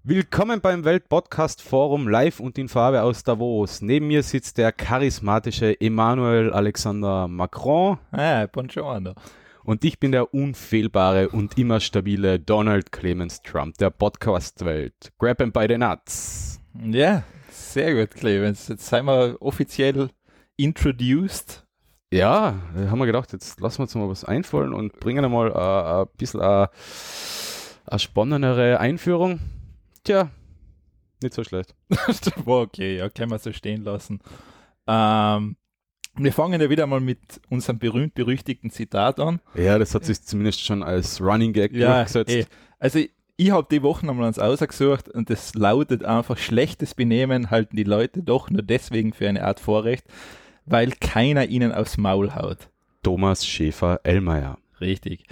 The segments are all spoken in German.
Willkommen beim Welt-Podcast-Forum live und in Farbe aus Davos. Neben mir sitzt der charismatische Emmanuel Alexander Macron. Buongiorno. Und ich bin der unfehlbare und immer stabile Donald Clemens Trump der Podcast-Welt. Grab him by the nuts. Ja, sehr gut, Clemens. Jetzt sind wir offiziell introduced. Ja, haben wir gedacht, jetzt lassen wir uns mal was einfallen und bringen einmal ein bisschen eine spannendere Einführung. Tja, nicht so schlecht. War okay, ja, können wir so stehen lassen. Wir fangen ja wieder mal mit unserem berühmt-berüchtigten Zitat an. Ja, das hat sich zumindest schon als Running Gag durchgesetzt. Also ich habe die Woche nochmal uns ausgesucht und das lautet einfach: Schlechtes Benehmen halten die Leute doch nur deswegen für eine Art Vorrecht, weil keiner ihnen aufs Maul haut. Thomas Schäfer-Ellmeier. Richtig.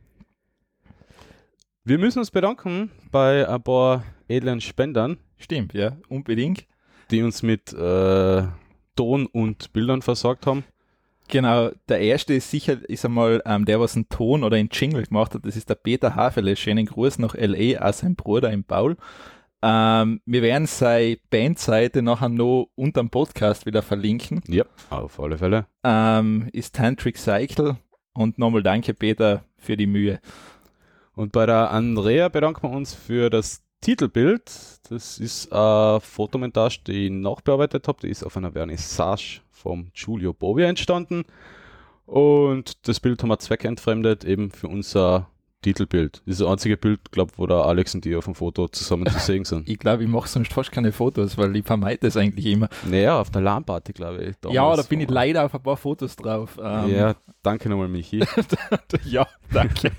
Wir müssen uns bedanken bei ein paar edlen Spendern. Stimmt, ja, unbedingt. Die uns mit Ton und Bildern versorgt haben. Genau, der erste ist einmal der, was einen Ton oder einen Jingle gemacht hat. Das ist der Peter Hafele. Schönen Gruß nach L.A., auch sein Bruder im Paul. Wir werden seine Bandseite nachher noch unter dem Podcast wieder verlinken. Ja, auf alle Fälle. Ist Tantric Cycle. Und nochmal danke, Peter, für die Mühe. Und bei der Andrea bedanken wir uns für das Titelbild. Das ist eine Fotomontage, die ich nachbearbeitet habe. Die ist auf einer Vernissage vom Giulio Bovia entstanden. Und das Bild haben wir zweckentfremdet eben für unser Titelbild. Das ist das einzige Bild, glaube ich, wo der Alex und ich auf dem Foto zusammen zu sehen sind. Ich glaube, ich mache sonst fast keine Fotos, weil ich vermeide das eigentlich immer. Naja, auf der LAN-Party, glaube ich. Ja, da bin ich leider auf ein paar Fotos drauf. Ja, danke nochmal, Michi. Ja, danke.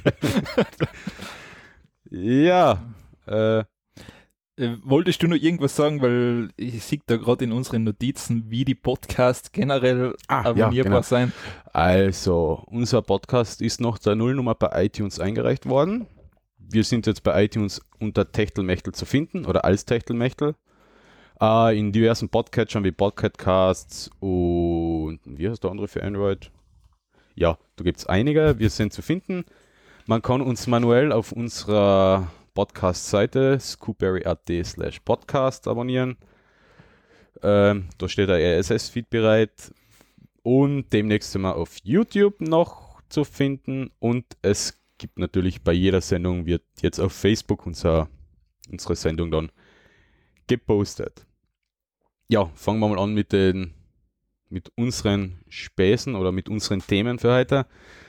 Ja, wolltest du noch irgendwas sagen, weil ich sehe da gerade in unseren Notizen, wie die Podcasts generell abonnierbar sein. Also, unser Podcast ist nach der Nullnummer bei iTunes eingereicht worden. Wir sind jetzt bei iTunes unter Techtelmechtel zu finden oder als Techtelmechtel. In diversen Podcatchern wie Podcatcasts und wie heißt der andere für Android? Ja, da gibt es einige. Wir sind zu finden. Man kann uns manuell auf unserer Podcast-Seite scoopberry.at/podcast abonnieren. Da steht ein RSS-Feed bereit und demnächst sind wir auf YouTube noch zu finden und es gibt natürlich bei jeder Sendung, wird jetzt auf Facebook unsere Sendung dann gepostet. Ja, fangen wir mal an mit unseren Späßen oder mit unseren Themen für heute.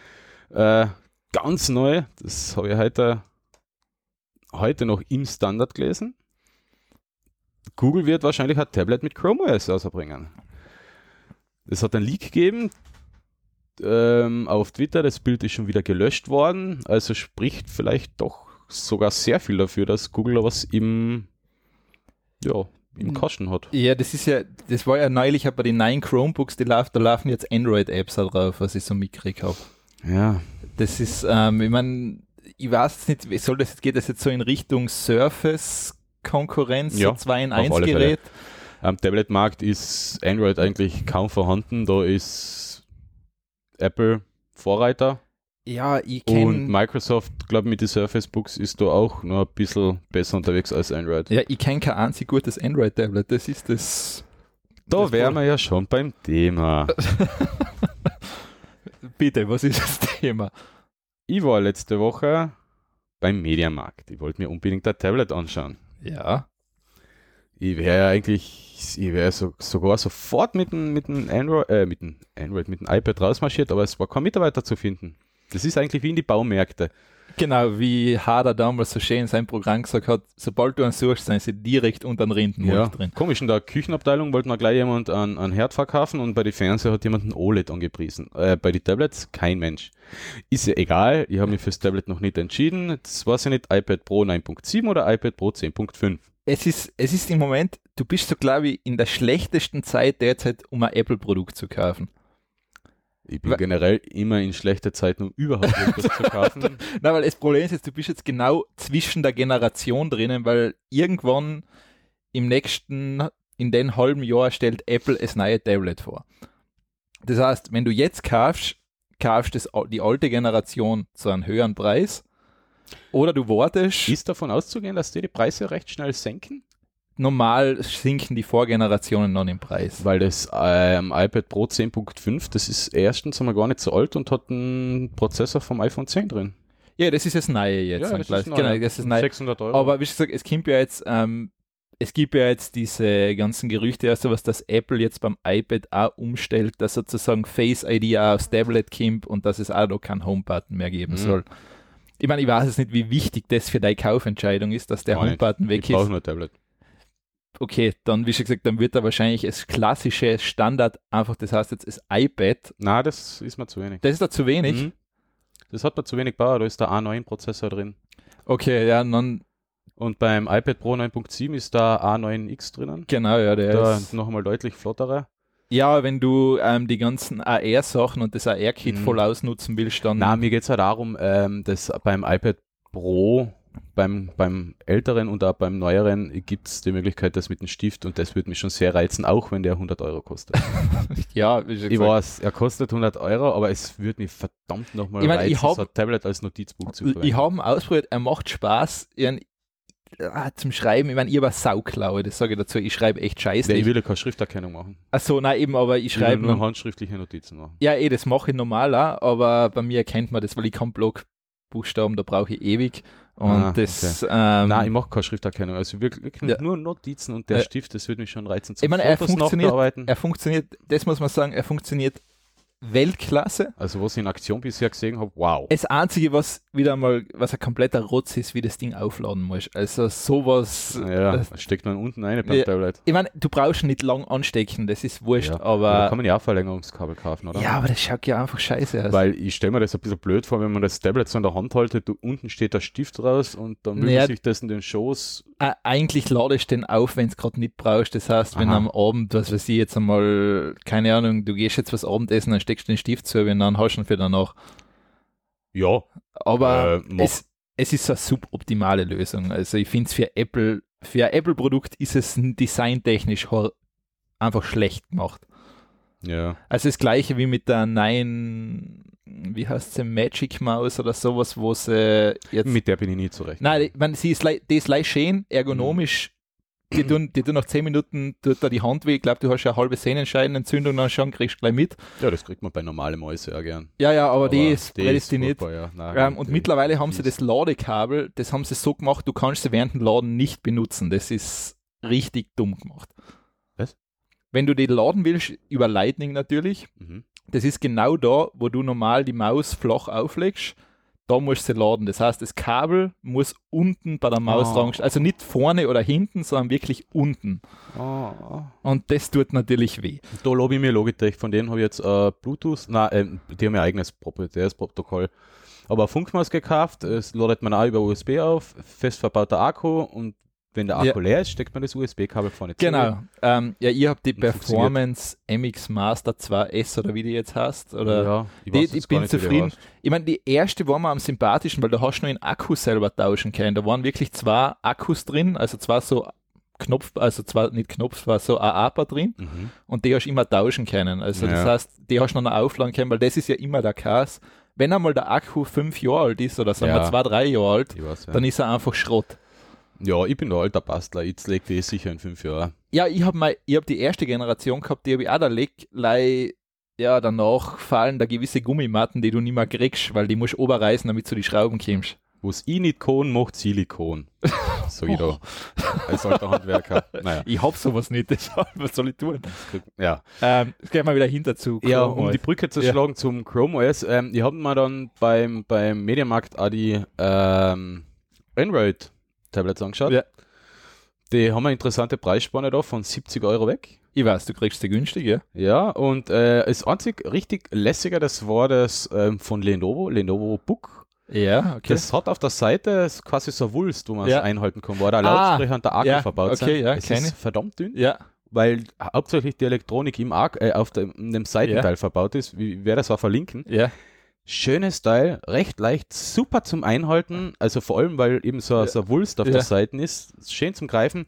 Ganz neu, das habe ich heute noch im Standard gelesen. Google wird wahrscheinlich ein Tablet mit Chrome OS rausbringen. Es hat einen Leak gegeben auf Twitter, das Bild ist schon wieder gelöscht worden, also spricht vielleicht doch sogar sehr viel dafür, dass Google da was im Kasten hat. Ja, das war ja neulich bei den neuen Chromebooks, da laufen jetzt Android-Apps drauf, was ich so mitgekriegt habe. Ja. Das ist, ich meine, ich weiß nicht, geht das jetzt so in Richtung Surface-Konkurrenz, ja, so 2-in-1-Gerät? Am Tablet-Markt ist Android eigentlich kaum vorhanden, da ist Apple Vorreiter. Ja, und Microsoft, glaube ich, mit den Surface Books ist da auch noch ein bisschen besser unterwegs als Android. Ja, ich kenne kein einzig gutes Android-Tablet, das ist das... Da wären wir ja schon beim Thema. Bitte, was ist das Thema? Ich war letzte Woche beim Mediamarkt. Ich wollte mir unbedingt ein Tablet anschauen. Ja. Ich wäre sogar sofort mit dem iPad rausmarschiert, aber es war kein Mitarbeiter zu finden. Das ist eigentlich wie in die Baumärkte. Genau, wie Hader damals so schön in seinem Programm gesagt hat, sobald du einen suchst, sind sie direkt unter den Rindenmulch drin. Komisch, in der Küchenabteilung wollte man gleich jemand einen Herd verkaufen und bei den Fernseher hat jemand ein OLED angepriesen. Bei den Tablets kein Mensch. Ist ja egal, ich habe mich fürs Tablet noch nicht entschieden. Das weiß ich nicht, iPad Pro 9.7 oder iPad Pro 10.5. Es ist im Moment, du bist so, glaube ich, in der schlechtesten Zeit derzeit, um ein Apple-Produkt zu kaufen. Ich bin generell immer in schlechter Zeit, um überhaupt etwas zu kaufen. Nein, weil das Problem ist jetzt, du bist jetzt genau zwischen der Generation drinnen, weil irgendwann in den halben Jahr stellt Apple das neue Tablet vor. Das heißt, wenn du jetzt kaufst die alte Generation zu einem höheren Preis Oder du wartest, Ist davon auszugehen, dass die Preise recht schnell senken? normal sinken die Vorgenerationen noch im Preis. Weil das iPad Pro 10.5, das ist erstens einmal gar nicht so alt und hat einen Prozessor vom iPhone 10 drin. Ja, das ist das Neue jetzt. Ja, das ist neu, genau, ja. das ist neu. 600 €. Aber wie gesagt, es gibt ja jetzt diese ganzen Gerüchte, also was das Apple jetzt beim iPad auch umstellt, dass sozusagen Face ID auch aufs Tablet kommt und dass es auch noch keinen Home-Button mehr geben soll. Ich meine, ich weiß jetzt nicht, wie wichtig das für deine Kaufentscheidung ist, dass der Gar nicht. Home-Button weg Ich brauche ist. nur ein Tablet. Okay, dann, wie schon gesagt, dann wird da wahrscheinlich das klassische Standard einfach, das heißt jetzt das iPad, Na, das ist mir zu wenig. das ist da zu wenig. Mhm. Das hat mir zu wenig Power, da ist der A9-Prozessor drin. Okay, ja, dann, Und beim iPad Pro 9.7 ist da A9X drinnen. genau, ja, der Da ist. noch einmal deutlich flotterer. Ja, wenn du die ganzen AR-Sachen und das AR-Kit voll ausnutzen willst, dann. Na, mir geht es halt darum, dass beim iPad Pro, beim älteren und auch beim neueren gibt es die Möglichkeit, das mit dem Stift, und das würde mich schon sehr reizen, auch wenn der 100 € kostet. Ja, wie schon Ich gesagt. weiß, er kostet 100 €, aber es würde mich verdammt nochmal Ich meine, reizen, ich hab- so ein Tablet als Notizbuch zu verwenden. Ich habe ihn ausprobiert, er macht Spaß. Zum Schreiben, ich meine, ich habe eine Sauklaue, das sage ich dazu, ich schreibe echt scheiße. Ich will ja keine Schrifterkennung machen. Achso, nein, eben, aber ich Ich will schreibe nur handschriftliche Notizen machen. Ja, das mache ich normal auch, aber bei mir erkennt man das, weil ich kann Blockbuchstaben, da brauche ich ewig. Und das. Nein, ich mache keine Schrifterkennung. Also wirklich Ja. nur Notizen und der Stift, das würde mich schon reizen. Ich meine, er Fotos funktioniert, nachbearbeiten. er funktioniert, das muss man sagen, er funktioniert Weltklasse. Also was ich in Aktion bisher gesehen habe, wow. Das Einzige, was wieder mal, was ein kompletter Rotz ist, wie das Ding aufladen muss. Also sowas. Ja, das steckt man unten rein beim Ja. Tablet. Ich meine, du brauchst ihn nicht lang anstecken, das ist wurscht, Ja. Da aber. kann man ja auch Verlängerungskabel kaufen, oder? Ja, aber das schaut ja einfach scheiße aus. Weil ich stelle mir das ein bisschen blöd vor, wenn man das Tablet so in der Hand haltet, unten steht der Stift raus und dann will Naja, man sich das in den Schoß. Eigentlich ladest du den auf, wenn du es gerade nicht brauchst. Das heißt, wenn Aha. am Abend, was weiß ich, jetzt einmal, keine Ahnung, du gehst jetzt was Abendessen, dann steckst du den Stift zu und dann hast du ihn für danach. Ja, Aber mach. es ist eine suboptimale Lösung. Also ich finde es für ein Apple-Produkt ist es designtechnisch einfach schlecht gemacht. Ja. Also das gleiche wie mit der neuen, wie heißt sie, Magic Maus oder sowas, wo sie jetzt. Mit der bin ich nie zurecht. Nein, ich meine, die ist leicht schön, ergonomisch. Die tun nach 10 Minuten tut da die Hand weh. Ich glaube, du hast ja eine halbe Sehnenscheidenentzündung dann schon, kriegst du gleich mit. Ja, das kriegt man bei normalen Mäuse auch gern. Ja, aber die ist prädestiniert. furchtbar, ja. Nein, Und die- mittlerweile haben sie die das Ladekabel, das haben sie so gemacht, du kannst sie während dem Laden nicht benutzen. Das ist richtig dumm gemacht. Was? Wenn du die laden willst, über Lightning natürlich, Mhm. das ist genau da, wo du normal die Maus flach auflegst, da musst du sie laden. Das heißt, das Kabel muss unten bei der Maus dran, also nicht vorne oder hinten, sondern wirklich unten. Und das tut natürlich weh. Da lobe ich mir Logitech, von denen habe ich jetzt Bluetooth, die haben ihr eigenes proprietäres Protokoll. Aber eine Funkmaus gekauft, es ladet man auch über USB auf, fest verbauter Akku, und wenn der Akku leer ist, steckt man das USB-Kabel vorne zu. Genau. Ich habe die Und Performance MX Master 2S oder wie die jetzt heißt. Oder Ja, ich bin zufrieden. Ich meine, die erste war mir am sympathischen, weil da hast du nur den Akku selber tauschen können. Da waren wirklich 2 Akkus drin, also zwar so nicht Knopf, war so ein APA drin, Mhm. und die hast du immer tauschen können. Also das Ja. heißt, die hast du noch aufladen können, weil das ist ja immer der Case. Wenn einmal der Akku 5 Jahre alt ist oder sagen wir 2, 3 Jahre alt, Ich weiß, ja. dann ist er einfach Schrott. Ja, ich bin der alter Bastler, jetzt legt die sicher in 5 Jahren. Ja, ich habe die erste Generation gehabt, die habe ich auch da ja, danach fallen da gewisse Gummimatten, die du nicht mehr kriegst, weil die musst du oberreißen, damit du die Schrauben kommst. Was ich nicht kann, macht Silikon. So ich da. Als alter Handwerker. Naja. Ich hab sowas nicht, deshalb, was soll ich tun? Ja. Jetzt gehen wir wieder hinter zu. Ja, Chrome um OS. die Brücke zu schlagen zum Chrome OS. Ich habe mir dann beim Mediamarkt auch die Android-Tablets angeschaut. Ja. Die haben eine interessante Preisspanne da von 70 € weg. Ich weiß, du kriegst sie günstig, ja? Ja, und das einzig richtig lässiger, das war das von Lenovo Book. Ja, okay. Das hat auf der Seite quasi so eine Wulst, wo man es Ja. einhalten kann, wo der Lautsprecher und der Akku ja, verbaut sind. okay, ja, Es kenn ist ich. verdammt dünn, Ja, weil hauptsächlich die Elektronik in dem Seitenteil verbaut ist. Ich werde das auch verlinken. ja. Schönes Teil, recht leicht, super zum Einhalten, also vor allem, weil eben so eine Wulst auf der Seite ist, schön zum Greifen.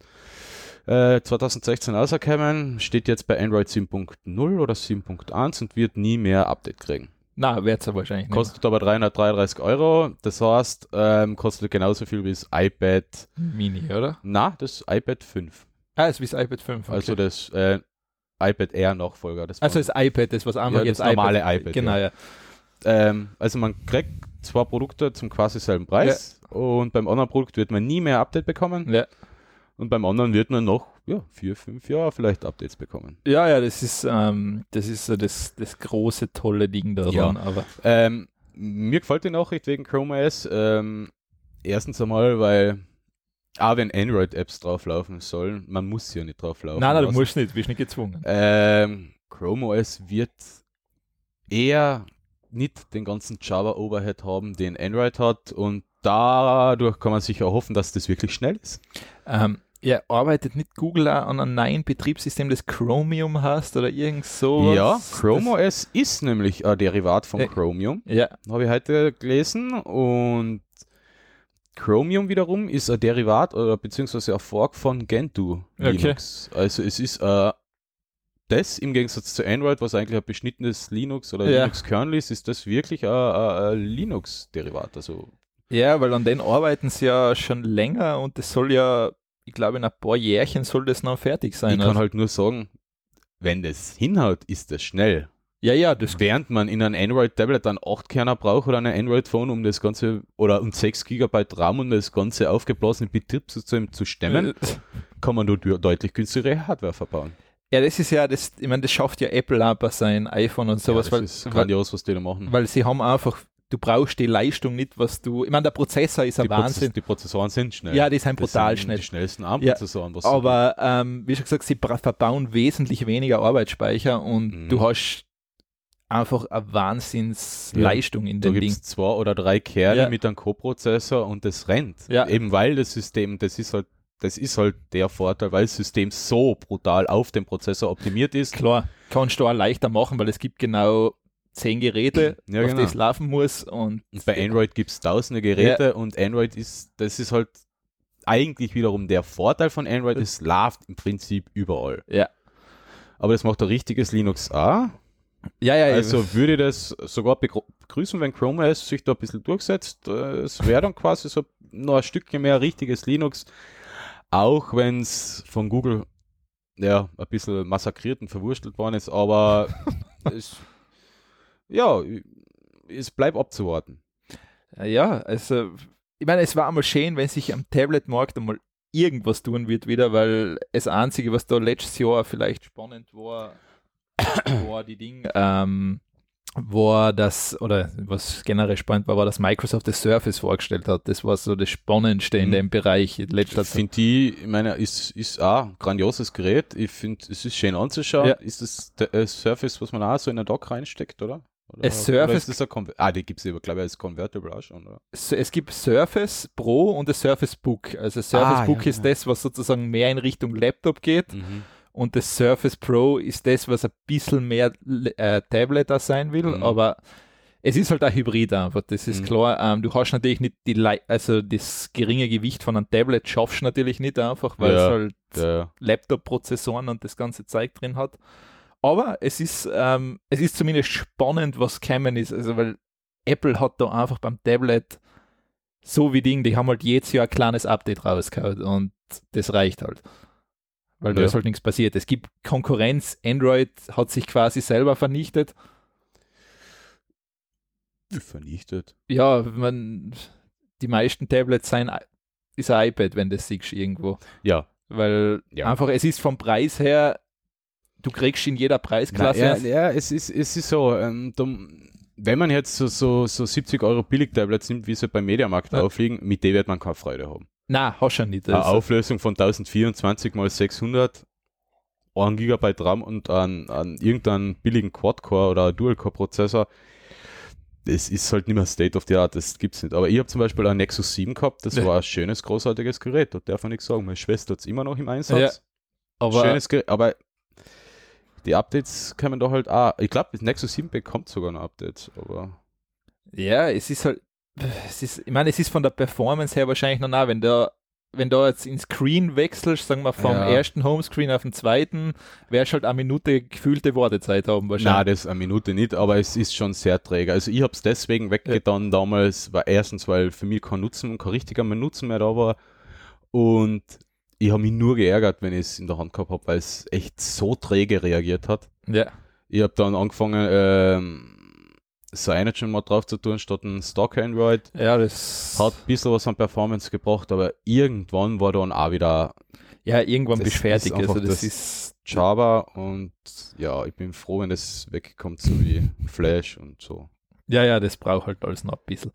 2016 rausgekommen, steht jetzt bei Android 7.0 oder 7.1 und wird nie mehr Update kriegen. Na, wird es ja wahrscheinlich nicht. Kostet aber 333 €. Das heißt, kostet genauso viel wie das iPad Mini, oder? Na, das iPad 5. Ist wie das iPad 5. Okay. Also das iPad Air Nachfolger. Das also das iPad, das was einfach ja, jetzt das normale iPad. Genau, ja. Also man kriegt 2 Produkte zum quasi selben Preis und beim anderen Produkt wird man nie mehr Update bekommen. Ja. Und beim anderen wird man noch 4, 5 Jahre vielleicht Updates bekommen. Ja, das ist so das große, tolle Ding daran. Ja. Aber Mir gefällt die Nachricht wegen Chrome OS. Erstens einmal, weil auch wenn Android-Apps drauflaufen sollen, man muss ja nicht drauflaufen. Nein, du musst nicht, bist nicht gezwungen. Chrome OS wird eher nicht den ganzen Java-Overhead haben, den Android hat, und dadurch kann man sich erhoffen, dass das wirklich schnell ist. Arbeitet nicht Google auch an einem neuen Betriebssystem, das Chromium heißt oder irgend sowas? Ja, Chrome OS ist nämlich ein Derivat von Chromium. Ja. Habe ich heute gelesen, und Chromium wiederum ist ein Derivat oder beziehungsweise ein Fork von Gentoo Linux. Also es ist das im Gegensatz zu Android, was eigentlich ein beschnittenes Linux oder Linux-Kernel ist das wirklich ein Linux-Derivat. Also ja, weil an den arbeiten sie ja schon länger und das soll ja, ich glaube, in ein paar Jährchen soll das noch fertig sein. Ich kann halt nur sagen, wenn das hinhaut, ist das schnell. Ja, das während man in einem Android-Tablet dann 8 Kerner braucht oder ein Android-Phone, um das Ganze, oder um 6 GB RAM, um das ganze aufgeblasene Betriebssystem zu stemmen, kann man nur deutlich günstigere Hardware verbauen. Ja, das ist ja, das schafft ja Apple auch bei seinem iPhone und sowas. Ja, das ist grandios, was die da machen. Weil sie haben einfach, du brauchst die Leistung nicht, was du, ich meine, der Prozessor ist ein Wahnsinn. Die Prozessoren sind schnell. Ja, die sind brutal schnell. Die schnellsten ARM-Prozessoren. Ja, aber wie schon gesagt, sie verbauen wesentlich weniger Arbeitsspeicher und du hast einfach eine Wahnsinnsleistung in dem Ding. Da gibt es 2 oder 3 Kerne mit einem Co-Prozessor und das rennt. Ja. Eben weil das System, das ist halt der Vorteil, weil das System so brutal auf den Prozessor optimiert ist. Klar, kannst du auch leichter machen, weil es gibt genau 10 Geräte, auf das laufen muss. Und bei Android gibt es tausende Geräte und Android das ist halt eigentlich wiederum der Vorteil von Android, es läuft im Prinzip überall. Ja. Aber das macht ein richtiges Linux auch. Ja. Also würde ich das sogar begrüßen, wenn Chrome OS sich da ein bisschen durchsetzt. Es wäre dann quasi so noch ein Stückchen mehr richtiges Linux, auch wenn es von Google ein bisschen massakriert und verwurstelt worden ist, aber es bleibt abzuwarten. Ja, also ich meine, es war einmal schön, wenn sich am Tablet-Markt einmal irgendwas tun wird wieder, weil das Einzige, was da letztes Jahr vielleicht spannend war, die Ding, war das, oder was generell spannend war, dass Microsoft das Surface vorgestellt hat. Das war so das Spannendste in dem Bereich in letzter Zeit. Ich meine, ist auch ein grandioses Gerät. Ich finde, es ist schön anzuschauen. Ja. Ist das der Surface, was man auch so in ein Dock reinsteckt, oder? Surface, ist das die gibt es aber, glaube ich, als Convertible auch schon, oder? Es gibt Surface Pro und das Surface Book. Also Surface Book ist das, was sozusagen mehr in Richtung Laptop geht. Und das Surface Pro ist das, was ein bisschen mehr Tablet da sein will, aber es ist halt ein Hybrid einfach, das ist klar. Du hast natürlich nicht also das geringe Gewicht von einem Tablet schaffst du natürlich nicht einfach, weil es halt Laptop-Prozessoren und das ganze Zeug drin hat. Aber es ist zumindest spannend, was gekommen ist, also weil Apple hat da einfach beim Tablet so wie Ding, die haben halt jedes Jahr ein kleines Update rausgehauen und das reicht halt. Weil da ist halt nichts passiert. Es gibt Konkurrenz. Android hat sich quasi selber vernichtet. Vernichtet? Ja, die meisten Tablets ist ein iPad, wenn du das siehst irgendwo. Ja. Weil einfach, es ist vom Preis her, du kriegst in jeder Preisklasse. Es ist so, wenn man jetzt so 70 € Billig-Tablets nimmt, wie sie beim Mediamarkt aufliegen, mit denen wird man keine Freude haben. Nein, hast du nicht. Eine Auflösung von 1024 x 600, 1 GB RAM und an irgendeinen billigen Quad-Core oder Dual-Core-Prozessor, das ist halt nicht mehr State of the Art, das gibt's nicht. Aber ich habe zum Beispiel ein Nexus 7 gehabt, das war ein schönes, großartiges Gerät, das darf man nicht sagen. Meine Schwester hat es immer noch im Einsatz. Ja, aber schönes Gerät, aber die Updates kommen da halt auch. Ich glaube, das Nexus 7 bekommt sogar noch Updates, aber ja, es ist halt, ich meine, es ist von der Performance her wahrscheinlich noch nah, wenn da wenn du jetzt ins Screen wechselst, sagen wir vom ersten Homescreen auf den zweiten, wärst halt eine Minute gefühlte Wartezeit haben wahrscheinlich. Nein, das eine Minute nicht, aber es ist schon sehr träge. Also ich habe es deswegen weggetan damals, war erstens, weil für mich kein richtiger Nutzen mehr da war und ich habe mich nur geärgert, wenn ich es in der Hand gehabt habe, weil es echt so träge reagiert hat. Ja. Ich habe dann angefangen, Cyanogen mal drauf zu tun, statt ein Stock Android. Ja, das hat ein bisschen was an Performance gebracht, aber irgendwann war dann auch wieder... Ja, irgendwann bist du fertig. Also das ist Java und ja, ich bin froh, wenn das wegkommt, so wie Flash und so. Ja, das braucht halt alles noch ein bisschen.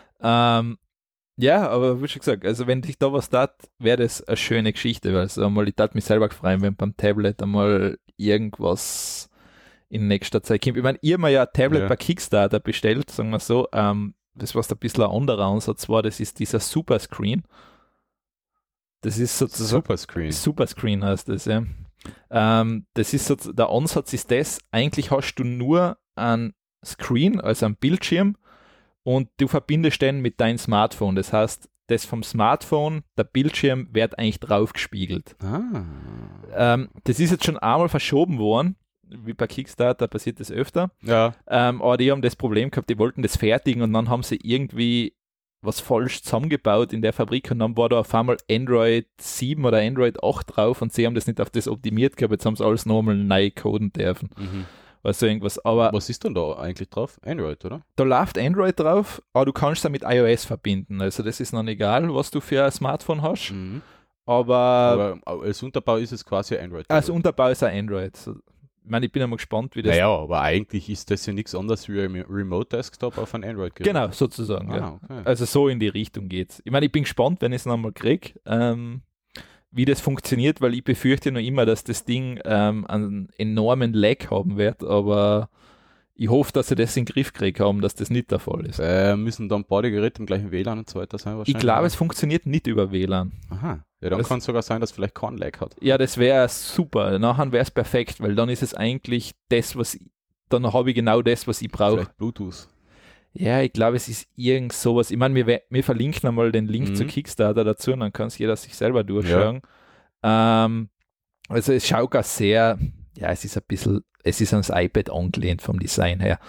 Ja, aber wie schon gesagt, also wenn dich da was tat, wäre das eine schöne Geschichte, weil so einmal, ich tat mich selber gefreut, wenn beim Tablet einmal irgendwas in nächster Zeit kommt. Ich meine, ich habe mir ja ein Tablet bei Kickstarter bestellt, sagen wir so, das war ein bisschen ein anderer Ansatz war, das ist dieser Superscreen. Das ist sozusagen Superscreen heißt das, ja. Das ist so, der Ansatz ist das, eigentlich hast du nur einen Screen, also einen Bildschirm und du verbindest den mit deinem Smartphone. Das heißt, das vom Smartphone, der Bildschirm wird eigentlich draufgespiegelt. Das ist jetzt schon einmal verschoben worden, wie bei Kickstarter passiert das öfter. Ja. Aber die haben das Problem gehabt, die wollten das fertigen und dann haben sie irgendwie was falsch zusammengebaut in der Fabrik und dann war da auf einmal Android 7 oder Android 8 drauf und sie haben das nicht auf das optimiert gehabt, jetzt haben sie alles nochmal neu coden dürfen. Also irgendwas, aber... Was ist denn da eigentlich drauf? Android, oder? Da läuft Android drauf, aber du kannst es mit iOS verbinden, also das ist noch egal, was du für ein Smartphone hast. Aber als Unterbau ist es quasi Android. Als Unterbau ist ein Android. Ich meine, ich bin einmal gespannt, wie das... Naja, aber eigentlich ist das ja nichts anderes wie ein Remote-Desktop auf ein Android-Gerät. Genau, sozusagen, ja. Okay. Also so in die Richtung geht's. Ich meine, ich bin gespannt, wenn ich es nochmal kriege, wie das funktioniert, weil ich befürchte noch immer, dass das Ding einen enormen Lag haben wird, aber ich hoffe, dass sie das in den Griff gekriegt haben, dass das nicht der Fall ist. Müssen dann beide Geräte im gleichen WLAN und so weiter sein wahrscheinlich? Ich glaube, es funktioniert nicht über WLAN. Aha. Ja, dann kann es sogar sein, dass vielleicht kein Lag hat. Ja, das wäre super. Nachher wäre es perfekt, weil dann ist es eigentlich das, dann habe ich genau das, was ich brauche. Vielleicht Bluetooth. Ja, ich glaube, es ist irgend sowas. Ich meine, wir verlinken einmal den Link zu Kickstarter dazu und dann kann es jeder sich selber durchschauen. Ja. Also es schaut gar sehr, ja, es ist ans iPad angelehnt vom Design her.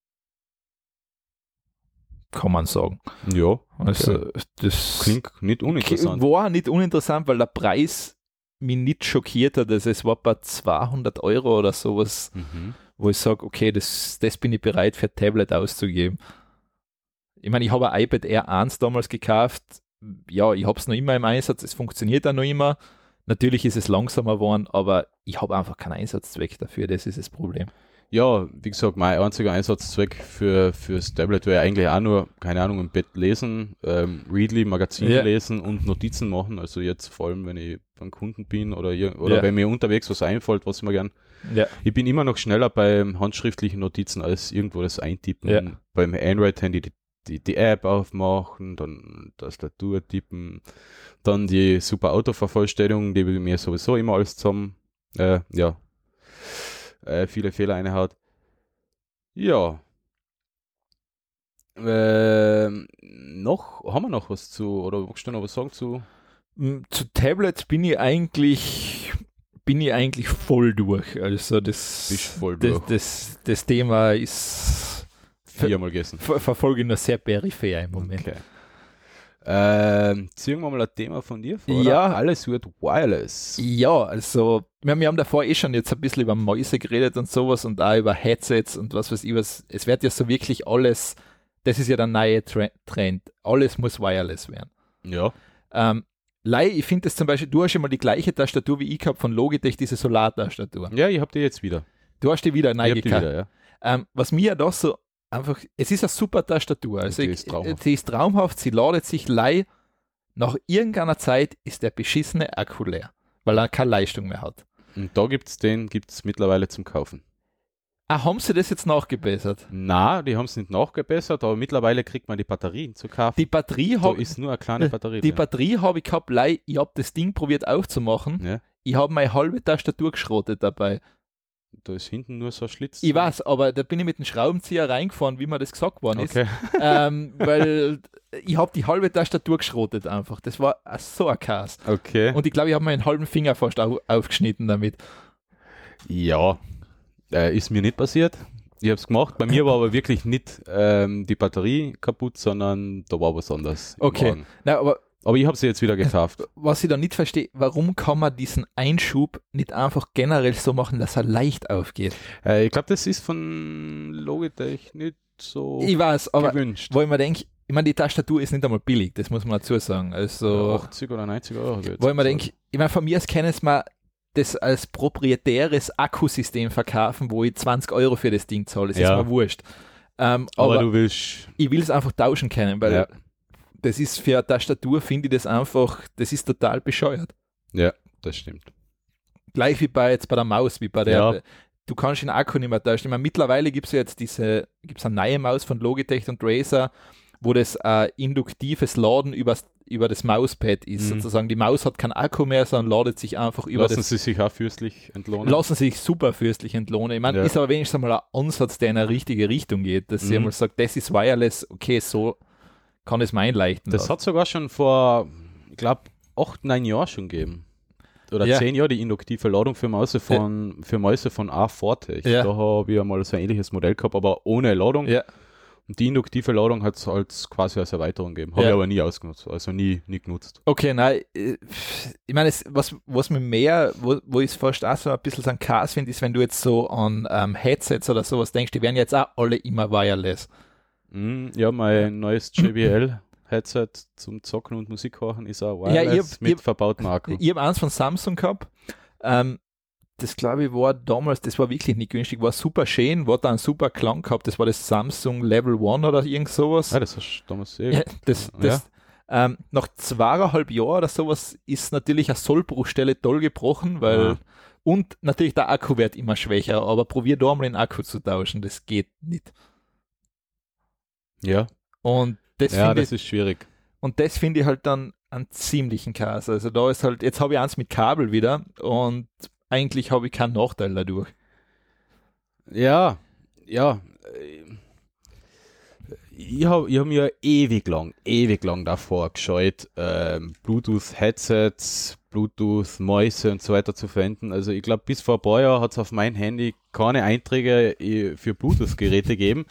Kann man sagen. Ja. Also das klingt nicht uninteressant. War nicht uninteressant, weil der Preis mich nicht schockiert hat. Also es war bei 200 € oder sowas, wo ich sage, okay, das bin ich bereit für ein Tablet auszugeben. Ich meine, ich habe ein iPad Air 1 damals gekauft. Ja, ich habe es noch immer im Einsatz. Es funktioniert auch noch immer. Natürlich ist es langsamer geworden, aber ich habe einfach keinen Einsatzzweck dafür. Das ist das Problem. Ja, wie gesagt, mein einziger Einsatzzweck fürs Tablet wäre eigentlich auch nur, keine Ahnung, im Bett lesen, Readly, Magazin lesen und Notizen machen. Also jetzt vor allem, wenn ich beim Kunden bin oder wenn mir unterwegs was einfällt, was ich mir gern... Ja. Ich bin immer noch schneller beim handschriftlichen Notizen als irgendwo das Eintippen. Ja. Beim Android-Handy die App aufmachen, dann Tastatur tippen, dann die super Autovervollständigung, die mir sowieso immer alles zusammen, viele Fehler reinhaut. Ja. Haben wir noch was zu, oder willst du noch was sagen zu? Zu Tablets bin ich eigentlich voll durch. Also das Thema ist viermal gegessen. Verfolge ich nur sehr peripher im Moment. Okay. Ziehen wir mal ein Thema von dir vor. Ja. Alles wird wireless. Ja, also wir haben davor schon jetzt ein bisschen über Mäuse geredet und sowas und auch über Headsets und was weiß ich was. Es wird ja so wirklich alles, das ist ja der neue Trend. Alles muss wireless werden. Ja. Ich finde das zum Beispiel, du hast ja mal die gleiche Tastatur wie ich gehabt von Logitech, diese Solar-Tastatur. Ja, ich habe die jetzt wieder. Du hast die wieder neu gekauft. Wieder, ja. Was mir ja doch so einfach, es ist eine super Tastatur. Also die ist traumhaft, sie ladet sich nach irgendeiner Zeit ist der beschissene Akku leer, weil er keine Leistung mehr hat. Und da gibt's mittlerweile zum Kaufen. Haben sie das jetzt nachgebessert? Na, die haben es nicht nachgebessert, aber mittlerweile kriegt man die Batterien zu kaufen. Die Batterie ist nur eine kleine Batterie. Die Batterie habe ich gehabt, ich habe das Ding probiert aufzumachen. Ja. Ich habe meine halbe Tastatur geschrottet dabei. Da ist hinten nur so ein Schlitz. Ich weiß, aber da bin ich mit dem Schraubenzieher reingefahren, wie mir das gesagt worden ist. Okay. Weil ich habe die halbe Tastatur geschrotet einfach. Das war so ein Chaos. Okay. Und ich glaube, ich habe meinen halben Finger fast aufgeschnitten damit. Ja, ist mir nicht passiert. Ich habe es gemacht. Bei mir war aber wirklich nicht die Batterie kaputt, sondern da war was anderes. im Okay. Wagen. Na, aber ich habe sie jetzt wieder gekauft. was ich da nicht verstehe, warum kann man diesen Einschub nicht einfach generell so machen, dass er leicht aufgeht? Ich glaube, das ist von Logitech nicht so Ich weiß, aber gewünscht. wo ich mir denke, ich meine, die Tastatur ist nicht einmal billig, das muss man dazu sagen. Also, 80 oder 90 Euro. wo ich mir denke, ich meine, von mir aus können sie mir das als proprietäres Akkusystem verkaufen, wo ich 20 Euro für das Ding zahle. Das Ja. ist mir wurscht. aber du willst. ich will es einfach tauschen können, weil Ja. das ist für eine Tastatur, finde ich das einfach, das ist total bescheuert. Ja, das stimmt. Gleich wie bei der Maus, wie bei der. Ja. Du kannst den Akku nicht mehr tauschen. Ich meine, mittlerweile gibt es ja jetzt gibt's eine neue Maus von Logitech und Razer, wo das induktives Laden über das Mauspad ist. Sozusagen, die Maus hat keinen Akku mehr, sondern ladet sich einfach über Lassen das. sie sich auch fürstlich entlohnen. Lassen sich super fürstlich entlohnen. Ich meine, Ja. ist aber wenigstens mal ein Ansatz, der in eine richtige Richtung geht, dass sie einmal sagt, das ist wireless, okay, so kann es mir einleichten. Das hat sogar schon vor, ich glaube, 8, 9 Jahren schon gegeben. Oder Ja. 10 Jahre die induktive Ladung für Mäuse von A-Fortech. Ja. Da habe ich einmal so ein ähnliches Modell gehabt, aber ohne Ladung. Ja. Und die induktive Ladung hat es als quasi als Erweiterung gegeben. Habe Ja. ich aber nie ausgenutzt, also nie genutzt. Okay, nein, ich meine, was mir mehr, wo ich es fast auch so ein bisschen so ein Chaos finde, ist, wenn du jetzt so an Headsets oder sowas denkst, die werden jetzt auch alle immer wireless. Ja, mein neues JBL-Headset zum Zocken und Musik hören ist auch Ja, wireless mit verbautem Akku. Ich habe eins von Samsung gehabt, das glaube ich war damals, das war wirklich nicht günstig, war super schön, war da einen super Klang gehabt, das war das Samsung Level 1 oder irgend sowas. Das hast du damals Ja, nach 2,5 Jahren oder sowas ist natürlich eine Sollbruchstelle toll gebrochen, weil und natürlich der Akku wird immer schwächer, aber probier da mal den Akku zu tauschen, das geht nicht. Ja, Und das ist schwierig. finde ich halt dann einen ziemlichen Chaos. Also da ist halt, jetzt habe ich eins mit Kabel wieder und eigentlich habe ich keinen Nachteil dadurch. Ja. Ich hab mir ewig lang davor gescheut, Bluetooth-Headsets, Bluetooth-Mäuse und so weiter zu verwenden. Also ich glaube, bis vor ein paar Jahren hat es auf mein Handy keine Einträge für Bluetooth-Geräte gegeben,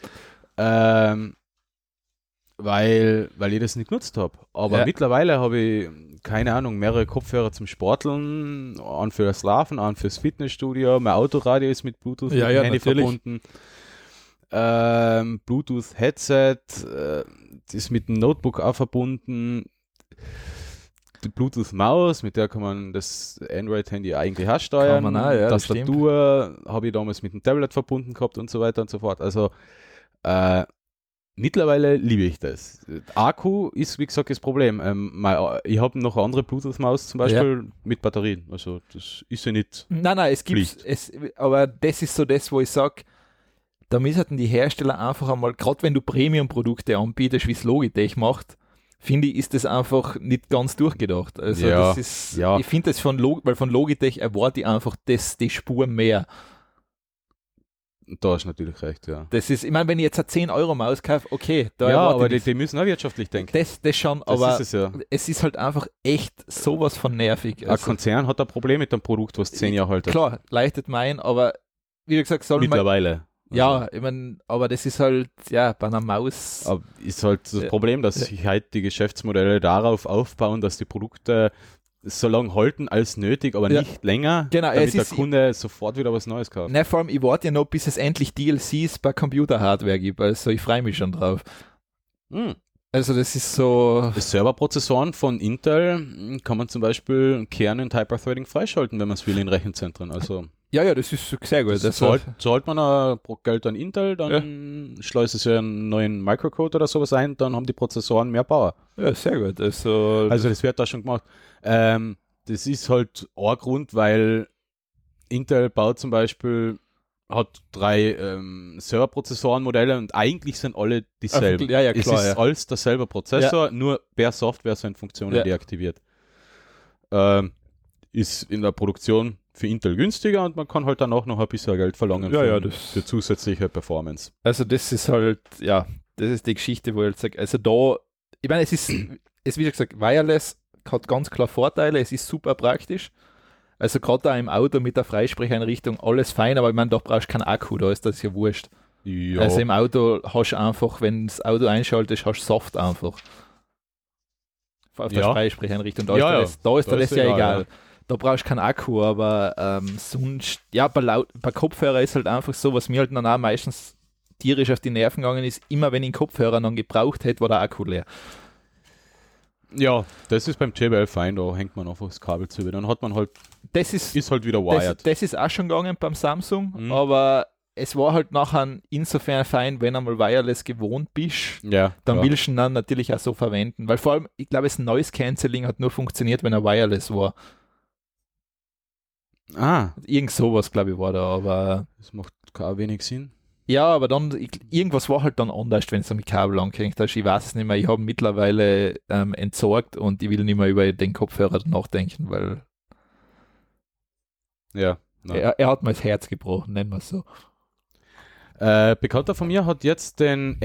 weil ich das nicht genutzt habe. Aber mittlerweile habe ich, keine Ahnung, mehrere Kopfhörer zum Sporteln, einen für das Laufen, einen fürs Fitnessstudio, mein Autoradio ist mit Bluetooth mit dem Handy natürlich verbunden. Bluetooth-Headset, das ist mit dem Notebook auch verbunden. Die Bluetooth-Maus, mit der kann man das Android-Handy eigentlich auch steuern. Kann man auch, ja, das Tastatur habe ich damals mit dem Tablet verbunden gehabt und so weiter und so fort. Also mittlerweile liebe ich das. Akku ist, wie gesagt, das Problem. Ich habe noch eine andere Bluetooth-Maus zum Beispiel mit Batterien. Also das ist ja nicht. Nein, es gibt aber das ist so das, wo ich sage, da müssten die Hersteller einfach einmal, gerade wenn du Premium-Produkte anbietest, wie es Logitech macht, finde ich, ist das einfach nicht ganz durchgedacht. Also das ist, ich finde das weil von Logitech erwarte ich einfach die Spur mehr. Da hast du natürlich recht, ja. Das ist, ich meine, wenn ich jetzt eine 10-Euro-Maus kaufe, okay. Aber die müssen auch wirtschaftlich denken. Das schon, Das aber ist es, es ist halt einfach echt sowas von nervig. Ein Konzern hat ein Problem mit einem Produkt, was 10 Jahre haltet. Klar, leichtet mein, aber wie du gesagt hast, mittlerweile. Ja, ich meine, aber das ist halt, bei einer Maus. Aber ist halt das Problem, dass sich halt die Geschäftsmodelle darauf aufbauen, dass die Produkte so lange halten als nötig, aber nicht länger, genau, damit der Kunde sofort wieder was Neues kauft. Nein, vor allem, ich warte ja noch, bis es endlich DLCs bei Computer-Hardware gibt, also ich freue mich schon drauf. Also das ist so... Die Serverprozessoren von Intel kann man zum Beispiel Kern und Hyperthreading freischalten, wenn man es will in Rechenzentren. Also ja, das ist sehr gut. Zahlt man Geld an Intel, dann schleust es ja einen neuen Microcode oder sowas ein, dann haben die Prozessoren mehr Power. Ja, sehr gut. Also das wird da schon gemacht. Das ist halt ein Grund, weil Intel baut zum Beispiel, hat 3 Serverprozessoren-Modelle und eigentlich sind alle dieselben. Klar, es ist alles derselbe Prozessor, nur per Software sind Funktionen deaktiviert. Ist in der Produktion für Intel günstiger und man kann halt dann auch noch ein bisschen Geld verlangen für zusätzliche Performance. Also das ist halt, ja, das ist die Geschichte, wo ich halt sage, also da, ich meine, es ist wie gesagt, Wireless hat ganz klar Vorteile, es ist super praktisch. Also gerade da im Auto mit der Freisprecheinrichtung, alles fein, aber ich meine, da brauchst du keinen Akku, da ist das ja wurscht. Ja. Also im Auto hast du einfach, wenn das Auto einschaltest, hast du Soft einfach. Auf der Freisprecheinrichtung, da ist das ja egal. Ja. Da brauchst du keinen Akku, aber sonst, ja, bei Kopfhörer ist halt einfach so, was mir halt dann auch meistens tierisch auf die Nerven gegangen ist, immer wenn ich einen Kopfhörer dann gebraucht hätte, war der Akku leer. Ja, das ist beim JBL fein, da hängt man einfach das Kabel zu. Dann hat man halt, das ist halt wieder wired. Das ist auch schon gegangen beim Samsung, aber es war halt nachher insofern fein, wenn du einmal Wireless gewohnt bist, dann willst du ihn dann natürlich auch so verwenden. Weil vor allem, ich glaube, das Noise Cancelling hat nur funktioniert, wenn er Wireless war. Irgend sowas, glaube ich, war da, aber... Das macht gar wenig Sinn. Ja, aber dann, irgendwas war halt dann anders, wenn es mit Kabel angehängt hast. Ich weiß es nicht mehr, ich habe mittlerweile entsorgt und ich will nicht mehr über den Kopfhörer nachdenken, weil er hat mir das Herz gebrochen, nennen wir es so. Bekannter von mir hat jetzt den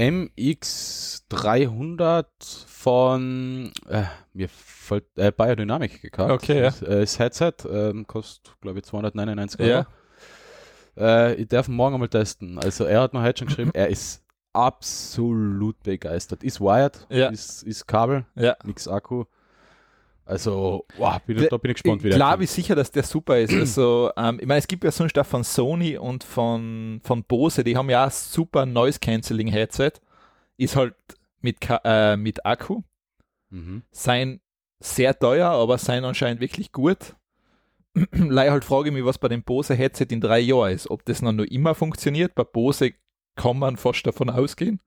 MX300 von Biodynamic gekauft. Okay, ja. Das Headset kostet, glaube ich, 299 Euro. Ja. Ich darf ihn morgen mal testen. Also er hat mir heute schon geschrieben, er ist absolut begeistert. Ist wired, ist Kabel, nix Akku. Also, da bin ich gespannt, wie der klar, wie sicher, dass der super ist. Also, ich meine, es gibt ja sonst auch von Sony und von Bose, die haben ja auch super Noise Cancelling Headset. Ist halt mit Akku. Sein sehr teuer, aber sein anscheinend wirklich gut. Leider halt frage ich mich, was bei dem Bose Headset in 3 Jahren ist. Ob das noch immer funktioniert. Bei Bose kann man fast davon ausgehen.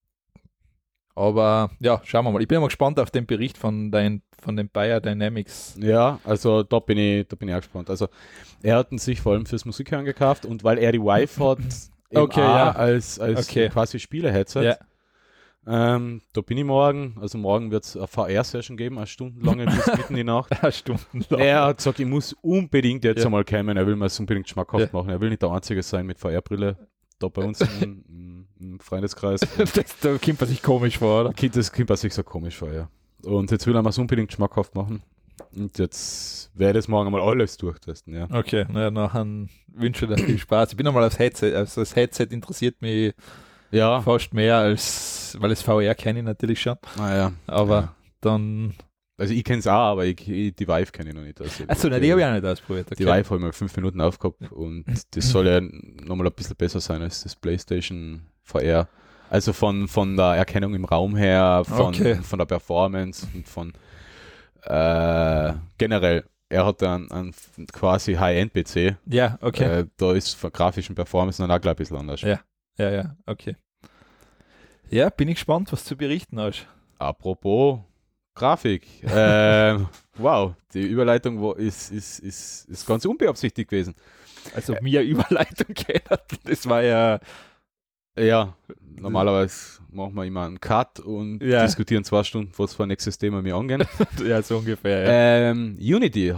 Aber ja, schauen wir mal. Ich bin mal gespannt auf den Bericht von den Biodynamics. Ja, also da bin ich auch gespannt. Also er hat ihn sich vor allem fürs Musikhören gekauft und weil er die Vive hat, als quasi Spieler-Headset. Ja. Da bin ich morgen, also morgen wird es eine VR-Session geben, eine stundenlange bis mitten in die Nacht. Er hat gesagt, ich muss unbedingt jetzt einmal kommen, er will mir es unbedingt schmackhaft machen. Er will nicht der Einzige sein mit VR-Brille, da bei uns im Freundeskreis. Da kommt man sich komisch vor, oder? Das kommt man sich so komisch vor, ja. Und jetzt will er mir es unbedingt schmackhaft machen. Und jetzt werde ich das morgen mal alles durchtesten, ja. Okay, naja, nachher wünsche ich dir viel Spaß. Ich bin nochmal aufs Headset, also das Headset interessiert mich fast mehr weil das VR kenne ich natürlich schon. Aber dann... Also ich kenne es auch, aber die Vive kenne ich noch nicht. Achso, die habe ich auch nicht ausprobiert. Okay. Die Vive habe ich mal 5 Minuten aufgehabt und das soll ja nochmal ein bisschen besser sein als das PlayStation VR. Also von der Erkennung im Raum her, von der Performance und von generell. Er hat einen quasi High-End-PC. Ja, okay. Da ist von grafischen Performance dann auch gleich ein bisschen anders. Ja, okay. Ja, bin ich gespannt, was zu berichten hast. Apropos Grafik. Wow, die Überleitung ist ganz unbeabsichtigt gewesen. Also mir Überleitung gehört, das war ja... Ja, normalerweise machen wir immer einen Cut und diskutieren 2 Stunden, was für ein nächstes Thema wir angehen. Ja, so ungefähr. Ja. Unity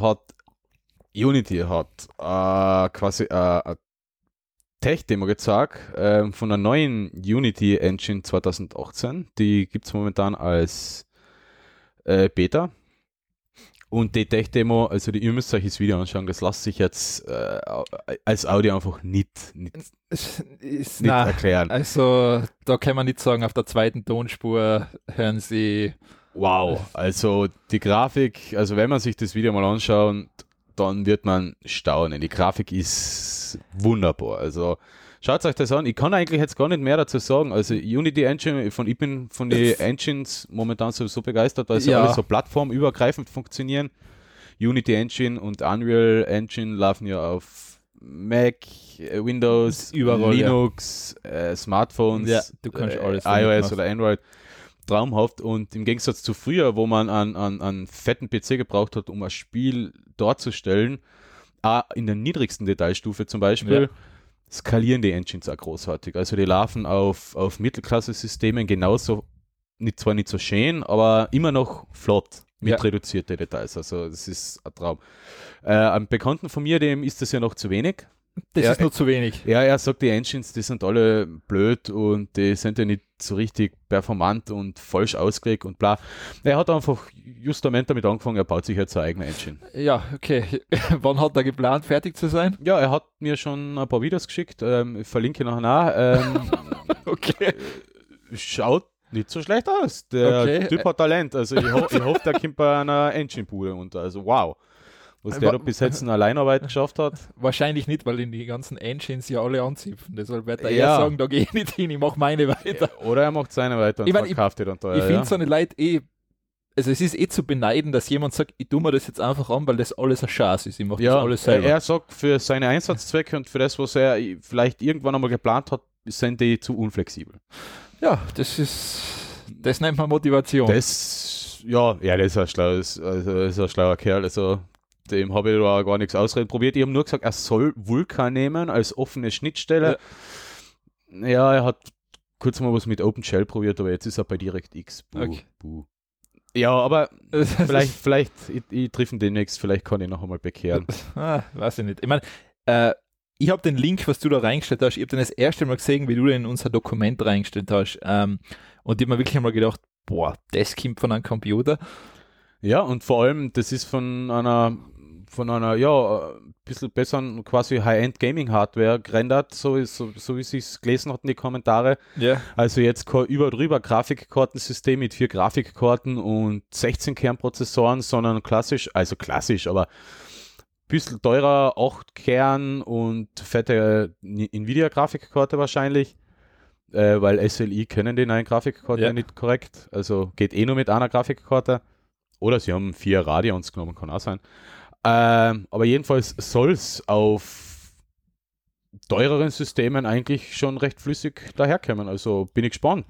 hat quasi eine Tech-Demo gezeigt von der neuen Unity Engine 2018. Die gibt es momentan als Beta. Und die Tech-Demo, also ihr müsst euch das Video anschauen, das lässt sich jetzt als Audio einfach nicht erklären. Also da kann man nicht sagen, auf der zweiten Tonspur hören sie... Wow, also die Grafik, also wenn man sich das Video mal anschaut, dann wird man staunen. Die Grafik ist wunderbar. Also schaut euch das an. Ich kann eigentlich jetzt gar nicht mehr dazu sagen. Also Unity Engine, ich bin von den Engines momentan sowieso begeistert, weil sie alles so plattformübergreifend funktionieren. Unity Engine und Unreal Engine laufen ja auf Mac, Windows, überall, Linux, Smartphones, du kannst alles iOS oder Android. Traumhaft, und im Gegensatz zu früher, wo man einen fetten PC gebraucht hat, um ein Spiel darzustellen, auch in der niedrigsten Detailstufe zum Beispiel, skalieren die Engines auch großartig. Also die laufen auf Mittelklasse-Systemen genauso, zwar nicht so schön, aber immer noch flott. mit reduzierten Details. Also das ist ein Traum. Einem Bekannten von mir, dem ist das ja noch zu wenig. Das ist nur zu wenig. Ja, er sagt, die Engines, die sind alle blöd und die sind ja nicht so richtig performant und falsch ausgelegt und bla. Er hat einfach justament damit angefangen, er baut sich jetzt seine eigene Engine. Ja, okay. Wann hat er geplant, fertig zu sein? Ja, er hat mir schon ein paar Videos geschickt, ich verlinke nachher nach. Okay. Schaut nicht so schlecht aus. Der Typ hat Talent. Also ich hoffe, der kommt bei einer Engine-Bude unter. Also wow. Was der da bis jetzt in Alleinarbeit geschafft hat. Wahrscheinlich nicht, weil ihn die ganzen Engines ja alle anzipfen. Deshalb wird er eher sagen, da gehe ich nicht hin, ich mache meine weiter. Oder er macht seine weiter und verkauft die dann teuer. Ich finde so eine Leute also es ist zu beneiden, dass jemand sagt, ich tue mir das jetzt einfach an, weil das alles ein Schatz ist. Ich mache das alles selber. Er sagt, für seine Einsatzzwecke und für das, was er vielleicht irgendwann einmal geplant hat, sind die zu unflexibel. Ja, das nennt man Motivation. Das ist ein schlauer Kerl. Also dem habe ich da gar nichts ausreden probiert. Ich habe nur gesagt, er soll Vulkan nehmen als offene Schnittstelle. Ja, er hat kurz mal was mit OpenShell probiert, aber jetzt ist er bei DirectX. Buh. Ja, aber vielleicht ich treffe ihn demnächst, vielleicht kann ich noch einmal bekehren. Weiß ich nicht. Ich meine, ich habe den Link, was du da reingestellt hast, ich habe den das erste Mal gesehen, wie du den in unser Dokument reingestellt hast. Und ich habe mir wirklich einmal gedacht, boah, das kommt von einem Computer. Ja, und vor allem, das ist von einer ein bisschen besseren quasi High-End-Gaming-Hardware gerendert, so wie sie es gelesen hatten, die Kommentare. Yeah. Also jetzt kein über-drüber Grafikkartensystem mit 4 Grafikkarten und 16 Kernprozessoren, sondern klassisch, aber ein bisschen teurer, 8 Kern und fette Nvidia-Grafikkarte wahrscheinlich, weil SLI können die neuen Grafikkarten nicht korrekt, also geht nur mit einer Grafikkarte. Oder sie haben 4 Radeons genommen, kann auch sein. Aber jedenfalls soll es auf teureren Systemen eigentlich schon recht flüssig daherkommen. Also bin ich gespannt.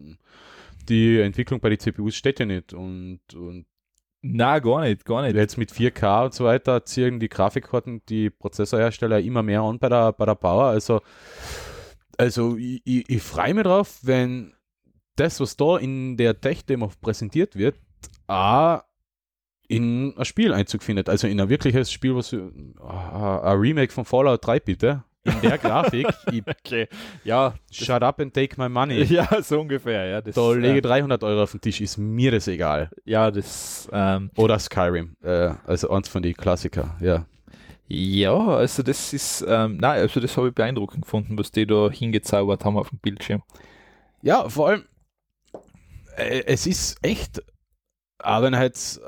Die Entwicklung bei den CPUs steht ja nicht. Und na, gar nicht. Jetzt mit 4K und so weiter ziehen die Grafikkarten, die Prozessorhersteller immer mehr an bei der Power. Also ich freue mich drauf, wenn das, was da in der Tech-Demo präsentiert wird, in ein Spiel Einzug findet. Also in ein wirkliches Spiel, was ein Remake von Fallout 3 bitte. In der Grafik. Okay. Ja. Shut up and take my money. Ja, so ungefähr. Ja, da lege 300 € auf den Tisch, ist mir das egal. Ja, das... Oder Skyrim. Also eins von den Klassiker, ja. Ja, also das ist... das habe ich beeindruckend gefunden, was die da hingezaubert haben auf dem Bildschirm. Ja, vor allem es ist echt, aber wenn ich jetzt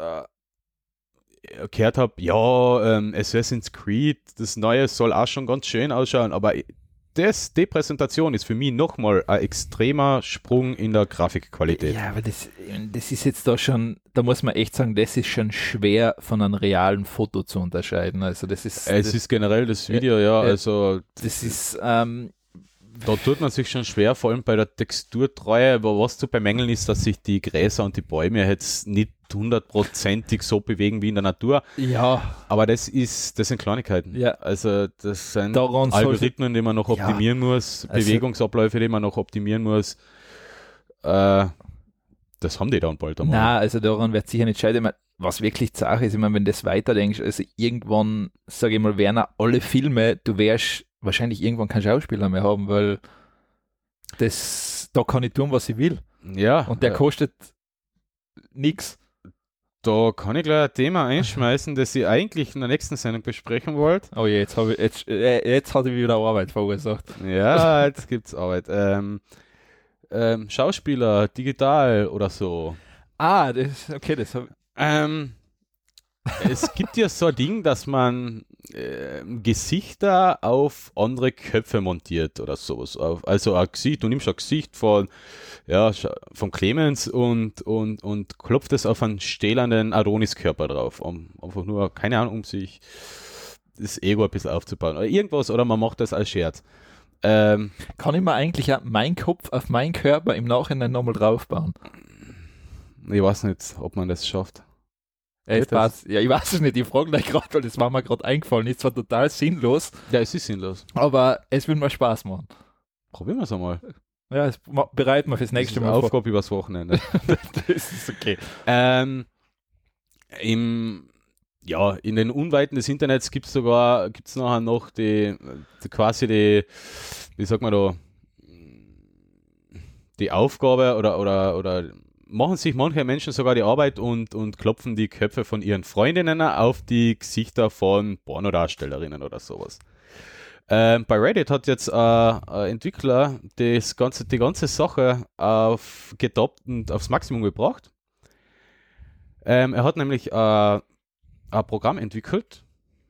gehört habe, Assassin's Creed, das Neue soll auch schon ganz schön ausschauen, aber die Präsentation ist für mich nochmal ein extremer Sprung in der Grafikqualität. Ja, aber das ist jetzt da schon, da muss man echt sagen, das ist schon schwer von einem realen Foto zu unterscheiden. Also das ist... Es ist generell das Video, also... Das ist... Da tut man sich schon schwer, vor allem bei der Texturtreue, aber was zu bemängeln ist, dass sich die Gräser und die Bäume jetzt nicht 100%ig so bewegen wie in der Natur. Ja. Aber das sind Kleinigkeiten. Ja. Also das sind Algorithmen, die man noch optimieren muss, Bewegungsabläufe, die man noch optimieren muss. Das haben die dann bald einmal. Nein, also daran wird sicher nicht scheitern. Was wirklich die Sache ist, ich meine, wenn du das weiterdenkst, also irgendwann, sage ich mal, wären alle Filme, du wärst wahrscheinlich irgendwann keinen Schauspieler mehr haben, weil da kann ich tun, was ich will. Ja. Und der kostet nichts. Da kann ich gleich ein Thema einschmeißen, das ich eigentlich in der nächsten Sendung besprechen wollte. Oh je, jetzt hatte ich wieder Arbeit verursacht. Ja, jetzt gibt's Arbeit. Schauspieler, digital oder so. Das habe ich. Es gibt ja so ein Ding, dass man Gesichter auf andere Köpfe montiert oder sowas. Also ein Gesicht, du nimmst ein Gesicht von Clemens und klopft es auf einen stählernen Adonis-Körper drauf. Einfach nur, keine Ahnung, um sich das Ego ein bisschen aufzubauen. Oder irgendwas, oder man macht das als Scherz. Kann ich mir eigentlich auch meinen Kopf auf meinen Körper im Nachhinein nochmal draufbauen? Ich weiß nicht, ob man das schafft. Ich weiß es nicht, ich frage dich gerade, weil das war mir gerade eingefallen. Ist zwar total sinnlos. Ja, es ist sinnlos. Aber es will mir Spaß machen. Probieren wir es einmal. Ja, das bereiten wir fürs nächste Mal vor. Aufgabe übers Wochenende. Das ist okay. in den Unweiten des Internets gibt's nachher noch die, wie sagt man da, die Aufgabe oder machen sich manche Menschen sogar die Arbeit und klopfen die Köpfe von ihren Freundinnen auf die Gesichter von Pornodarstellerinnen oder sowas. Bei Reddit hat jetzt ein Entwickler die ganze Sache getoppt und aufs Maximum gebracht. Er hat nämlich ein Programm entwickelt,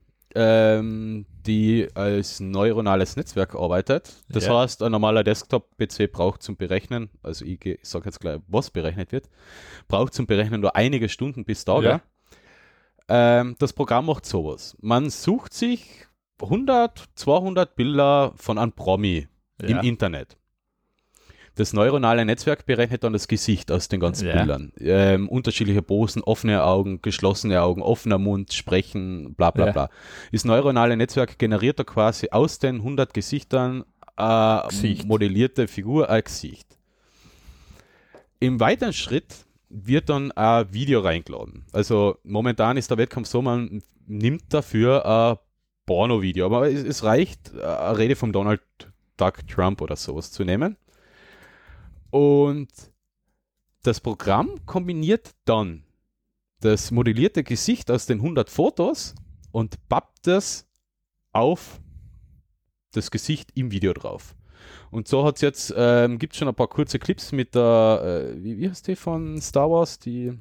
die als neuronales Netzwerk arbeitet. Das heißt, ein normaler Desktop-PC braucht zum Berechnen, also ich sage jetzt gleich, was berechnet wird, braucht zum Berechnen nur einige Stunden bis Tage. Ja. Das Programm macht sowas. Man sucht sich 100, 200 Bilder von einem Promi im Internet. Das neuronale Netzwerk berechnet dann das Gesicht aus den ganzen Bildern. Unterschiedliche Posen, offene Augen, geschlossene Augen, offener Mund, Sprechen, bla bla bla. Das neuronale Netzwerk generiert da quasi aus den 100 Gesichtern modellierte Figur, ein Gesicht. Im weiteren Schritt wird dann ein Video reingeladen. Also momentan ist der Wettkampf so, man nimmt dafür ein Porno-Video, aber es reicht, eine Rede von Donald Duck Trump oder sowas zu nehmen. Und das Programm kombiniert dann das modellierte Gesicht aus den 100 Fotos und pappt das auf das Gesicht im Video drauf. Und so hat es jetzt, gibt es schon ein paar kurze Clips mit der, wie heißt die von Star Wars? Die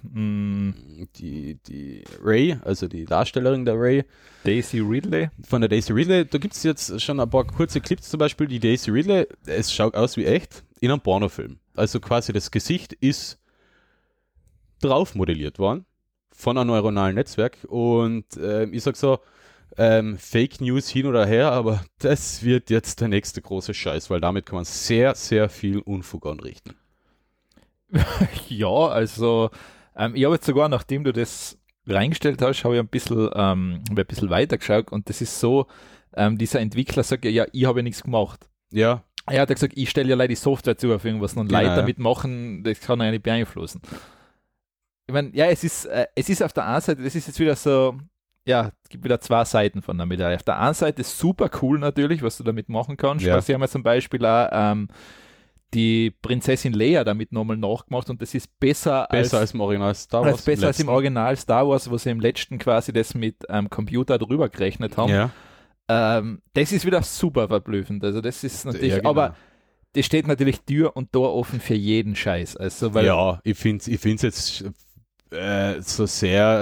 Rey, also die Darstellerin der Rey. Daisy Ridley. Von der Daisy Ridley. Da gibt es jetzt schon ein paar kurze Clips, zum Beispiel die Daisy Ridley. Es schaut aus wie echt in einem Pornofilm. Also quasi das Gesicht ist drauf modelliert worden von einem neuronalen Netzwerk. Und ich sag so, Fake News hin oder her, aber das wird jetzt der nächste große Scheiß, weil damit kann man sehr, sehr viel Unfug anrichten. Ja, also ich habe jetzt sogar, nachdem du das reingestellt hast, habe ich ein bisschen weiter geschaut und das ist so, dieser Entwickler sagt ja, ich habe ja nichts gemacht. Ja. Er hat ja gesagt, ich stelle ja leider die Software zur Verfügung, was nun Leute damit machen, das kann er nicht beeinflussen. Ich meine, ja, es ist auf der einen Seite, das ist jetzt wieder so, ja, es gibt wieder zwei Seiten von der Medaille. Auf der einen Seite ist super cool natürlich, was du damit machen kannst. Ja. Sie haben ja zum Beispiel auch die Prinzessin Leia damit nochmal nachgemacht und das ist besser als im Original Star Wars. Besser als im Original Star Wars, wo sie im letzten quasi das mit Computer drüber gerechnet haben. Ja. Das ist wieder super verblüffend. Also das ist natürlich, ja, genau. Aber das steht natürlich Tür und Tor offen für jeden Scheiß. Also, weil ja, ich finde es jetzt so sehr,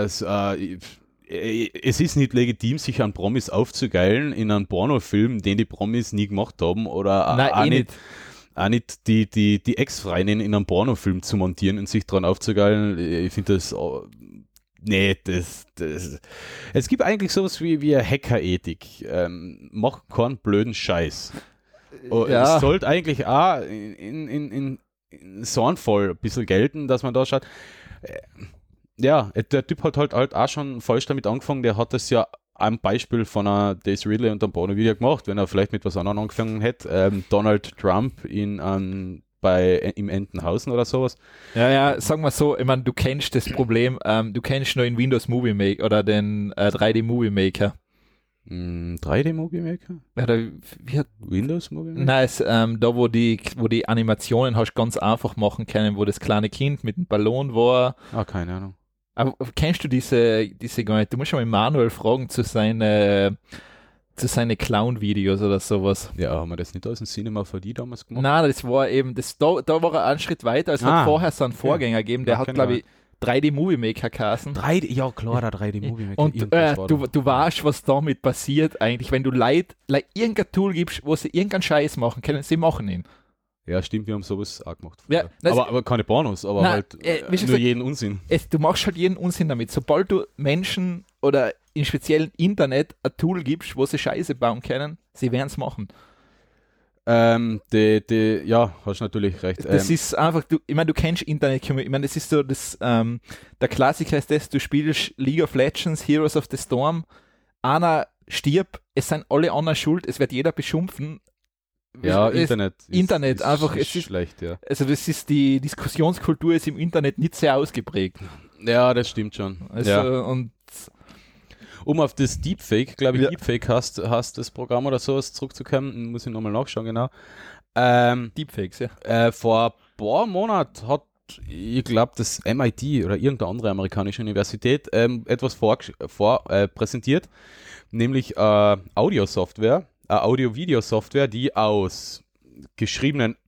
es ist nicht legitim, sich an Promis aufzugeilen in einem Pornofilm, den die Promis nie gemacht haben oder auch nicht die Ex-Freundin in einem Pornofilm zu montieren und sich daran aufzugeilen. Ich finde das es gibt eigentlich sowas wie eine Hackerethik. Mach keinen blöden Scheiß. Ja. Es sollte eigentlich auch in Sornvoll ein bisschen gelten, dass man da schaut. Ja, der Typ hat halt auch schon falsch damit angefangen. Der hat das ja am Beispiel von einer Daisy Ridley und einem Porno-Video gemacht, wenn er vielleicht mit was anderem angefangen hätte. Donald Trump im Entenhausen oder sowas. Ja, sagen wir so, ich meine, du kennst das Problem, du kennst nur den Windows Movie Maker oder den 3D Movie Maker. 3D Movie Maker? Wie hat Windows Movie Maker? Nein, da wo die Animationen hast ganz einfach machen können, wo das kleine Kind mit dem Ballon war. Keine Ahnung. Aber kennst du diese gar nicht? Du musst schon mal Manuel fragen zu seinen Clown-Videos oder sowas. Ja, haben wir das nicht aus dem Cinema 4D damals gemacht? Nein, das war eben, da war er einen Schritt weiter. Es hat vorher so einen Vorgänger gegeben, der hat, glaube ich, 3D Movie Maker geheißen. Ja klar, der 3D Movie Maker. Und du weißt, was damit passiert eigentlich, wenn du Leute irgendein Tool gibst, wo sie irgendeinen Scheiß machen können, sie machen ihn. Ja, stimmt, wir haben sowas auch gemacht. Ja, aber keine Pornos, aber nur jeden Unsinn. Du machst halt jeden Unsinn damit. Sobald du Menschen oder im speziellen Internet ein Tool gibst, wo sie Scheiße bauen können, sie werden es machen. Ja, hast natürlich recht. Das ist einfach, du kennst Internet, ich meine, das ist so, der Klassiker ist das, du spielst League of Legends, Heroes of the Storm, einer stirbt, es sind alle anderen schuld, es wird jeder beschimpfen. Ja, Internet ist einfach, es ist schlecht, ja. Also die Diskussionskultur ist im Internet nicht sehr ausgeprägt. Ja, das stimmt schon. Also, ja. und Um auf das Deepfake, glaube ich, Ja. Deepfake hast das Programm oder sowas zurückzukommen, muss ich nochmal nachschauen, genau. Deepfakes, ja. Vor ein paar Monaten hat, ich glaube, das MIT oder irgendeine andere amerikanische Universität etwas präsentiert, nämlich Audio-Software, Audio-Video-Software, die aus geschriebenen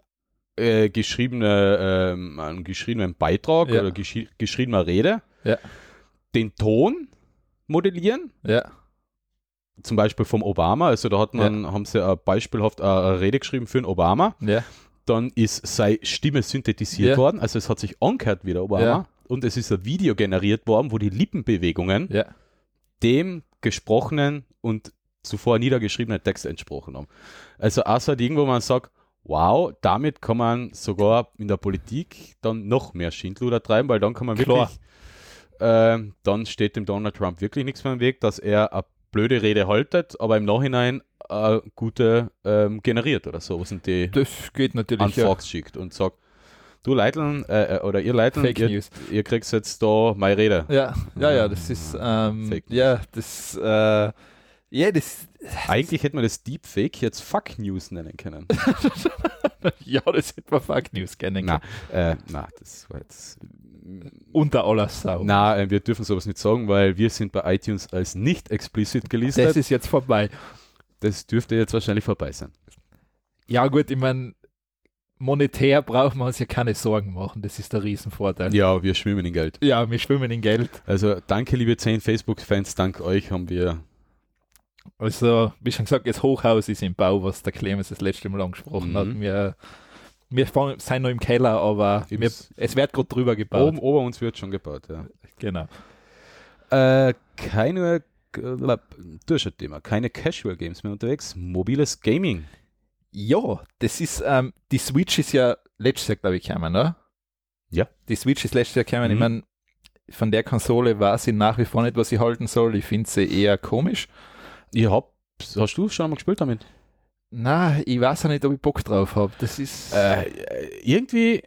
Beitrag Ja. oder geschriebener Rede Ja. den Ton modellieren, Ja. zum Beispiel vom Obama, also da haben sie beispielhaft eine Rede geschrieben für den Obama, Ja. dann ist seine Stimme synthetisiert Ja. worden, also es hat sich angehört wie der Obama Ja. und es ist ein Video generiert worden, wo die Lippenbewegungen Ja. dem gesprochenen und zuvor niedergeschriebenen Text entsprochen haben. Also außer irgendwo man sagt, wow, damit kann man sogar in der Politik dann noch mehr Schindluder treiben, weil dann kann man Klar. wirklich, dann steht dem Donald Trump wirklich nichts mehr im Weg, dass er eine blöde Rede haltet, aber im Nachhinein gute generiert oder so, was sind die Das geht an natürlich. Fox schickt und sagt, du Leiteln, oder ihr Leiteln, Fake News. ihr kriegt jetzt da meine Rede. Ja, das ist, Fake ja, das, das, Eigentlich hätte man das Deepfake jetzt Fuck News nennen können. ja, das hätte man Fake News kennen Na, können. das war jetzt. Unter aller Sau. Na, wir dürfen sowas nicht sagen, weil wir sind bei iTunes als nicht explicit gelistet. Das ist jetzt vorbei. Das dürfte jetzt wahrscheinlich vorbei sein. Ja, gut, ich meine, monetär brauchen wir uns ja keine Sorgen machen. Das ist der Riesenvorteil. Ja, wir schwimmen in Geld. Ja, wir schwimmen in Geld. Also danke, liebe 10 Facebook-Fans, dank euch haben wir. Also, wie schon gesagt, das Hochhaus ist im Bau, was der Clemens das letzte Mal angesprochen hat. Wir sind noch im Keller, aber es wird gerade drüber gebaut. Oben über uns wird schon gebaut, ja. Genau. Keine Thema, keine Casual Games mehr unterwegs, mobiles Gaming. Ja, das ist, die Switch ist ja letztes Jahr, glaube ich, gekommen, oder? Ja. Die Switch ist letztes Jahr gekommen. Mhm. Ich meine, von der Konsole weiß ich nach wie vor nicht, was ich halten soll. Ich finde sie eher komisch. Hast du schon einmal gespielt damit? Na, ich weiß auch nicht, ob ich Bock drauf habe. Das ist. Irgendwie.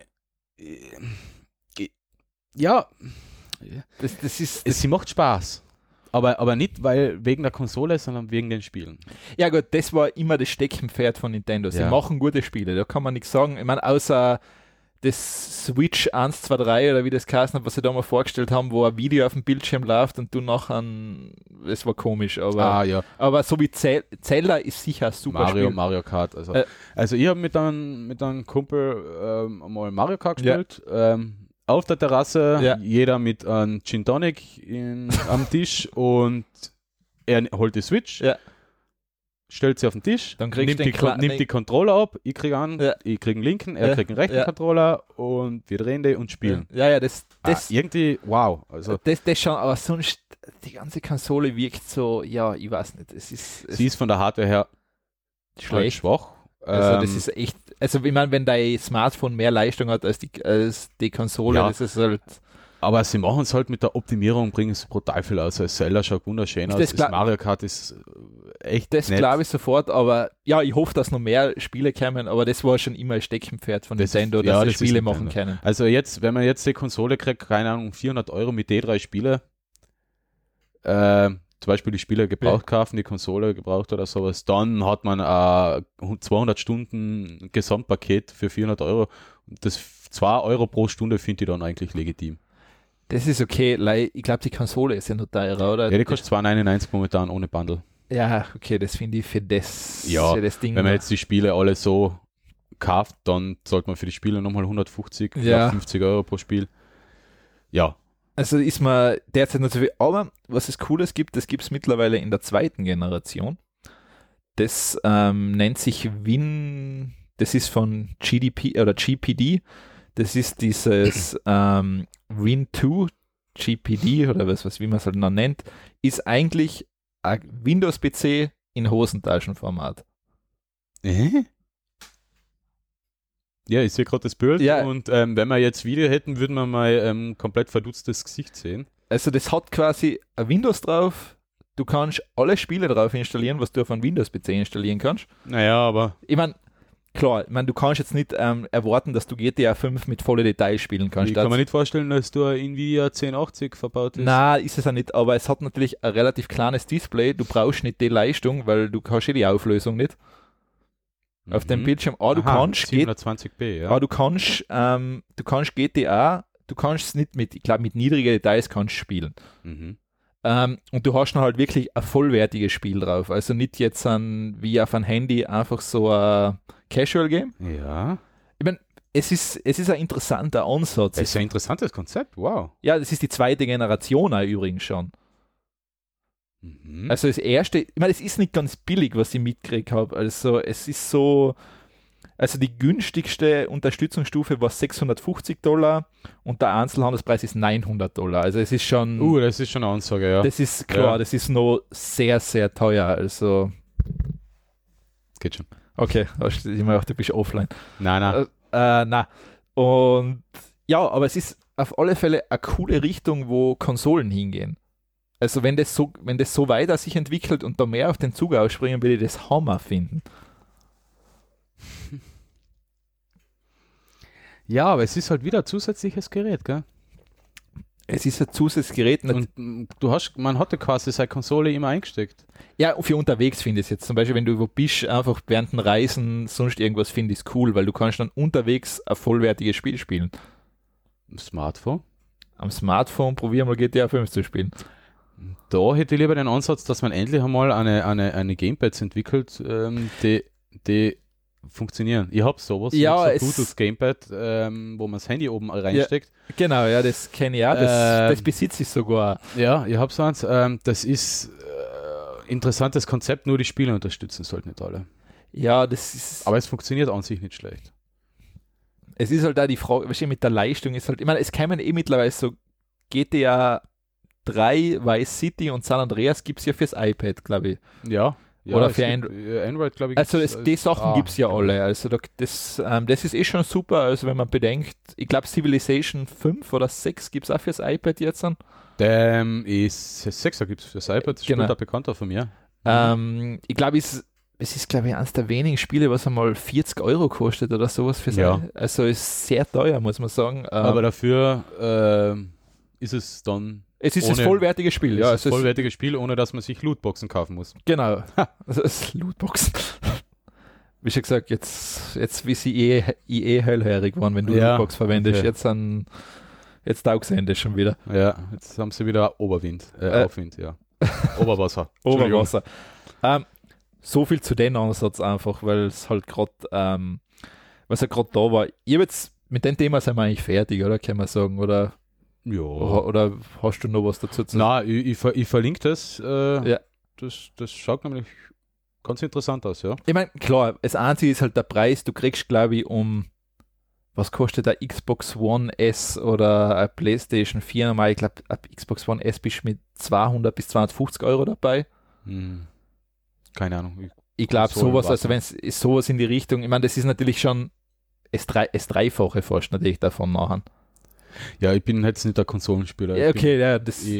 Ja. Das ist. Sie macht Spaß. Aber nicht wegen der Konsole, sondern wegen den Spielen. Ja, gut, das war immer das Steckenpferd von Nintendo. Sie Ja. machen gute Spiele, da kann man nichts sagen. Ich meine, außer das Switch 1, 2, 3 oder wie das geheißen hat, was sie da mal vorgestellt haben, wo ein Video auf dem Bildschirm läuft und du nachher. Das war komisch, aber. Ja. Aber so wie Zelda ist sicher ein super Spiel. Mario Kart. Also ich habe mit einem Kumpel mal Mario Kart gespielt. Auf der Terrasse, Ja. jeder mit einem Gin Tonic am Tisch und er holt die Switch, Ja. stellt sie auf den Tisch, Dann kriegst nimmt, du nimmt die Controller ab, ich kriege Ja. einen linken, er Ja. kriegt einen rechten Ja. Controller und wir drehen die und spielen. Ja, das Irgendwie, wow. Also das schon, aber sonst, die ganze Konsole wirkt so, ja, ich weiß nicht, sie ist von der Hardware her schlecht. schwach. Also das ist echt, also ich meine, wenn dein Smartphone mehr Leistung hat als die Konsole, Ja. das ist halt, Aber sie machen es halt mit der Optimierung, bringen es brutal viel aus. Also Zelda schaut wunderschön aus. Das Das Mario Kart ist echt das nett. glaube ich sofort, aber ja, ich hoffe, dass noch mehr Spiele kommen, aber das war schon immer ein Steckenpferd von Das- Nintendo, ja, dass sie das ist Spiele Nintendo. machen können. Also jetzt, wenn man jetzt die Konsole kriegt, keine Ahnung, 400 € mit D3 Spiele, zum Beispiel die Spiele gebraucht kaufen, die Konsole gebraucht oder sowas, dann hat man 200 Stunden Gesamtpaket für 400 €. Und das 2 € pro Stunde finde ich dann eigentlich legitim. Das ist okay, ich glaube, die Konsole ist ja noch teurer, oder? Ja, die kostet 2,99 momentan ohne Bundle. Ja, okay, das finde ich für das Ding. Wenn man jetzt die Spiele alle so kauft, dann sollte man für die Spiele nochmal 150, Ja. 50 € pro Spiel. Ja, Also ist man derzeit nicht so viel, aber was es Cooles gibt, das gibt es mittlerweile in der zweiten Generation. Das nennt sich das ist von GDP oder GPD. Das ist dieses Win 2 GPD oder wie man es halt noch nennt, ist eigentlich ein Windows-PC in Hosentaschenformat. Ja, ich sehe gerade das Bild Ja. und wenn wir jetzt Video hätten, würden wir mal komplett verdutztes Gesicht sehen. Also das hat quasi ein Windows drauf. Du kannst alle Spiele drauf installieren, was du auf einem Windows-PC installieren kannst. Naja, aber Ich meine, klar, ich meine, du kannst jetzt nicht erwarten, dass du GTA 5 mit volle Details spielen kannst. Ich kann mir nicht vorstellen, dass du ein Nvidia 1080 verbaut ist. Nein, ist es auch nicht, aber es hat natürlich ein relativ kleines Display. Du brauchst nicht die Leistung, weil du hast die Auflösung nicht auf dem Bildschirm. Du kannst 720p, ja. du kannst GTA, du kannst es nicht mit, ich glaube, mit niedrigen Details kannst spielen. Mhm. Und du hast dann halt wirklich ein vollwertiges Spiel drauf. Also nicht jetzt wie auf ein Handy einfach so ein Casual-Game. Ja. Ich meine, es ist ein interessanter Ansatz. Das ist ein interessantes Konzept, wow. Ja, das ist die zweite Generation auch übrigens schon. Mhm. Also das erste, ich meine, es ist nicht ganz billig, was ich mitgekriegt habe. Also es ist so, also die günstigste Unterstützungsstufe war $650 und der Einzelhandelspreis ist $900. Also es ist schon... das ist schon eine Ansage, ja. Das ist klar, das ist noch sehr, sehr teuer. Also... Geht schon. Okay, ich mir gedacht, du bist offline. Nein. Nein. Und ja, aber es ist auf alle Fälle eine coole Richtung, wo Konsolen hingehen. Also wenn das so weiter sich entwickelt und da mehr auf den Zug ausspringen, würde ich das Hammer finden. Ja, aber es ist halt wieder ein zusätzliches Gerät, gell? Es ist ein zusätzliches Gerät. Und man hatte quasi seine Konsole immer eingesteckt. Ja, für unterwegs finde ich es jetzt. Zum Beispiel, wenn du wo bist, einfach während den Reisen, sonst irgendwas, finde ich es cool, weil du kannst dann unterwegs ein vollwertiges Spiel spielen. Am Smartphone? Am Smartphone probieren wir GTA 5 zu spielen. Da hätte ich lieber den Ansatz, dass man endlich einmal eine Gamepads entwickelt, die funktionieren. Ich habe sowas, ja, so ein gutes Gamepad, wo man das Handy oben reinsteckt. Ja, genau, ja, das kenne ich auch, das besitze ich sogar. Ja, ich habe so eins. Das ist interessantes Konzept, nur die Spiele unterstützen sollten nicht alle. Ja, das ist... Aber es funktioniert an sich nicht schlecht. Es ist halt da die Frage, was mit der Leistung ist halt, ich meine, es kämen mittlerweile so GTA 3, Vice City und San Andreas gibt es ja fürs iPad, glaube ich. Ja. Oder für Android, glaube ich. Also die Sachen gibt es ja alle. Also das ist eh schon super. Also wenn man bedenkt, ich glaube Civilization 5 oder 6 gibt es auch fürs iPad jetzt an. Ist 6er gibt es fürs iPad, das genau. Spielt ein Bekannter von mir. Ich glaube, es ist, glaube ich, eines der wenigen Spiele, was einmal 40 € kostet oder sowas fürs iPad. Also ist sehr teuer, muss man sagen. Aber dafür ist es dann... Es ist ein vollwertiges Spiel, ja. Es ist ein vollwertiges Spiel, ohne dass man sich Lootboxen kaufen muss. Genau. Also es Lootboxen. Wie schon gesagt, jetzt wie sie hellhörig waren, wenn du Lootbox verwendest. Okay. Jetzt taugst du das schon wieder. Ja, jetzt haben sie wieder Aufwind, ja. Oberwasser. Oberwasser. So viel zu dem Ansatz einfach, weil es halt gerade, was ja gerade da war. Ich habe jetzt, mit dem Thema sind wir eigentlich fertig, oder? Kann man sagen, oder? Ja. Oder hast du noch was dazu zu sagen? Nein, ich verlinke das. Ja. Das schaut nämlich ganz interessant aus, ja. Ich meine, klar, das Einzige ist halt der Preis. Du kriegst, glaube ich, was kostet der Xbox One S oder eine PlayStation 4 normal? Ich glaube, ab Xbox One S bist du mit 200 bis 250 € dabei. Keine Ahnung. Ich glaube, sowas, also wenn es sowas in die Richtung, ich meine, das ist natürlich schon das Dreifache fast natürlich davon nachher. Ja, ich bin jetzt nicht der Konsolenspieler. Ja, okay,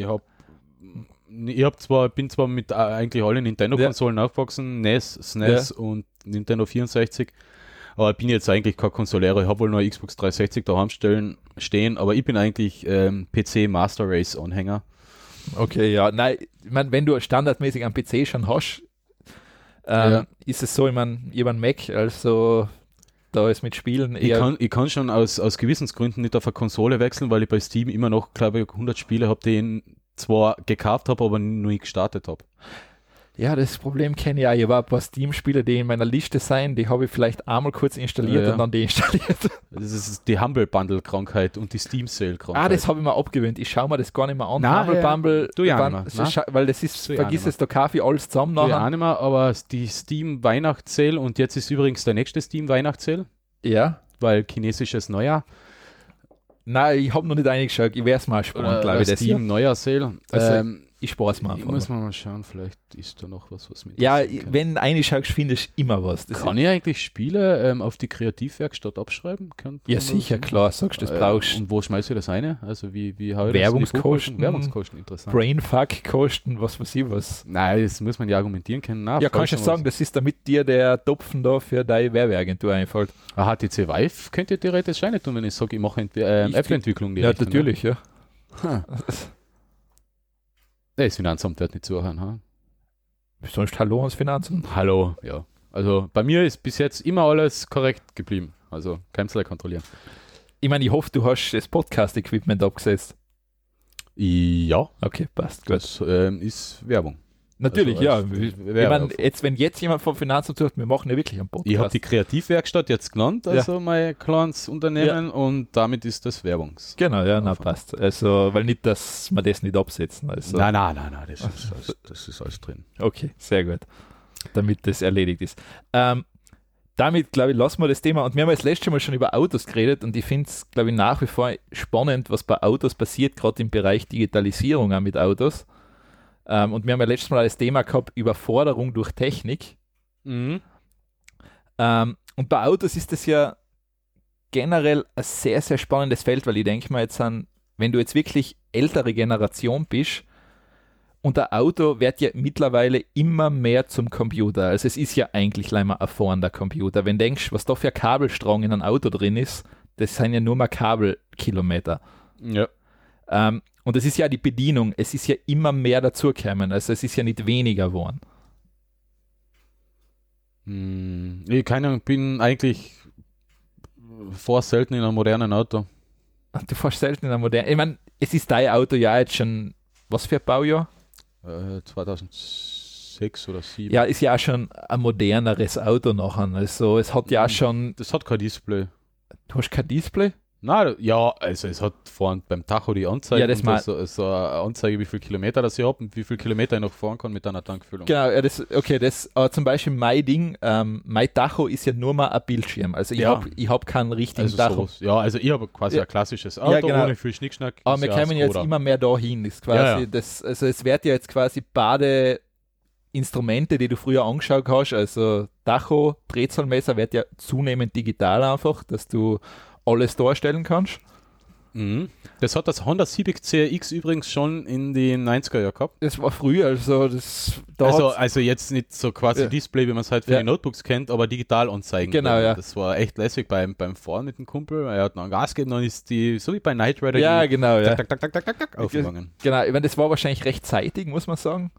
bin zwar mit eigentlich allen Nintendo-Konsolen aufgewachsen, NES, SNES und Nintendo 64, aber ich bin jetzt eigentlich kein Konsolero. Ich habe wohl noch eine Xbox 360 daheim stehen, aber ich bin eigentlich PC Master Race Anhänger. Okay, ja, nein, ich meine, wenn du standardmäßig einen PC schon hast, ist es so, ich meine, ich habe einen Mac, also da ist mit Spielen eher... Ich kann schon aus Gewissensgründen nicht auf eine Konsole wechseln, weil ich bei Steam immer noch, glaube ich, 100 Spiele habe, die ich zwar gekauft habe, aber noch nie gestartet habe. Ja, das Problem kenne ich auch. Ich habe ein paar Steam-Spiele, die in meiner Liste sind, die habe ich vielleicht einmal kurz installiert und dann deinstalliert. Das ist die Humble Bundle-Krankheit und die Steam-Sale-Krankheit. Das habe ich mir abgewöhnt. Ich schaue mir das gar nicht mehr an. Nein, Humble Bundle, weil das ist, vergiss es, da kaufe ich alles zusammen nachher. Ja, nicht mehr, aber die Steam-Weihnachtssale und jetzt ist übrigens der nächste Steam-Weihnachtssale. Ja. Weil chinesisches Neujahr. Nein, ich habe noch nicht reingeschaut. Ich werde es mal spannend, glaube ich. Steam Neujahr-Sale. ich spare es mir Ich einfach. muss mal schauen, vielleicht ist da noch was mit. Ja, wenn du reinschaust, findest du immer was. Das Kann ich eigentlich Spiele auf die Kreativwerkstatt abschreiben? ja, sicher, klar, sagst du, das brauchst Und wo schmeiße ich das rein? Also wie hau ich Werbungskosten, das in die Werbungskosten, interessant. Brainfuck-Kosten, was weiß ich was. Nein, das muss man ja argumentieren können. Nein, Ja, kannst du falsch sagen, das ist damit dir der Topfen da für deine Werbeagentur einfällt. HTC Vive könnte theoretisch auch nicht tun, wenn ich sage, ich mache App-Entwicklung. Ja, natürlich, ja. Das Finanzamt wird nicht zuhören. Ha? Sonst Hallo ans Finanzamt. Hallo, ja. Also bei mir ist bis jetzt immer alles korrekt geblieben. Also kein Zeller kontrollieren. Ich meine, ich hoffe, du hast das Podcast-Equipment abgesetzt. Ja, Okay, passt, gut. das ist Werbung. Natürlich, Also, ja. als Ich Werbung. meine, wenn jetzt jemand vom Finanzamt sagt, wir machen ja wirklich einen Podcast. Ich habe die Kreativwerkstatt jetzt genannt, also mein kleines Unternehmen, und damit ist das Werbungs. Genau, ja, na passt. Also, weil nicht, dass wir das nicht absetzen. Also. Nein, das ist alles drin. Okay, sehr gut. Damit das erledigt ist. Damit, glaube ich, lassen wir das Thema. Und wir haben das letzte Mal schon über Autos geredet und ich finde es, glaube ich, nach wie vor spannend, was bei Autos passiert, gerade im Bereich Digitalisierung auch mit Autos. Und wir haben ja letztes Mal das Thema gehabt, Überforderung durch Technik. Mhm. Und bei Autos ist das ja generell ein sehr, sehr spannendes Feld, weil ich denke mal jetzt an, wenn du jetzt wirklich ältere Generation bist, und ein Auto wird ja mittlerweile immer mehr zum Computer. Also es ist ja eigentlich leider ein fahrender Computer. Wenn du denkst, was da für ein Kabelstrang in einem Auto drin ist, das sind ja nur mal Kabelkilometer. Ja. Und es ist ja die Bedienung, es ist ja immer mehr dazugekommen. Also es ist ja nicht weniger geworden. Ich keine Ahnung, bin eigentlich vor selten in einem modernen Auto. Du fährst selten in einem modernen. Ich meine, es ist dein Auto ja jetzt schon, was für ein Baujahr? 2006 oder 2007. Ja, ist ja auch schon ein moderneres Auto nachher. Also es hat ja auch schon. Das hat kein Display. Du hast kein Display? Nein, ja, also es hat vorne beim Tacho die Anzeige, Ja, das so eine Anzeige, wie viele Kilometer das ich habe und wie viele Kilometer ich noch fahren kann mit einer Tankfüllung. Genau, ja, aber zum Beispiel mein Ding, mein Tacho ist ja nur mal ein Bildschirm. Also ich hab keinen richtigen Also Tacho. sowas. Ja, also ich habe quasi ein klassisches Auto, genau. ohne viel Schnickschnack. Aber Ist wir ja kommen jetzt Skoda. immer mehr dahin. Das ist quasi Ja. also es wird ja jetzt quasi beide Instrumente, die du früher angeschaut hast, also Tacho, Drehzahlmesser, wird ja zunehmend digital einfach, dass du alles darstellen kannst. Mhm. Das hat das Honda Civic CRX übrigens schon in den 90er Jahren gehabt. Das war früher, also das Also jetzt nicht so quasi Ja. Display, wie man es halt für die Notebooks kennt, aber digital anzeigen. Genau, ja. Das war echt lässig beim Fahren mit dem Kumpel. Er hat noch Gas gegeben, dann ist die, so wie bei Knight Rider, ja, genau, ja. tak, tak, tak, tak, tak, tak, aufgegangen. Genau, ich meine, das war wahrscheinlich recht zeitig, muss man sagen.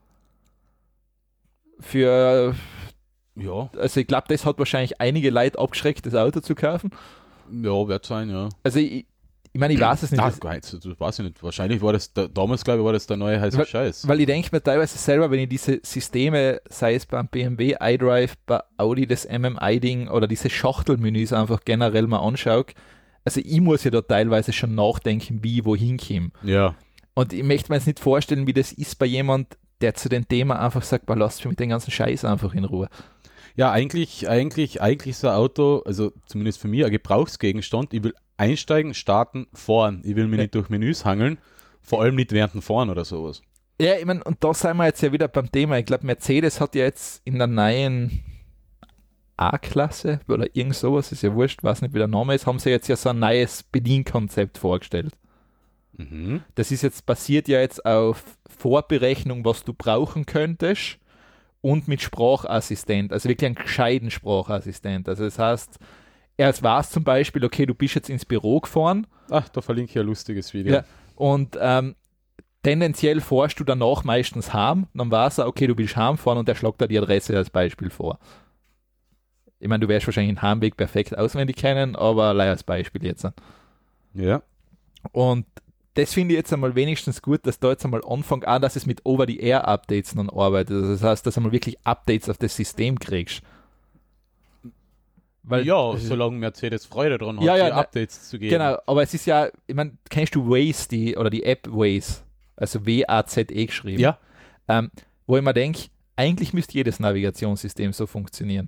Für, Ja, also ich glaube, das hat wahrscheinlich einige Leute abgeschreckt, das Auto zu kaufen. ja, wird sein, ja. Also ich meine, ich weiß es nicht. Das weiß ich nicht. Wahrscheinlich war das, damals glaube ich, war das der neue heiße Scheiß. Weil ich denke mir teilweise selber, wenn ich diese Systeme, sei es beim BMW iDrive, bei Audi das MMI-Ding oder diese Schachtelmenüs einfach generell mal anschaue, also ich muss ja da teilweise schon nachdenken, wie ich wohin komme. Ja. Und ich möchte mir jetzt nicht vorstellen, wie das ist bei jemand, der zu dem Thema einfach sagt, lass mich mit den ganzen Scheiß einfach in Ruhe. Ja, eigentlich ist so ein Auto, also zumindest für mich, ein Gebrauchsgegenstand. Ich will einsteigen, starten, fahren. Ich will mich nicht durch Menüs hangeln, vor allem nicht während dem Fahren oder sowas. Ja, ich meine, und da sind wir jetzt ja wieder beim Thema. Ich glaube, Mercedes hat ja jetzt in der neuen A-Klasse oder irgend sowas, ist ja wurscht, weiß nicht, wie der Name ist, haben sie jetzt ja so ein neues Bedienkonzept vorgestellt. Mhm. Das ist jetzt basiert ja jetzt auf Vorberechnung, was du brauchen könntest und mit Sprachassistent, also wirklich einen gescheiten Sprachassistent. Also das heißt, er weiß zum Beispiel, okay, du bist jetzt ins Büro gefahren. Ach, da verlinke ich ein lustiges Video. Ja, und tendenziell fährst du danach meistens heim, dann weiß er, okay, du willst heimfahren und er schlägt dir die Adresse als Beispiel vor. Ich meine, du wirst wahrscheinlich den Heimweg perfekt auswendig kennen, aber als Beispiel jetzt. Ja. Und das finde ich jetzt einmal wenigstens gut, dass da jetzt einmal anfängt, auch dass es mit Over-the-Air-Updates dann arbeitet. Also das heißt, dass du einmal wirklich Updates auf das System kriegst. Weil, Ja, solange Mercedes Freude dran hat, Ja, hier ne, Updates zu geben. Genau, aber es ist ja, ich meine, kennst du Waze, die App Waze, also W-A-Z-E geschrieben, Ja. wo ich mir denke, eigentlich müsste jedes Navigationssystem so funktionieren.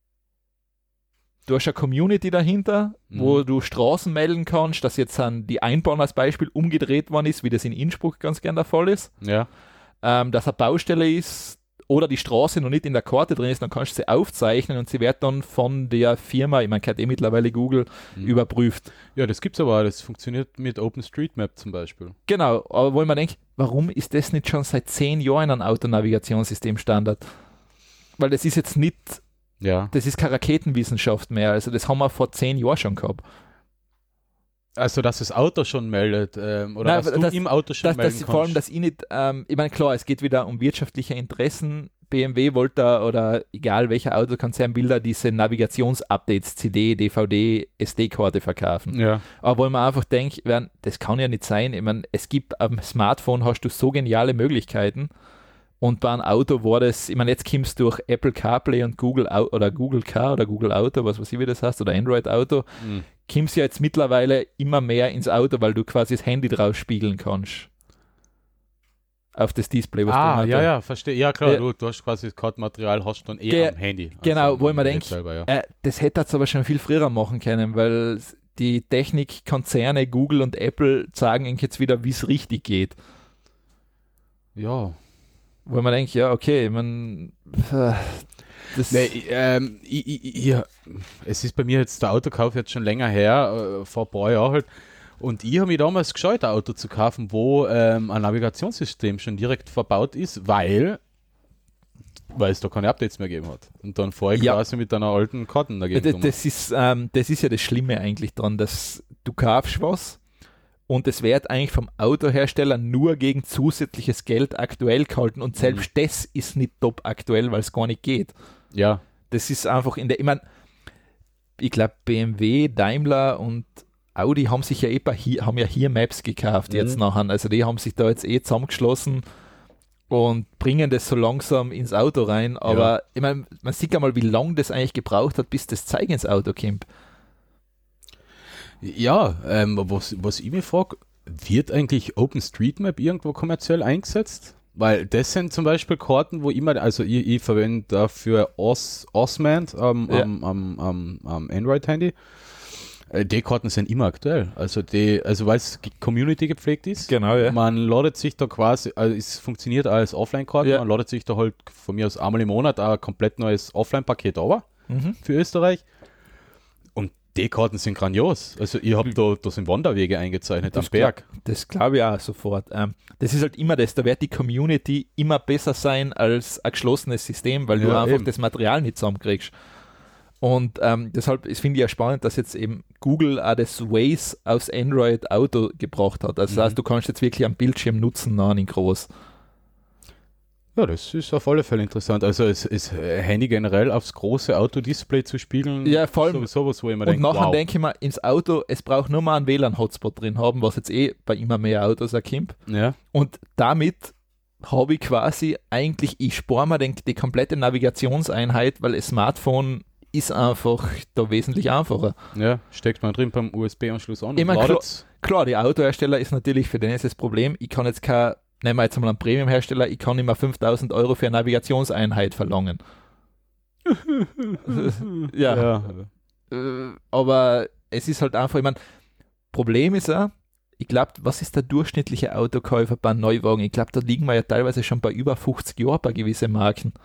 Du hast eine Community dahinter, wo du Straßen melden kannst, dass jetzt die Einbahn als Beispiel umgedreht worden ist, wie das in Innsbruck ganz gern der Fall ist. Ja. dass eine Baustelle ist oder die Straße noch nicht in der Karte drin ist, dann kannst du sie aufzeichnen und sie wird dann von der Firma, ich meine, kennt mittlerweile Google, überprüft. Ja, das gibt's aber, das funktioniert mit OpenStreetMap zum Beispiel. Genau, aber wo ich mir denke, warum ist das nicht schon seit 10 Jahren ein Autonavigationssystem Standard? Weil das ist jetzt nicht, das ist keine Raketenwissenschaft mehr, also das haben wir vor 10 Jahren schon gehabt. Also, dass das Auto schon meldet, oder nein, dass du im Auto schon melden kannst. Vor allem, dass ich nicht, ich meine, klar, es geht wieder um wirtschaftliche Interessen. BMW wollte oder egal welcher Autokonzern will da diese Navigationsupdates, CD, DVD, SD-Karte verkaufen. Ja. Aber wo man einfach denkt, das kann ja nicht sein. Ich meine, es gibt am Smartphone hast du so geniale Möglichkeiten. Und bei einem Auto war das, ich meine, jetzt kommst du durch Apple CarPlay und Google oder Google Car oder Google Auto, was weiß ich, wie das heißt, oder Android Auto, kommst ja jetzt mittlerweile immer mehr ins Auto, weil du quasi das Handy drauf spiegeln kannst. Auf das Display, was du hast. Ja, verstehe. Ja, klar, du hast quasi das Kartenmaterial hast dann am Handy. Genau, also wo ich mir denke, das hätte jetzt aber schon viel früher machen können, weil die Technikkonzerne Google und Apple sagen jetzt wieder, wie es richtig geht. Ja. Wo man denkt, ja, okay, man. Es ist bei mir jetzt der Autokauf jetzt schon länger her, vor ein paar Jahren halt. Und ich habe mich damals gescheut, ein Auto zu kaufen, wo ein Navigationssystem schon direkt verbaut ist, weil es da keine Updates mehr gegeben hat. Und dann fahre ich quasi mit einer alten Karten dagegen. Das ist ja das Schlimme eigentlich dran, dass du kaufst was und es wird eigentlich vom Autohersteller nur gegen zusätzliches Geld aktuell gehalten und selbst das ist nicht top aktuell, weil es gar nicht geht. Ja. Das ist einfach ich glaube BMW, Daimler und Audi haben sich ja haben hier Maps gekauft jetzt nachher. Also die haben sich da jetzt zusammengeschlossen und bringen das so langsam ins Auto rein. Aber ich meine, man sieht ja mal, wie lange das eigentlich gebraucht hat, bis das Zeug ins Auto kommt. Ja, was ich mich frage, wird eigentlich OpenStreetMap irgendwo kommerziell eingesetzt? Weil das sind zum Beispiel Karten, wo immer, also ich verwende dafür Osmand am Android-Handy. Die Karten sind immer aktuell. Also weil es Community gepflegt ist. Genau, ja. Man ladet sich da quasi, also es funktioniert als Offline-Karten, man ladet sich da halt von mir aus einmal im Monat ein komplett neues Offline-Paket für Österreich. Und die Karten sind grandios. Also ich habe da sind Wanderwege eingezeichnet am Berg. Das glaube ich auch sofort. Das ist halt immer das, da wird die Community immer besser sein als ein geschlossenes System, weil du einfach das Material nicht zusammenkriegst. Und deshalb finde ich ja spannend, dass jetzt eben Google auch das Waze aufs Android-Auto gebracht hat. Also das heißt, du kannst jetzt wirklich am Bildschirm nutzen, in groß. Ja, das ist auf alle Fälle interessant. Also es Handy generell aufs große Autodisplay zu spiegeln, vor allem, sowieso was, wo ich mir denke, denke, nachher denke ich mir, ins Auto, es braucht nur mal einen WLAN-Hotspot drin haben, was jetzt bei immer mehr Autos erkommt. Ja. Und damit habe ich quasi eigentlich, ich spare mir die komplette Navigationseinheit, weil das Smartphone ist einfach da wesentlich einfacher. Ja, steckt man drin beim USB-Anschluss an. Ich meine, klar, die Autohersteller ist natürlich, für den ist das Problem, ich kann jetzt nehmen wir jetzt mal einen Premium-Hersteller, ich kann immer 5.000 Euro für eine Navigationseinheit verlangen. Ja. Aber es ist halt einfach, ich meine, Problem ist ja, ich glaube, was ist der durchschnittliche Autokäufer bei Neuwagen? Ich glaube, da liegen wir ja teilweise schon bei über 50 Jahren bei gewissen Marken.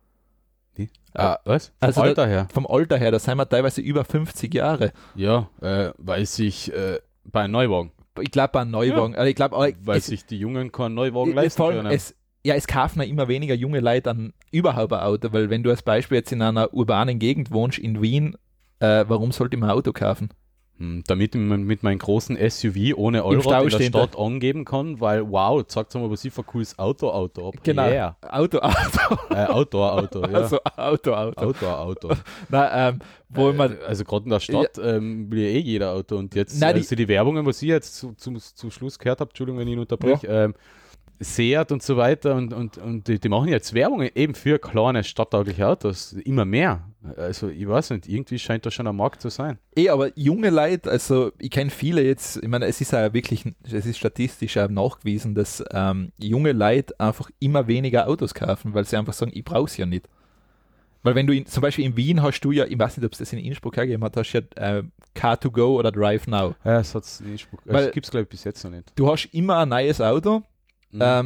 Was? Vom Alter her? Vom Alter her, da sind wir teilweise über 50 Jahre. Ja, weil sich bei einem Neuwagen. Ich glaube, bei einem Neuwagen. Also ich glaub, weil sich die Jungen keinen Neuwagen leisten können. Es kaufen ja immer weniger junge Leute an überhaupt ein Auto, weil wenn du als Beispiel jetzt in einer urbanen Gegend wohnst, in Wien, warum sollte man ein Auto kaufen? Damit man mit meinem großen SUV ohne Allrad in der Stadt angeben kann, weil wow, sagt mal, was ich für ein cooles Auto ab. Genau, yeah. Auto. Auto, ja. Also Auto. Nein, wo man... Also gerade in der Stadt will ja jeder Auto und jetzt, die Werbungen, was ich jetzt zum Schluss gehört habe, Entschuldigung, wenn ich ihn unterbreche, Seat und so weiter und die machen jetzt Werbung eben für kleine stadttaugliche Autos, immer mehr. Also ich weiß nicht, irgendwie scheint da schon ein Markt zu sein. Aber junge Leute, also ich kenne viele jetzt, ich meine, es ist ja wirklich, es ist statistisch auch nachgewiesen, dass junge Leute einfach immer weniger Autos kaufen, weil sie einfach sagen, ich brauche es ja nicht. Weil wenn du zum Beispiel in Wien hast du ja, ich weiß nicht, ob es das in Innsbruck hergegeben hat, hast du ja Car2Go oder Drive Now. Ja, das hat es in Innsbruck. Das gibt es, glaube ich, bis jetzt noch nicht. Du hast immer ein neues Auto.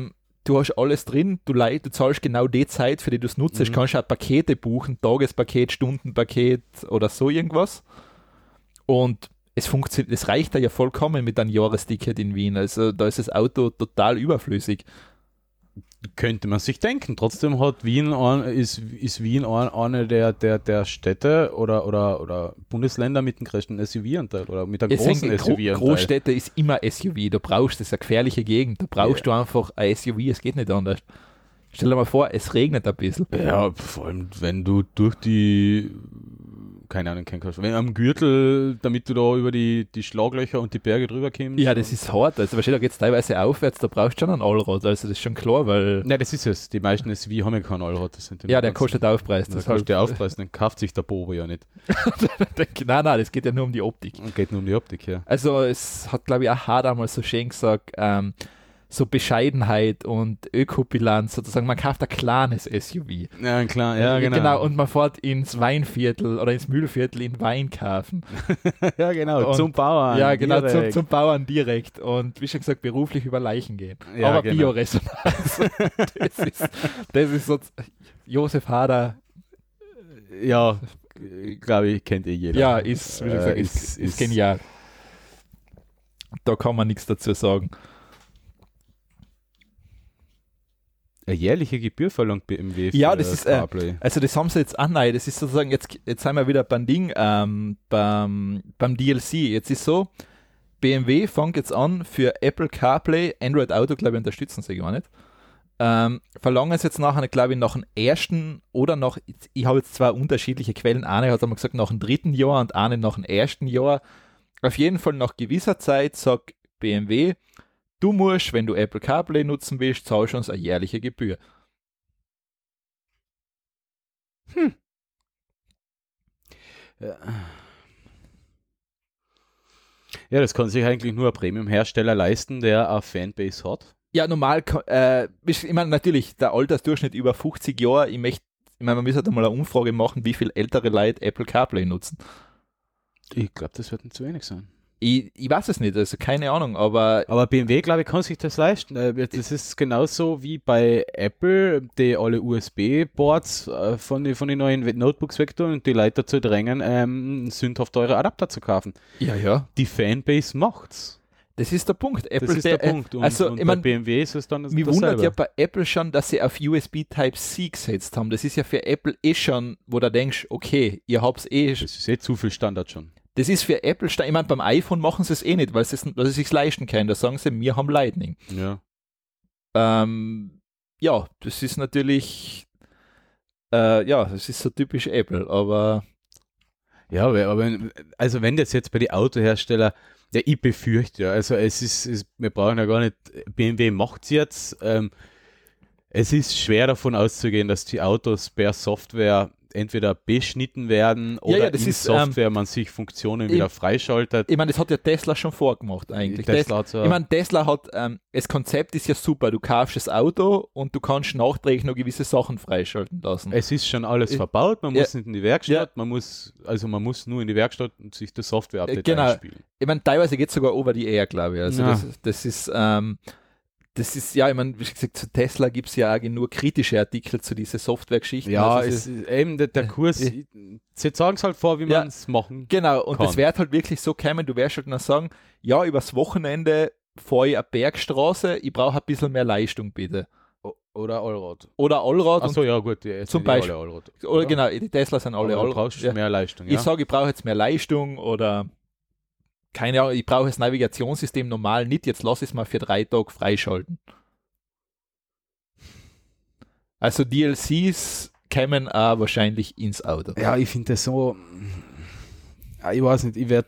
du hast alles drin, du zahlst genau die Zeit, für die du es nutzt, kannst auch Pakete buchen, Tagespaket, Stundenpaket oder so irgendwas. Und es reicht da ja vollkommen mit einem Jahresticket in Wien. Also da ist das Auto total überflüssig. Könnte man sich denken. Trotzdem hat Wien ist Wien eine der Städte oder Bundesländer mit dem größten SUV-Anteil oder mit einem großen SUV-Anteil. Großstädte ist immer SUV. Du brauchst, das ist eine gefährliche Gegend. Da brauchst du einfach ein SUV, es geht nicht anders. Stell dir mal vor, es regnet ein bisschen. Ja, vor allem, wenn du durch die, keine Ahnung, wenn am Gürtel, damit du da über die Schlaglöcher und die Berge drüber kommst. Ja, das ist hart. Also wahrscheinlich geht es teilweise aufwärts, da brauchst du schon einen Allrad. Also das ist schon klar, weil... Nein, das ist es. Die meisten SUV haben ja keinen Allrad. Das sind ja, der kostet Aufpreis. Das kostet der Aufpreis, dann kauft sich der Bobo ja nicht. Nein, das geht ja nur um die Optik. Geht nur um die Optik, ja. Also es hat, glaube ich, auch Hard einmal so schön gesagt, so Bescheidenheit und Ökobilanz, sozusagen, man kauft ein kleines SUV. Ja, klar, ja, genau. Und man fährt ins Weinviertel oder ins Mühlviertel in Weinkaufen. Ja, genau, und zum Bauern. Ja, genau, zum Bauern direkt. Und wie schon gesagt, beruflich über Leichen gehen. Ja, aber genau. Bioresonanz. das ist so, Josef Hader. Ja, glaube ich, kennt jeder. Ja, ist, wie gesagt, ist genial. Da kann man nichts dazu sagen. Eine jährliche Gebühr verlangt BMW für ja, das ist, CarPlay. Also das haben sie jetzt an, nein, das ist sozusagen, jetzt sind wir wieder beim Ding, beim DLC. Jetzt ist so, BMW fängt jetzt an, für Apple CarPlay, Android Auto, glaube ich, unterstützen sie gar nicht, verlangen es jetzt nachher, glaube ich, nach dem ersten oder nach, ich habe jetzt zwei unterschiedliche Quellen, eine hat einmal gesagt nach dem dritten Jahr und eine nach dem ersten Jahr. Auf jeden Fall nach gewisser Zeit sagt BMW, du musst, wenn du Apple CarPlay nutzen willst, zahlst du uns eine jährliche Gebühr. Ja, das kann sich eigentlich nur ein Premium-Hersteller leisten, der eine Fanbase hat. Ja, normal, ich meine, natürlich, der Altersdurchschnitt über 50 Jahre, ich meine, man müsste halt mal eine Umfrage machen, wie viele ältere Leute Apple CarPlay nutzen. Ich glaube, das wird nicht zu wenig sein. Ich weiß es nicht, also keine Ahnung, aber BMW, glaube ich, kann sich das leisten. Das ist genauso wie bei Apple, die alle USB-Boards von den neuen Notebooks weg tun und die Leute dazu drängen, sündhaft teure Adapter zu kaufen. Ja. Die Fanbase macht's. Das ist der Punkt. Apple, das ist der Punkt. Und, also, und ich bei mein, BMW ist es dann das mich wundert ja bei Apple schon, dass sie auf USB Type-C gesetzt haben. Das ist ja für Apple schon, wo du denkst, okay, ihr habt's Das ist zu viel Standard schon. Das ist für Apple, ich meine, beim iPhone machen sie es nicht, weil sie es sich leisten können. Da sagen sie, wir haben Lightning. Ja. Ja, das ist natürlich, das ist so typisch Apple, aber. Ja, aber also wenn das jetzt bei den Autoherstellern, ja, ich befürchte ja, also wir brauchen ja gar nicht, BMW macht es jetzt, es ist schwer davon auszugehen, dass die Autos per Software entweder beschnitten werden oder das in ist, Software man sich Funktionen wieder freischaltet. Ich meine, das hat ja Tesla schon vorgemacht eigentlich. Tesla hat, das Konzept ist ja super, du kaufst das Auto und du kannst nachträglich noch gewisse Sachen freischalten lassen. Es ist schon alles verbaut, man muss nicht in die Werkstatt, man muss nur in die Werkstatt und sich das Software-Update einspielen. Ich meine, teilweise geht es sogar over the air, glaube ich. Also das ist, ja, ich meine, wie gesagt, zu Tesla gibt es ja auch genug kritische Artikel zu diesen Software-Geschichten. Ja, also eben der Kurs, sie sagen es halt vor, wie man es machen Genau, und das wird halt wirklich so kommen, du wirst halt noch sagen, ja, übers Wochenende fahre ich eine Bergstraße, ich brauche ein bisschen mehr Leistung, bitte. Oder Allrad. Achso, ja gut, zum Beispiel. Alle Allrad. Oder genau, die Tesla sind alle Allrad. Du brauchst mehr Leistung, ja. Ich sage, ich brauche jetzt mehr Leistung oder keine Ahnung, ich brauche das Navigationssystem normal nicht, jetzt lass ich es mal für 3 Tage freischalten. Also DLCs kämen auch wahrscheinlich ins Auto. Ja, ich finde das so, ich weiß nicht,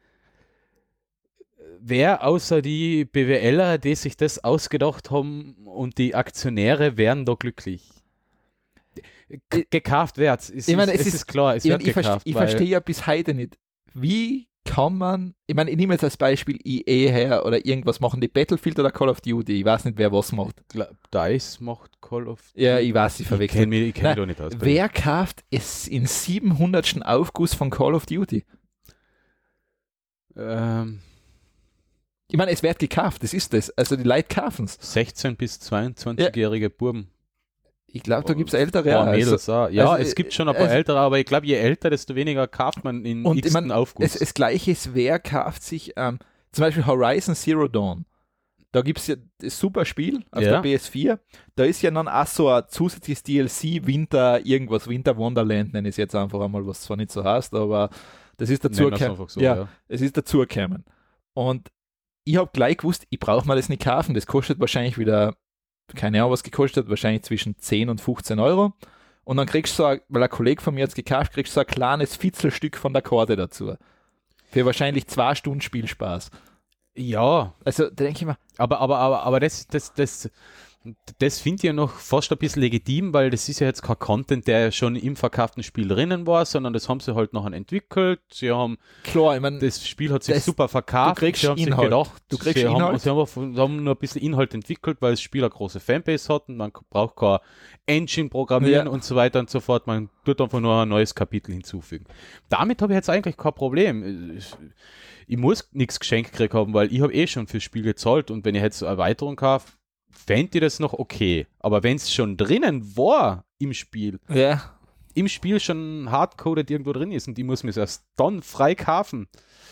wer außer die BWLer, die sich das ausgedacht haben und die Aktionäre wären da glücklich. Gekauft wird's. Es ist klar, es wird gekauft. Ich verstehe ja bis heute nicht, wie kann man, ich meine, ich nehme jetzt als Beispiel EA her oder irgendwas machen, die Battlefield oder Call of Duty, ich weiß nicht, wer was macht. DICE macht Call of Duty. Ja, ich weiß, ich verwechsel. Ich kenne mich da nicht aus. Wer kauft es in 700. Aufguss von Call of Duty? Ich meine, es wird gekauft, das ist das. Also die Leute kaufen es. 16- bis 22-jährige Buben. Ich glaube, da gibt es ältere. Ja, Mädels auch. Ja, also, es gibt schon ein paar ältere, aber ich glaube, je älter, desto weniger kauft man in x-ten Aufguss. Das Gleiche ist, wer kauft sich zum Beispiel Horizon Zero Dawn. Da gibt es ja das super Spiel auf der PS4. Da ist ja dann auch so ein zusätzliches DLC, Winter Wonderland, nenne ich es jetzt einfach einmal, was zwar nicht so heißt, aber das ist dazu es ist dazugekommen. Und ich habe gleich gewusst, ich brauche mir das nicht kaufen. Das kostet wahrscheinlich wieder, keine Ahnung, was gekostet hat, wahrscheinlich zwischen 10 und 15 Euro. Und dann kriegst du so, weil ein Kollege von mir jetzt gekauft, kriegst du so ein kleines Fitzelstück von der Karte dazu. Für wahrscheinlich 2 Stunden Spielspaß. Ja. Also, da denke ich mir. Aber das finde ich ja noch fast ein bisschen legitim, weil das ist ja jetzt kein Content, der schon im verkauften Spiel drinnen war, sondern das haben sie halt nachher entwickelt. Sie haben, klar, ich mein, das Spiel hat sich super verkauft. Du kriegst sie haben Inhalt. Sich gedacht, du kriegst sie Inhalt. haben nur ein bisschen Inhalt entwickelt, weil das Spiel eine große Fanbase hat und man braucht kein Engine programmieren und so weiter und so fort. Man tut einfach nur ein neues Kapitel hinzufügen. Damit habe ich jetzt eigentlich kein Problem. Ich muss nichts geschenkt gekriegt haben, weil ich habe eh schon fürs Spiel gezahlt und wenn ich jetzt eine Erweiterung kaufe, fände ich das noch okay. Aber wenn es schon drinnen war im Spiel, im Spiel schon hardcoded irgendwo drin ist und ich muss mir es erst dann frei kaufen,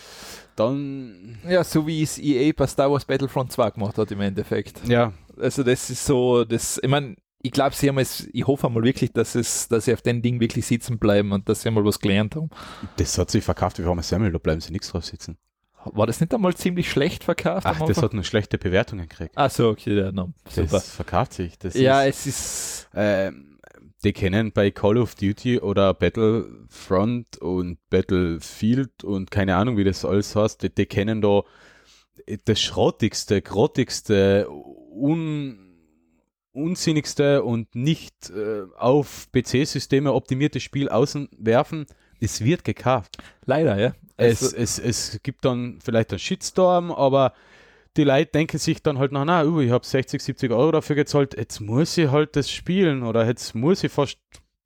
dann... Ja, so wie es EA bei Star Wars Battlefront 2 gemacht hat im Endeffekt. Ja. Also das ist so, ich meine, ich glaube, ich hoffe einmal wirklich, dass sie auf den Ding wirklich sitzen bleiben und dass sie einmal was gelernt haben. Das hat sich verkauft wie Warme Semmel, da bleiben sie nichts drauf sitzen. War das nicht einmal ziemlich schlecht verkauft? Ach, das hat nur schlechte Bewertungen gekriegt. Ach so, okay, ja, no, super. Das verkauft sich. Das es ist... die kennen bei Call of Duty oder Battlefront und Battlefield und keine Ahnung, wie das alles heißt, die kennen da das schrottigste, grottigste, unsinnigste und nicht auf PC-Systeme optimierte Spiel außen werfen. Es wird gekauft. Leider, ja. Es gibt dann vielleicht einen Shitstorm, aber die Leute denken sich dann halt nach, ich habe 60, 70 Euro dafür gezahlt, jetzt muss ich halt das spielen oder jetzt muss ich fast...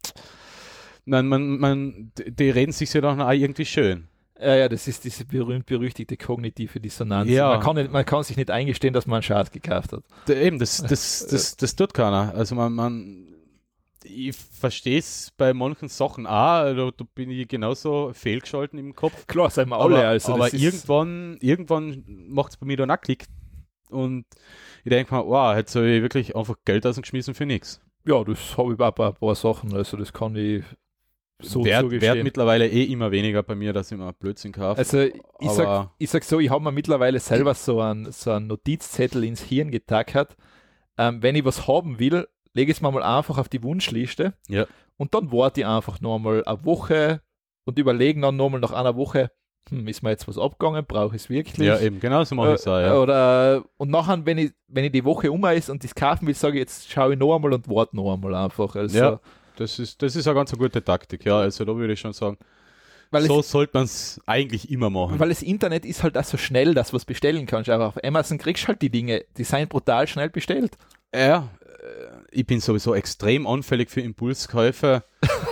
Nein, die reden sich ja dann auch irgendwie schön. Ja, das ist diese berühmt-berüchtigte kognitive Dissonanz. Ja. Man kann sich nicht eingestehen, dass man einen Schad gekauft hat. Eben, das tut keiner. Also ich verstehe es bei manchen Sachen auch, da bin ich genauso fehlgeschalten im Kopf. Klar, sind wir alle. Aber irgendwann macht es bei mir dann auch Klick und ich denke mir, wow, jetzt habe ich wirklich einfach Geld ausgeschmissen für nichts. Ja, das habe ich auch bei ein paar Sachen, also das kann ich so zugestehen. Wert mittlerweile immer weniger bei mir, dass ich mir Blödsinn kaufe. Also ich sag so, ich habe mir mittlerweile selber so einen Notizzettel ins Hirn getackert. Wenn ich was haben will, lege ich es mir mal einfach auf die Wunschliste und dann warte ich einfach noch einmal eine Woche und überlege dann nochmal nach einer Woche, ist mir jetzt was abgegangen, brauche ich es wirklich? Ja, eben, genau so mache ich es auch, ja. Und nachher, wenn ich die Woche um ist und das kaufen will, sage ich, jetzt schaue ich noch einmal und warte noch einmal einfach. Also, ja, das ist eine ganz gute Taktik, ja, also da würde ich schon sagen, so sollte man es eigentlich immer machen. Weil das Internet ist halt auch so schnell, dass du was bestellen kannst, aber auf Amazon kriegst du halt die Dinge, die sind brutal schnell bestellt. Ja, ich bin sowieso extrem anfällig für Impulskäufe.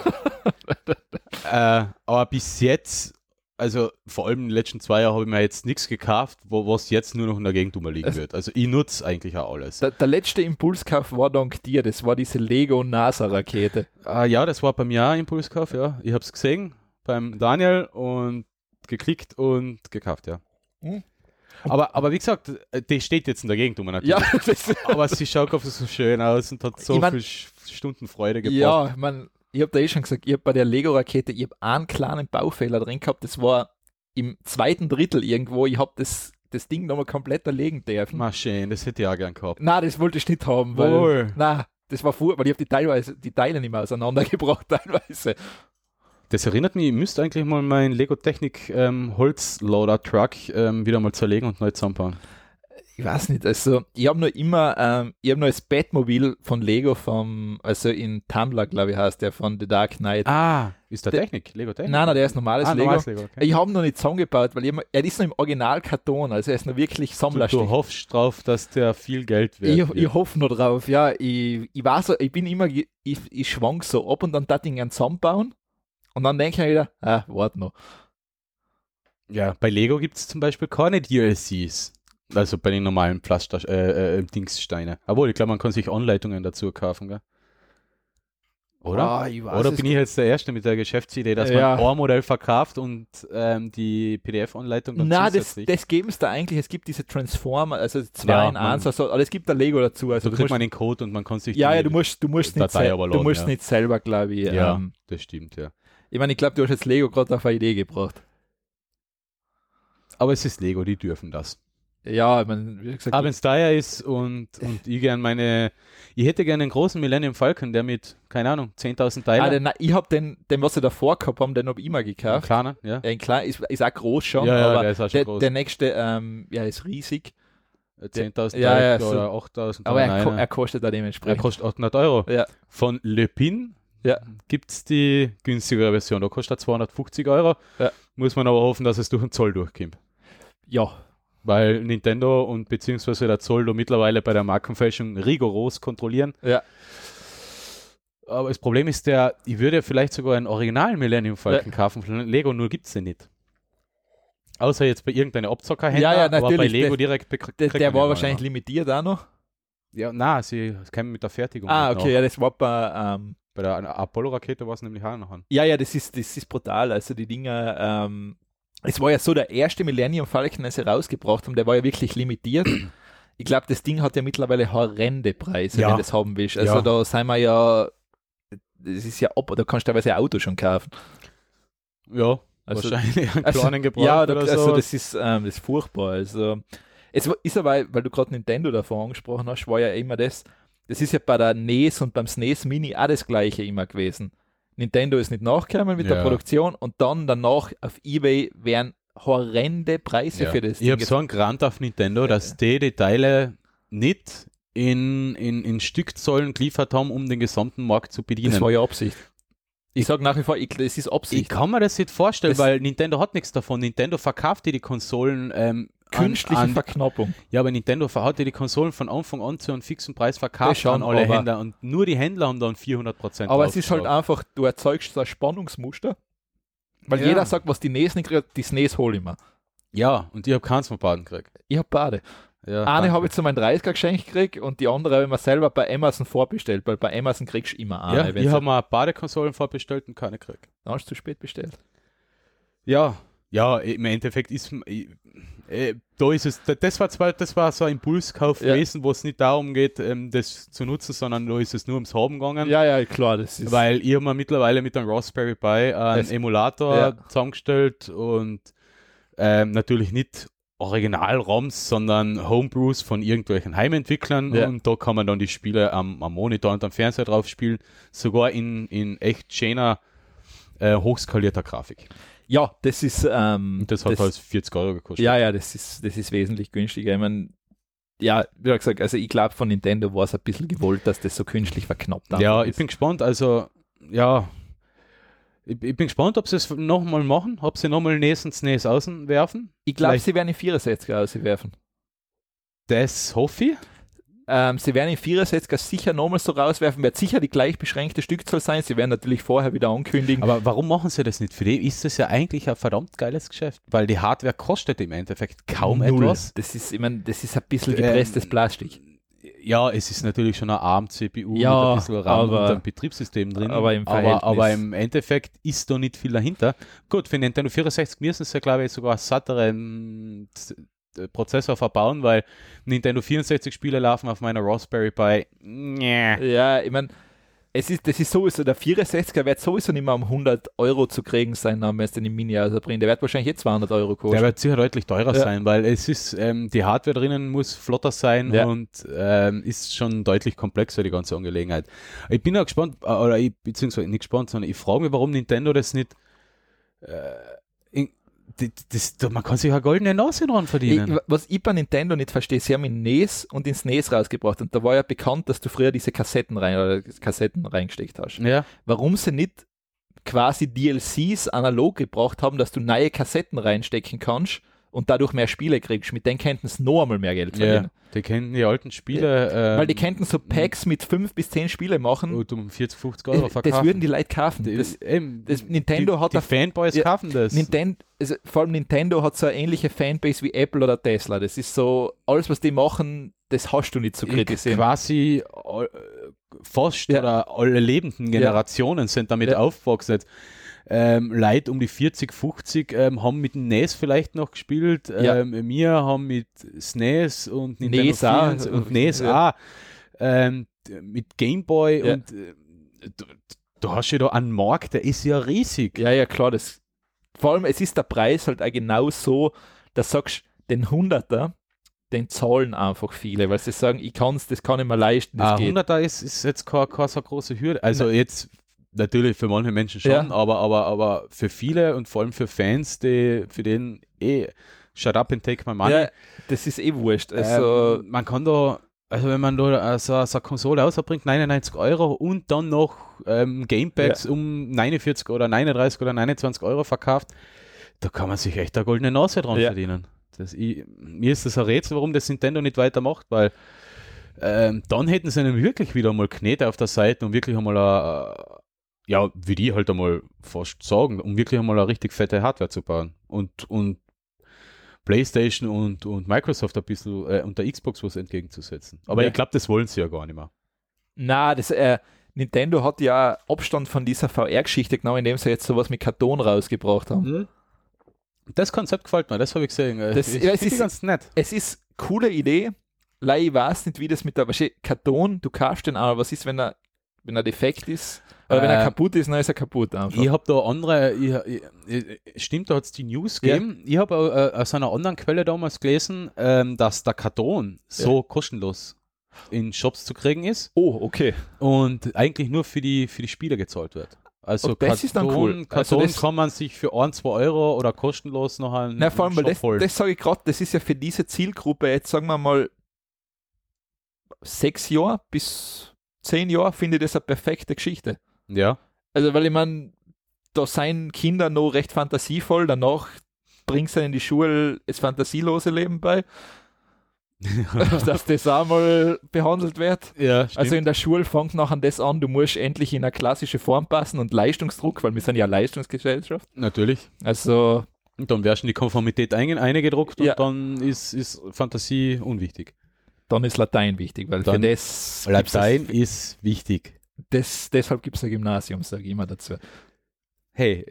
Aber bis jetzt, also vor allem in den letzten 2 Jahren habe ich mir jetzt nichts gekauft, was jetzt nur noch in der Gegend rumliegen wird. Also ich nutze eigentlich auch alles. Der letzte Impulskauf war dank dir, das war diese Lego NASA-Rakete. Ja, das war bei mir auch ein Impulskauf, ja. Ich habe es gesehen beim Daniel und geklickt und gekauft, ja. Aber wie gesagt, die steht jetzt in der Gegend natürlich. Ja, aber sie schaut einfach so schön aus und hat so viel Stunden Freude gebracht. Ja, ich habe da schon gesagt, ich habe bei der Lego-Rakete, ich habe einen kleinen Baufehler drin gehabt, das war im 2. Drittel irgendwo, ich habe das Ding nochmal komplett erlegen dürfen. Schön, das hätte ich auch gern gehabt. Nein, das wollte ich nicht haben, weil das war weil ich habe die Teile nicht mehr auseinandergebracht teilweise. Das erinnert mich, ich müsste eigentlich mal meinen Lego Technik Holzloader-Truck wieder mal zerlegen und neu zusammenbauen. Ich weiß nicht, also ich habe nur das Batmobil von Lego also in Tumblr, glaube ich, heißt der, von The Dark Knight. Ist der Technik? Lego Technik? Nein, der ist normales Lego. Normales Lego, okay. Ich habe ihn noch nicht zusammengebaut, weil er ist noch im Originalkarton, also er ist noch wirklich Sammlerstück. Du hoffst drauf, dass der viel Geld wert wird. Ich hoffe noch drauf, ja. Ich bin immer, ich schwank so ab und dann das Ding gern zusammenbauen und dann denke ich mir wieder, warte noch. Ja, bei Lego gibt es zum Beispiel keine DLCs. Also bei den normalen Dingssteine. Obwohl, ich glaube, man kann sich Anleitungen dazu kaufen, gell? Oder? Ich weiß Oder es bin ich jetzt der Erste mit der Geschäftsidee, dass Ja. man ein Modell verkauft und die PDF-Anleitung dann Nein, zusätzlich? das geben es da eigentlich. Es gibt diese Transformer, also 2 Ja, in 1, also, aber es gibt da Lego dazu. Also so kriegt man den Code und man kann sich du musst nicht, Datei aber laden, ja. nicht selber, glaube ich. Ja, das stimmt, ja. Ich meine, ich glaube, du hast jetzt Lego gerade auf eine Idee gebracht. Aber es ist Lego, die dürfen das. Ja, ich meine, wie gesagt, Aber wenn es teuer ist und ich hätte gerne einen großen Millennium Falcon, der mit, keine Ahnung, 10.000 Teilen. ich habe den, was sie davor gehabt haben, den habe ich mal gekauft. Kleiner, ja. Ein kleiner, ist auch groß schon, Ja, aber der ist auch schon groß. der nächste, ist riesig. 10.000 Ja, oder 8.000. Aber er kostet da Er dementsprechend. kostet 800 Euro. Ja. Von Le Pin Ja. gibt es die günstigere Version. Da kostet er 250 Euro. Ja. Muss man aber hoffen, dass es durch den Zoll durchkommt. Ja. Weil Nintendo und beziehungsweise der Zoll da mittlerweile bei der Markenfälschung rigoros kontrollieren. Ja. Aber das Problem ist, ich würde vielleicht sogar einen originalen Millennium Falcon kaufen von Lego, nur gibt es den nicht. Außer jetzt bei irgendeiner Abzockerhändler, Ja, aber bei natürlich. Lego direkt Der war wahrscheinlich limitiert auch noch. Ja, nein, sie kämen mit der Fertigung. Ah, nicht okay, nach. ja, das war bei Bei der Apollo-Rakete war es nämlich auch noch an. Ja, das ist brutal. Also die Dinger, es war ja so, der erste Millennium Falcon, als sie rausgebracht haben, der war ja wirklich limitiert. Ich glaube, das Ding hat ja mittlerweile horrende Preise, Ja. wenn du das haben willst. Also Ja. da sind wir ja, das ist ja da kannst du teilweise ein Auto schon kaufen. Ja, Also- wahrscheinlich einen kleinen Gebrauch Ja, oder so. also das ist furchtbar. Also ist aber, weil du gerade Nintendo davor angesprochen hast, war ja immer das ist ja bei der NES und beim SNES Mini auch das gleiche immer gewesen. Nintendo ist nicht nachgekommen mit der Ja. Produktion und dann danach auf eBay wären horrende Preise Ja. für das Ich habe so einen Grant auf Nintendo, dass die Teile nicht in Stückzahlen geliefert haben, um den gesamten Markt zu bedienen. Das war ja Absicht. Ich sage nach wie vor, das ist Absicht. Ich kann mir das nicht vorstellen, Das- weil Nintendo hat nichts davon. Nintendo verkauft die Konsolen Künstliche Verknappung. Ja, aber Nintendo hat die Konsolen von Anfang an zu einem fixen Preis verkauft Das schon, an alle aber- Händler und nur die Händler haben dann 400% Aber es ist halt draufgeschlagen. einfach, du erzeugst so ein Spannungsmuster, weil Ja. jeder sagt, was die NES nicht kriegt, die SNES hole ich mir. Ja, und ich habe keins von beiden gekriegt. Ich habe beide. Ja, Eine danke. habe ich zu meinem 30er geschenkt gekriegt und die andere habe ich mir selber bei Amazon vorbestellt, weil bei Amazon kriegst du immer eine. Ja, wenn ich sie- habe mir beide Konsolen vorbestellt und keine gekriegt. Dann hast du zu spät bestellt. Ja, im Endeffekt ist da ist es, das war so ein Impulskauf Ja. gewesen, wo es nicht darum geht, das zu nutzen, sondern da ist es nur ums Haben gegangen. Ja, klar, das ist. Weil ich habe mir mittlerweile mit einem Raspberry Pi einen Das- Emulator ja. zusammengestellt und natürlich nicht Original-ROMs, sondern Homebrews von irgendwelchen Heimentwicklern Ja. und da kann man dann die Spiele am Monitor und am Fernseher drauf spielen, sogar in echt schöner, hochskalierter Grafik. Ja, das ist. Und das hat halt 40 Euro gekostet. Ja, das ist wesentlich günstiger. Ich meine, ja, wie gesagt, also ich glaube, von Nintendo war es ein bisschen gewollt, dass das so künstlich verknappt Ja, ist. ich bin gespannt, also ja, ich bin gespannt, ob sie es nochmal machen, ob sie nochmal nächsten SNES außen werfen. Ich glaube, vielleicht- sie werden in 64er auswerfen. Das hoffe ich. Sie werden in 64er sicher nochmal so rauswerfen, wird sicher die gleich beschränkte Stückzahl sein. Sie werden natürlich vorher wieder ankündigen. Aber warum machen sie das nicht? Für die ist das ja eigentlich ein verdammt geiles Geschäft, weil die Hardware kostet im Endeffekt kaum Null. etwas. Das ist, ich meine, das ist ein bisschen gepresstes Plastik. Ja, es ist natürlich schon eine ARM-CPU Ja, mit ein bisschen RAM aber- und einem Betriebssystem drin, aber im Verhältnis- aber im Endeffekt ist da nicht viel dahinter. Gut, für Nintendo 64 müssen sie, glaube ich, sogar einen satteren Prozessor verbauen, weil Nintendo 64 Spiele laufen auf meiner Raspberry Pi. Nee. Ja, ich meine, das ist sowieso, der 64er wird sowieso nicht mehr um 100 Euro zu kriegen sein, wenn es den im Mini ausbringt. Der wird wahrscheinlich jetzt 200 Euro Der kosten. wird sicher deutlich teurer Ja. sein, weil es ist, die Hardware drinnen muss flotter sein Ja. und ist schon deutlich komplexer, die ganze Angelegenheit. Ich bin auch gespannt, beziehungsweise nicht gespannt, sondern ich frage mich, warum Nintendo das nicht man kann sich eine goldene Nase dran verdienen. Was ich bei Nintendo nicht verstehe, sie haben in NES und ins NES rausgebracht und da war ja bekannt, dass du früher diese Kassetten reingesteckt hast. Ja, Warum sie nicht quasi DLCs analog gebracht haben, dass du neue Kassetten reinstecken kannst und dadurch mehr Spiele kriegst, mit denen könnten sie noch einmal mehr Geld verdienen. Ja, die kennen die alten Spiele. Weil die könnten so Packs mit 5 bis 10 Spiele machen. Und um 40, 50 Euro verkaufen. Das würden die Leute kaufen. Das Nintendo hat die Fanboys kaufen das. Also vor allem Nintendo hat so eine ähnliche Fanbase wie Apple oder Tesla. Das ist so, alles was die machen, das hast du nicht zu kritisieren. Quasi fast oder alle lebenden Generationen sind damit aufgewachsen. Leute um die 40, 50 haben mit dem NES vielleicht noch gespielt. Wir haben mit SNES und Nintendo NES 4 und NES auch. Mit Gameboy und du hast ja da einen Markt, der ist ja riesig. Ja, klar. Vor allem, es ist der Preis halt auch genau so, dass du sagst, den 100er, den zahlen einfach viele, weil sie sagen, das kann ich mir leisten. Das 100er ist jetzt keine so große Hürde. Also jetzt natürlich für manche Menschen schon, aber für viele und vor allem für Fans, für den shut up and take my money. Ja, das ist wurscht. Also man kann da, also wenn man da so eine Konsole rausbringt, 99 Euro und dann noch Gamepacks um 49 oder 39 oder 29 Euro verkauft, da kann man sich echt eine goldene Nase dran verdienen. Mir ist das ein Rätsel, warum das Nintendo nicht weitermacht, weil dann hätten sie einen wirklich wieder mal Knete auf der Seite und wirklich einmal wie die halt einmal fast sagen, um wirklich einmal eine richtig fette Hardware zu bauen und PlayStation und Microsoft ein bisschen und der Xbox was entgegenzusetzen. Aber ich glaube, das wollen sie ja gar nicht mehr. Na, Nintendo hat ja Abstand von dieser VR-Geschichte genommen, indem sie jetzt sowas mit Karton rausgebracht haben. Mhm. Das Konzept gefällt mir, das habe ich gesehen. Es ist ganz nett. Es ist eine coole Idee. Ich weiß nicht, wie das mit der Karton, du kaufst den auch, was ist, wenn er defekt ist? Oder wenn er kaputt ist, dann ist er kaputt einfach. Ich habe da andere, stimmt, da hat es die News gegeben. Ich habe aus einer anderen Quelle damals gelesen, dass der Karton so kostenlos in Shops zu kriegen ist. Oh, okay. Und eigentlich nur für die Spieler gezahlt wird. Also das ist dann cool. Karton also kann man sich für 1, 2 Euro oder kostenlos noch einen vor allem, weil das sage ich gerade, das ist ja für diese Zielgruppe jetzt, sagen wir mal, 6 Jahre bis 10 Jahre, finde ich das eine perfekte Geschichte. Ja. Also, weil ich meine, da seien Kinder noch recht fantasievoll, danach bringst du in die Schule das fantasielose Leben bei, dass das auch mal behandelt wird. Ja, stimmt. Also in der Schule fängt nachher das an, du musst endlich in eine klassische Form passen und Leistungsdruck, weil wir sind ja Leistungsgesellschaft. Natürlich. Also. Und dann wirst du in die Konformität eingedruckt und dann ist Fantasie unwichtig. Dann ist Latein wichtig, weil dann für das. Latein ist wichtig. Deshalb gibt es ein Gymnasium, sage ich immer dazu. Hey,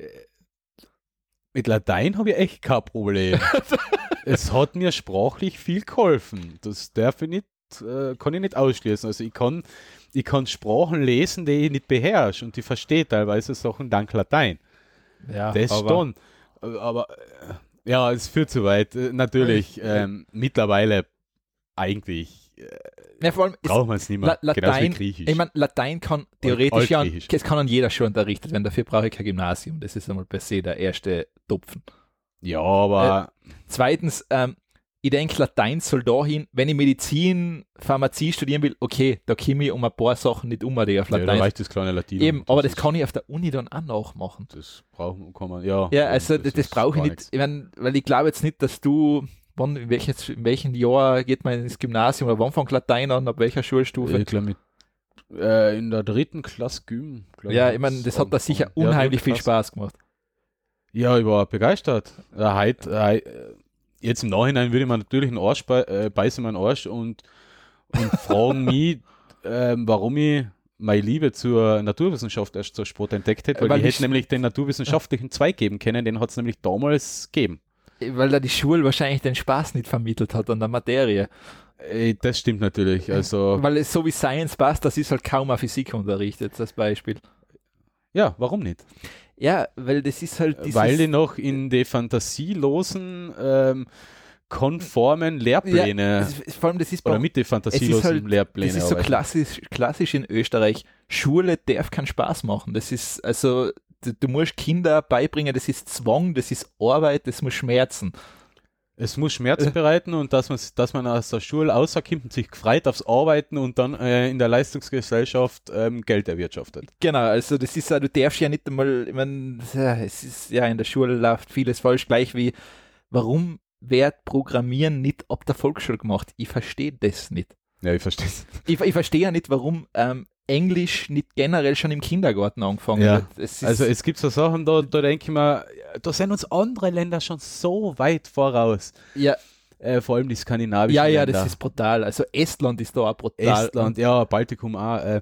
mit Latein habe ich echt kein Problem. Es hat mir sprachlich viel geholfen. Das darf ich nicht, kann ich nicht ausschließen. Also ich kann Sprachen lesen, die ich nicht beherrsche und die verstehe teilweise Sachen dank Latein. Ja, das schon. Aber ja, es führt zu weit. Natürlich, mittlerweile eigentlich vor allem braucht man es nicht mehr. Latein, genauso wie Griechisch. Ich meine, Latein kann theoretisch es kann an jeder Schule unterrichtet werden, dafür brauche ich kein Gymnasium. Das ist einmal per se der erste Tupfen. Ja, aber zweitens, ich denke, Latein soll dahin, wenn ich Medizin, Pharmazie studieren will, okay, da komme ich um ein paar Sachen nicht die auf Latein. Ja, da reicht das kleine Latin. Eben, aber das kann ich auf der Uni dann auch nachmachen. Das kann man, ja. Ja, also das brauche ich nicht. Ich meine, weil ich glaube jetzt nicht, dass du in welchem Jahr geht man ins Gymnasium oder wann fängt Latein an, ab welcher Schulstufe? Ich glaube in der 3. Klasse Gym. Ja, ich meine, das hat da sicher unheimlich viel Spaß gemacht. Ja, ich war begeistert. Jetzt im Nachhinein würde ich mir natürlich einen Arsch beißen meinen Arsch und fragen mich, warum ich meine Liebe zur Naturwissenschaft erst zur Sport entdeckt hätte, weil ich hätte nämlich den naturwissenschaftlichen Zweig geben können, den hat es nämlich damals gegeben. Weil da die Schule wahrscheinlich den Spaß nicht vermittelt hat an der Materie. Das stimmt natürlich. Also weil es so wie Science passt, das ist halt kaum ein Physikunterricht jetzt als Beispiel. Ja, warum nicht? Ja, weil das ist halt dieses... Weil die noch in die fantasielosen, konformen Lehrpläne vor allem das ist oder mit den fantasielosen Lehrplänen. Das ist so klassisch in Österreich. Schule darf keinen Spaß machen. Das ist, also du musst Kinder beibringen, das ist Zwang, das ist Arbeit, das muss schmerzen. Es muss Schmerzen bereiten und dass man aus der Schule rauskommt und sich gefreut aufs Arbeiten und dann in der Leistungsgesellschaft Geld erwirtschaftet. Genau, also das ist ja, du darfst ja nicht einmal, ich meine, es ist ja in der Schule läuft vieles falsch, gleich wie, warum wird Programmieren nicht ab der Volksschule gemacht. Ich verstehe das nicht. Ja, ich verstehe es. Ich verstehe ja nicht, warum Englisch nicht generell schon im Kindergarten angefangen Ja. wird. Also es gibt so Sachen, da denke ich mir, da sind uns andere Länder schon so weit voraus. Ja, Vor allem die skandinavischen ja, Länder. das ist brutal. Also Estland ist da auch brutal. Estland, ja, Baltikum auch.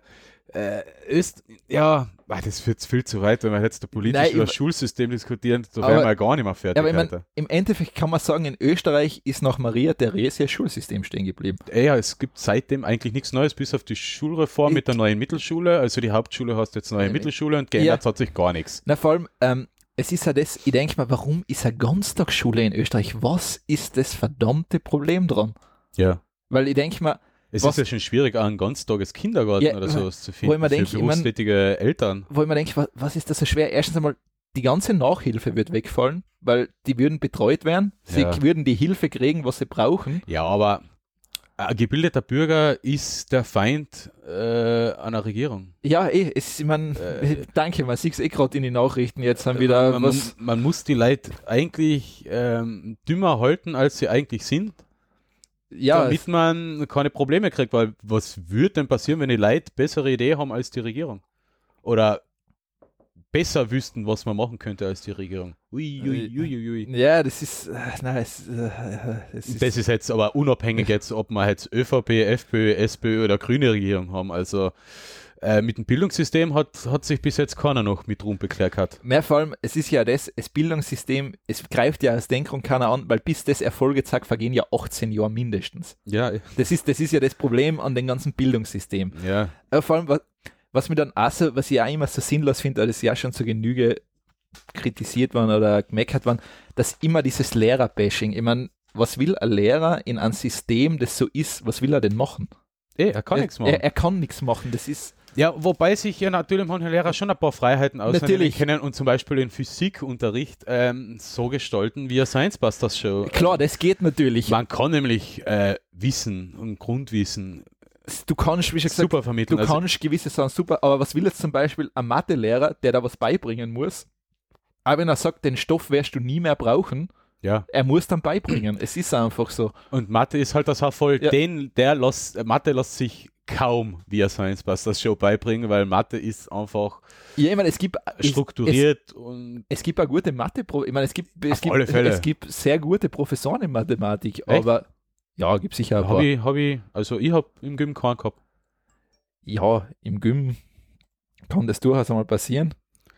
Das führt viel zu weit, wenn wir jetzt da politisch über das Schulsystem diskutieren, da wären wir ja gar nicht mehr fertig. Aber ich mein, im Endeffekt kann man sagen, in Österreich ist nach Maria Theresia das Schulsystem stehen geblieben. Ja, es gibt seitdem eigentlich nichts Neues, bis auf die Schulreform mit der neuen Mittelschule. Also die Hauptschule hast jetzt neue Mittelschule und geändert hat sich gar nichts. Na, vor allem, es ist ja das, ich denke mal, warum ist eine Ganztagsschule in Österreich? Was ist das verdammte Problem dran? Ja. Weil ich denke mal, es ist ja schon schwierig, einen ganztages Kindergarten oder sowas zu finden für berufstätige Eltern. Wo ich mir denke, was ist das so schwer? Erstens einmal, die ganze Nachhilfe wird wegfallen, weil die würden betreut werden, sie würden die Hilfe kriegen, was sie brauchen. Ja, aber ein gebildeter Bürger ist der Feind einer Regierung. Ja, danke, man sieht es gerade in den Nachrichten, jetzt haben wieder man muss die Leute eigentlich dümmer halten, als sie eigentlich sind. Ja, damit man keine Probleme kriegt, weil was würde denn passieren, wenn die Leute bessere Idee haben als die Regierung? Oder besser wüssten, was man machen könnte als die Regierung. Ui. Ja, das ist das ist jetzt aber unabhängig jetzt, ob wir jetzt ÖVP, FPÖ, SPÖ oder grüne Regierung haben. Also mit dem Bildungssystem hat sich bis jetzt keiner noch mit Ruhm bekleckert. Mehr vor allem, es ist ja das Bildungssystem, es greift ja als Denkung keiner an, weil bis das Erfolge zeigt, vergehen ja 18 Jahre mindestens. Ja. Das ist ja das Problem an dem ganzen Bildungssystem. Ja. Vor allem, was mir dann auch so, was ich auch immer so sinnlos finde, das ist ja schon zur Genüge kritisiert worden oder gemeckert worden, dass immer dieses Lehrer-Bashing, ich meine, was will ein Lehrer in einem System, das so ist, was will er denn machen? Er kann nichts machen. Er kann nichts machen, das ist... Ja, wobei sich ja natürlich manche Lehrer schon ein paar Freiheiten ausnehmen können und zum Beispiel den Physikunterricht so gestalten, wie ein Science Busters Show. Klar, das geht natürlich. Man kann nämlich Wissen und Grundwissen du kannst, wie schon gesagt, super vermitteln. Du kannst gewisse Sachen super, aber was will jetzt zum Beispiel ein Mathelehrer, der da was beibringen muss, aber wenn er sagt, den Stoff wirst du nie mehr brauchen, er muss dann beibringen. Es ist einfach so. Und Mathe ist halt das auch voll, Mathe lässt sich kaum wie ein Science Busters Show beibringen, weil Mathe ist einfach es gibt strukturiert es gibt auch gute Mathe, ich meine, es gibt sehr gute Professoren in Mathematik, echt? Aber ja, gibt sicher ein paar. Ich habe im Gym keinen gehabt. Ja, im Gym kann das durchaus einmal passieren,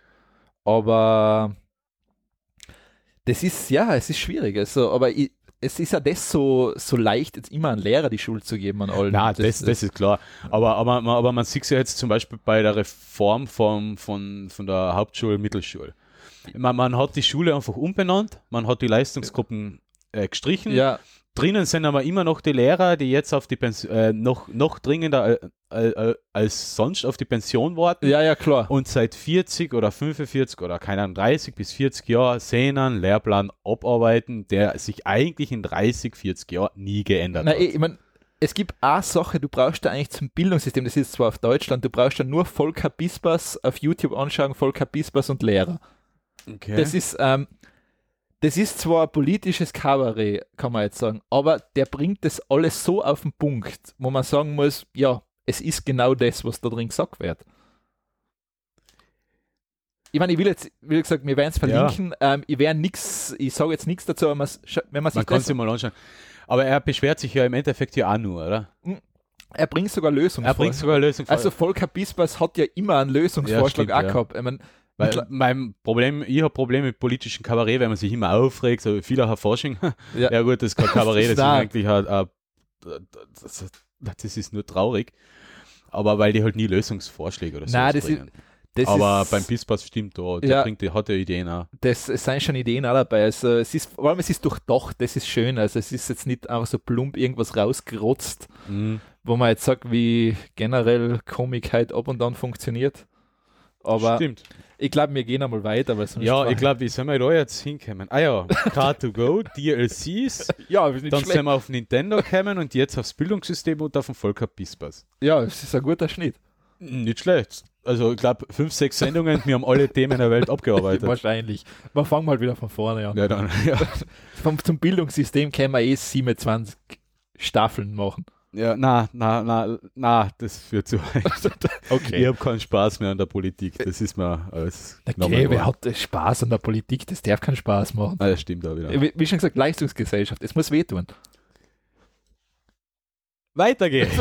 aber es ist schwierig, also, aber es ist ja das so leicht, jetzt immer einen Lehrer die Schuld zu geben an allen. Nein, das ist klar. Aber man sieht es ja jetzt zum Beispiel bei der Reform von der Hauptschule, Mittelschule. Man hat die Schule einfach umbenannt, man hat die Leistungsgruppen gestrichen. Ja. Drinnen sind aber immer noch die Lehrer, die jetzt auf die noch dringender als sonst auf die Pension warten. Ja, klar. Und seit 40 oder 45 oder keine Ahnung, 30 bis 40 Jahren sehen einen Lehrplan abarbeiten, der sich eigentlich in 30, 40 Jahren nie geändert hat. Ich meine, es gibt eine Sache, du brauchst da eigentlich zum Bildungssystem, das ist zwar auf Deutschland, du brauchst da nur Volker Pispers auf YouTube anschauen, Volker Pispers und Lehrer. Okay. Das ist zwar ein politisches Kabarett, kann man jetzt sagen, aber der bringt das alles so auf den Punkt, wo man sagen muss, ja, es ist genau das, was da drin gesagt wird. Ich meine, wie gesagt, wir werden es verlinken, ich sage jetzt nichts dazu, aber wenn man sich kann es mal anschauen. Aber er beschwert sich ja im Endeffekt ja auch nur, oder? Er bringt sogar Lösungen. Also Volker Pispers hat ja immer einen Lösungsvorschlag auch gehabt. Ich meine, ich habe Probleme mit politischen Kabarett, wenn man sich immer aufregt, so vieler Forschung. Ja gut, das ist kein Kabarett, das ist eigentlich das ist nur traurig. Aber weil die halt nie Lösungsvorschläge oder so bringen. Aber beim Pispers stimmt da, hat ja Ideen auch. Es sind schon Ideen auch dabei. Also vor allem es ist durchdacht, das ist schön. Also es ist jetzt nicht einfach so plump irgendwas rausgerotzt, wo man jetzt sagt, wie generell Komik halt ab und an funktioniert. Aber stimmt. Ich glaube, wir gehen einmal weiter. Weil ich glaube, wie sind wir da jetzt hinkommen? Car2Go, DLCs, dann sind wir auf Nintendo gekommen und jetzt aufs Bildungssystem und auf den Volker Pispers. Ja, es ist ein guter Schnitt. Nicht schlecht. Also ich glaube 5, 6 Sendungen, wir haben alle Themen der Welt abgearbeitet. Wahrscheinlich. Wir fangen mal wieder von vorne an. Ja, dann, ja. Zum Bildungssystem können wir 27 Staffeln machen. Ja, das führt zu weit. Okay. Ich habe keinen Spaß mehr an der Politik. Das ist mir alles. Okay, wer hat Spaß an der Politik? Das darf keinen Spaß machen. Ah, das stimmt auch wieder. Wie schon gesagt, Leistungsgesellschaft. Es muss wehtun. Weiter geht's.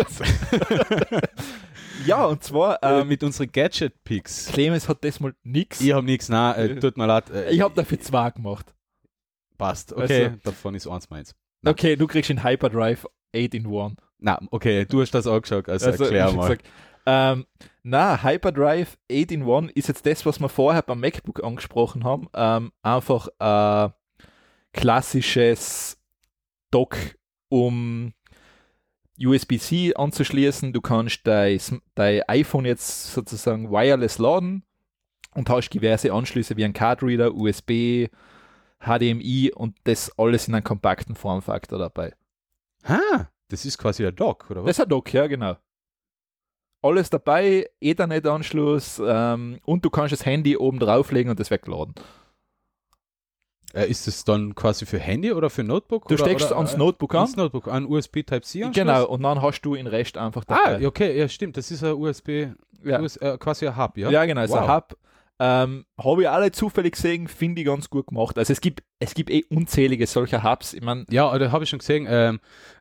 Ja, und zwar mit unseren Gadget-Picks. Clemens hat das mal nix. Ich habe nichts, tut mir leid. Ich habe dafür 2 gemacht. Passt, okay, Also- davon ist 1 meins. Nein. Okay, du kriegst den Hyperdrive 8-in-1. Na, okay, du hast das angeschaut, also erklär wie mal. gesagt, Hyperdrive 8-in-1 ist jetzt das, was wir vorher beim MacBook angesprochen haben. Einfach klassisches Dock, um USB-C anzuschließen. Du kannst dein iPhone jetzt sozusagen wireless laden und hast diverse Anschlüsse wie ein Cardreader, USB, HDMI und das alles in einem kompakten Formfaktor dabei. Das ist quasi der Dock, oder was? Das ist ein Dock, ja, genau. Alles dabei, Ethernet-Anschluss und du kannst das Handy oben drauflegen und das wegladen. Ist das dann quasi für Handy oder für Notebook? Du oder, steckst oder, ans Notebook an. Ans Notebook, an USB Type-C Anschluss? Genau, und dann hast du den Rest einfach dabei. Ah, okay, ja stimmt, das ist ein USB, Ja. quasi ein Hub, ja? Ja, genau, so ein Wow. Hub. Habe ich alle zufällig gesehen, finde ich ganz gut gemacht. Also es gibt unzählige solcher Hubs. Ich meine, Ja, da habe ich schon gesehen.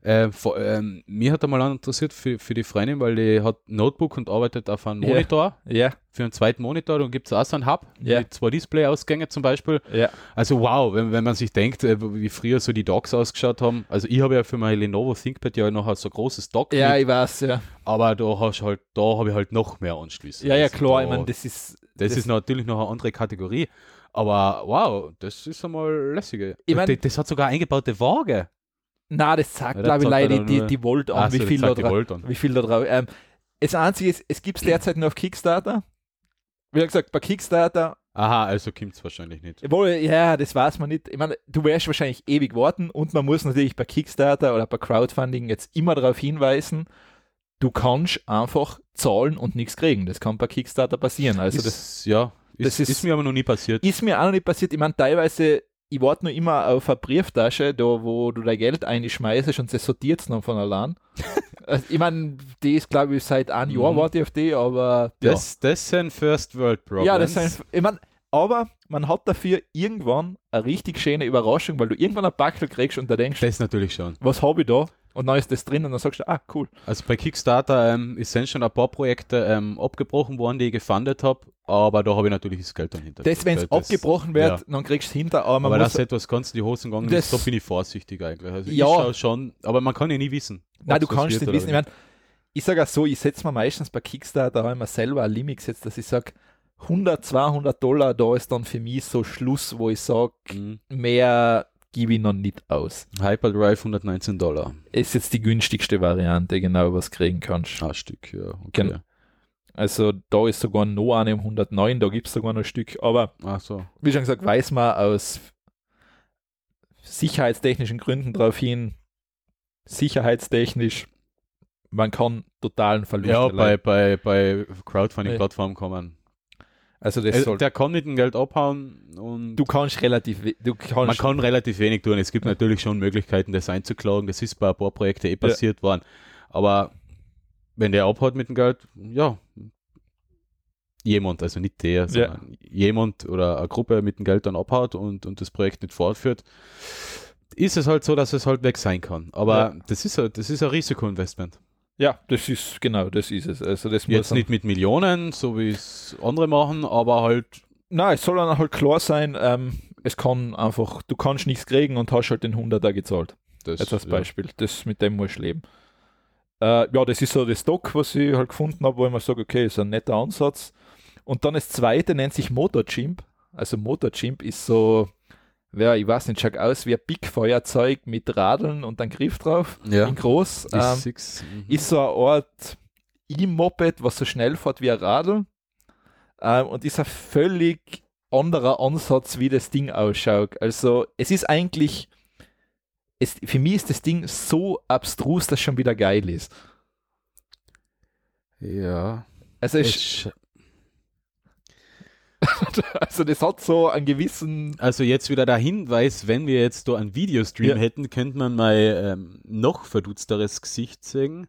Mir hat einmal interessiert für die Freundin, weil die hat ein Notebook und arbeitet auf einem Ja. Monitor, ja, für einen zweiten Monitor. Dann gibt es auch so einen Hub Ja. mit 2 Display-Ausgänge zum Beispiel. ja. Also wow, wenn man sich denkt, wie früher so die Docks ausgeschaut haben. Also ich habe ja für mein Lenovo ThinkPad ja noch so ein großes Dock Ja, mit, ich weiß, ja. aber da habe ich halt noch mehr Anschlüsse. Ja, ja, Also klar, da- ich meine, das ist. Das ist natürlich noch eine andere Kategorie. Aber wow, das ist einmal lässige. Ich mein- das hat sogar eingebaute Waage. Nein, das sagt, Ja, glaube ich, das sagt leider er nur- die Volt an, Ah, so, wie das viel da sagt die drauf. Volt an. Wie viel da drauf. Das Einzige ist, es gibt es derzeit nur auf Kickstarter. Wie gesagt, bei Kickstarter, Aha, also kommt es wahrscheinlich nicht. obwohl, ja, das weiß man nicht. Ich meine, du wirst wahrscheinlich ewig warten und man muss natürlich bei Kickstarter oder bei Crowdfunding jetzt immer darauf hinweisen, du kannst einfach zahlen und nichts kriegen. Das kann bei Kickstarter passieren. Also das Das ist- ist mir aber noch nie passiert. ist mir auch noch nicht passiert. Ich meine, teilweise, ich warte noch immer auf eine Brieftasche, da wo du dein Geld einschmeißt und das sortiert es dann von allein. Also, ich meine, die ist, glaube ich, seit einem Jahr warte ich auf die, aber ja. Das sind First World Problems. Ja, das sind, ich meine, aber man hat dafür irgendwann eine richtig schöne Überraschung, weil du irgendwann ein Backel kriegst und da denkst, Das natürlich schon. was habe ich da? Und dann ist das drin und dann sagst du, ah, cool. Also bei Kickstarter sind schon ein paar Projekte abgebrochen worden, die ich gefundet habe, aber da habe ich natürlich das Geld dann hinter. Das, wenn es abgebrochen wird, dann kriegst du es hinter, aber man Aber muss... dass etwas ganz in die Hosen gegangen Das- ist, da bin ich vorsichtig eigentlich. Also Ja. ich schaue schon, aber man kann ja nie wissen. Nein, du ob's was kannst wird nicht oder wissen. Ich meine, ich sage auch so, ich setze mir meistens bei Kickstarter auch immer selber ein Limit gesetzt, dass ich sage, $100-200, da ist dann für mich so Schluss, wo ich sage, Mhm. mehr gebe ich noch nicht aus. Hyperdrive $119. Ist jetzt die günstigste Variante, genau, was du kriegen kannst. Ein Stück, ja. Okay. Genau. Also da ist sogar noch eine um 109, da gibt es sogar noch ein Stück, aber Ach so. wie schon gesagt, weiß man aus sicherheitstechnischen Gründen darauf hin, sicherheitstechnisch, man kann totalen Verlust Ja, erleiden. bei Crowdfunding-Plattformen kann man. Also das soll, Der kann mit dem Geld abhauen und du kannst relativ, man kann relativ wenig tun. Es gibt natürlich schon Möglichkeiten, das einzuklagen. Das ist bei ein paar Projekten passiert worden. Aber wenn der abhaut mit dem Geld, ja, jemand, also nicht der, sondern jemand oder eine Gruppe mit dem Geld dann abhaut und das Projekt nicht fortführt, ist es halt so, dass es halt weg sein kann. Aber das ist ein Risikoinvestment. ja, das ist es. Also das Jetzt muss nicht mit Millionen, so wie es andere machen, aber halt, Nein, es soll dann halt klar sein, es kann einfach, du kannst nichts kriegen und hast halt den 100er gezahlt. das Jetzt als ja. Beispiel. Das, mit dem musst du leben. Ja, das ist so das Dock, was ich halt gefunden habe, wo ich mir sage, okay, ist ein netter Ansatz. Und dann das zweite nennt sich Motorchimp. Also Motorchimp ist so, ich weiß nicht, schaut aus wie ein Big-Feuerzeug mit Radeln und einem Griff drauf, Ja. in groß. Ist six. Ist so eine Art E-Moped, was so schnell fährt wie ein Radl. Und ist ein völlig anderer Ansatz, wie das Ding ausschaut. Also es ist eigentlich, für mich ist das Ding so abstrus, dass es schon wieder geil ist. Ja. Also es Also das hat so einen gewissen... Also jetzt wieder der Hinweis, wenn wir jetzt da einen Videostream hätten, könnte man mal noch verdutzteres Gesicht sehen.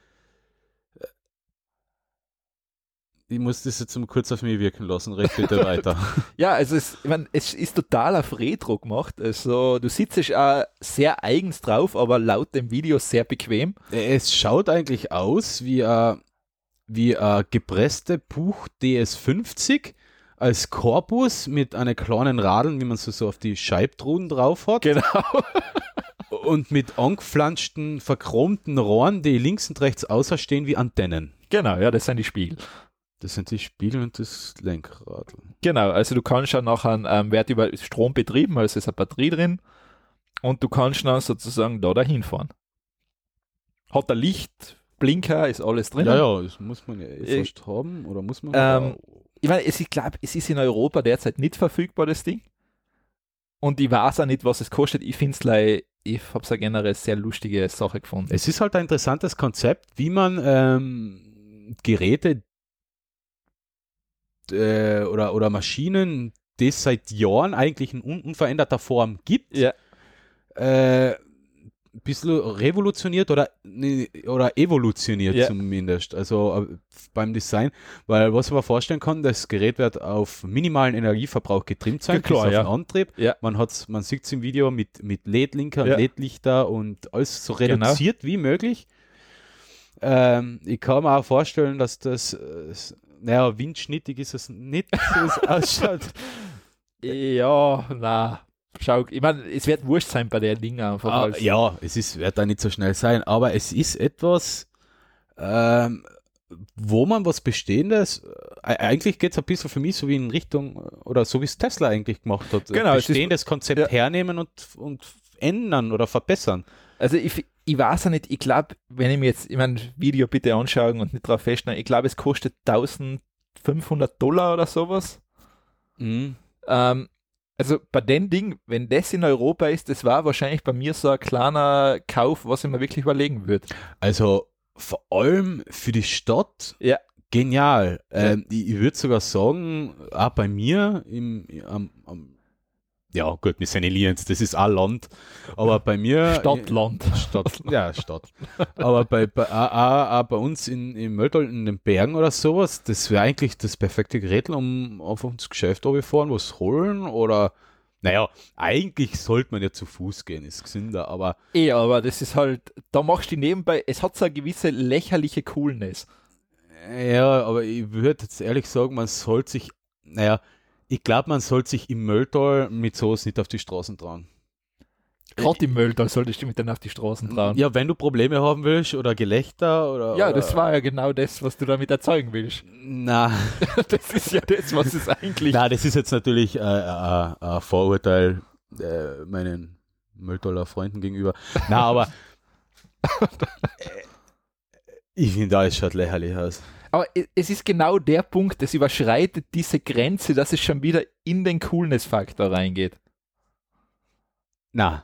Ich muss das jetzt mal kurz auf mich wirken lassen, red bitte weiter. Ja, also es ist total auf Retro gemacht. Also du sitzt auch sehr eigens drauf, aber laut dem Video sehr bequem. Es schaut eigentlich aus wie eine gepresste Puch DS50 als Korpus mit einer kleinen Radeln, wie man so auf die Scheibtruhen drauf hat. Genau. Und mit angeflanschten, verchromten Rohren, die links und rechts außerstehen wie Antennen. Genau, ja, das sind die Spiegel. Das sind die Spiegel und das Lenkrad. Genau, also du kannst ja nachher, wird über Strom betrieben, also ist eine Batterie drin und du kannst dann sozusagen da dahin fahren. Hat ein Licht, Blinker, ist alles drin. Ja, das muss man ja fast haben, oder muss man? Ich meine, ich glaube, es ist in Europa derzeit nicht verfügbar, das Ding. Und ich weiß auch nicht, was es kostet. Ich finde es ich habe es ja generell sehr lustige Sache gefunden. Es ist halt ein interessantes Konzept, wie man Geräte oder Maschinen, die es seit Jahren eigentlich in unveränderter Form gibt, ein bisschen revolutioniert oder evolutioniert zumindest, also beim Design, weil was man vorstellen kann, das Gerät wird auf minimalen Energieverbrauch getrimmt sein, klar, bis auf den Antrieb. Ja. Man sieht es im Video mit LED-Linker, LED-Lichter und alles so reduziert wie möglich. Ich kann mir auch vorstellen, dass das windschnittig ist es nicht, so es ausschaut. Ja, na. Schau, ich meine, es wird wurscht sein bei der Dinge einfach. Ja, wird da nicht so schnell sein, aber es ist etwas, wo man was Bestehendes, eigentlich geht es ein bisschen für mich so wie in Richtung, oder so wie es Tesla eigentlich gemacht hat, genau, bestehendes Konzept hernehmen und ändern oder verbessern. Also ich weiß ja nicht, ich glaube, wenn ich mir jetzt, Video bitte anschauen und nicht drauf feststellen, ich glaube, es kostet $1.500 oder sowas. Mhm. Also bei dem Ding, wenn das in Europa ist, das war wahrscheinlich bei mir so ein kleiner Kauf, was ich mir wirklich überlegen würde. Also vor allem für die Stadt genial. Ich würde sogar sagen, auch bei mir ja gut, wir sind in Lienz, das ist auch Land, aber bei mir... Stadt. Stadt. Aber auch bei uns im Mölltal, in den Bergen oder sowas, das wäre eigentlich das perfekte Gerät, um einfach ins Geschäft runterfahren, was holen oder... Naja, eigentlich sollte man ja zu Fuß gehen, ist gesünder, aber... Aber das ist halt, da machst du nebenbei, es hat so eine gewisse lächerliche Coolness. Ja, aber ich würde jetzt ehrlich sagen, man sollte sich... Ich glaube, man sollte sich im Mölltal mit sowas nicht auf die Straßen trauen. Gerade im Mölltal solltest du mit denen auf die Straßen trauen. Ja, wenn du Probleme haben willst oder Gelächter oder... Ja, das war ja genau das, was du damit erzeugen willst. Na. Das ist ja das, was es eigentlich... Na, das ist jetzt natürlich ein Vorurteil meinen Mölltaler Freunden gegenüber. Na, aber ich finde, es schaut lächerlich aus. Aber es ist genau der Punkt, das überschreitet diese Grenze, dass es schon wieder in den Coolness-Faktor reingeht. Na.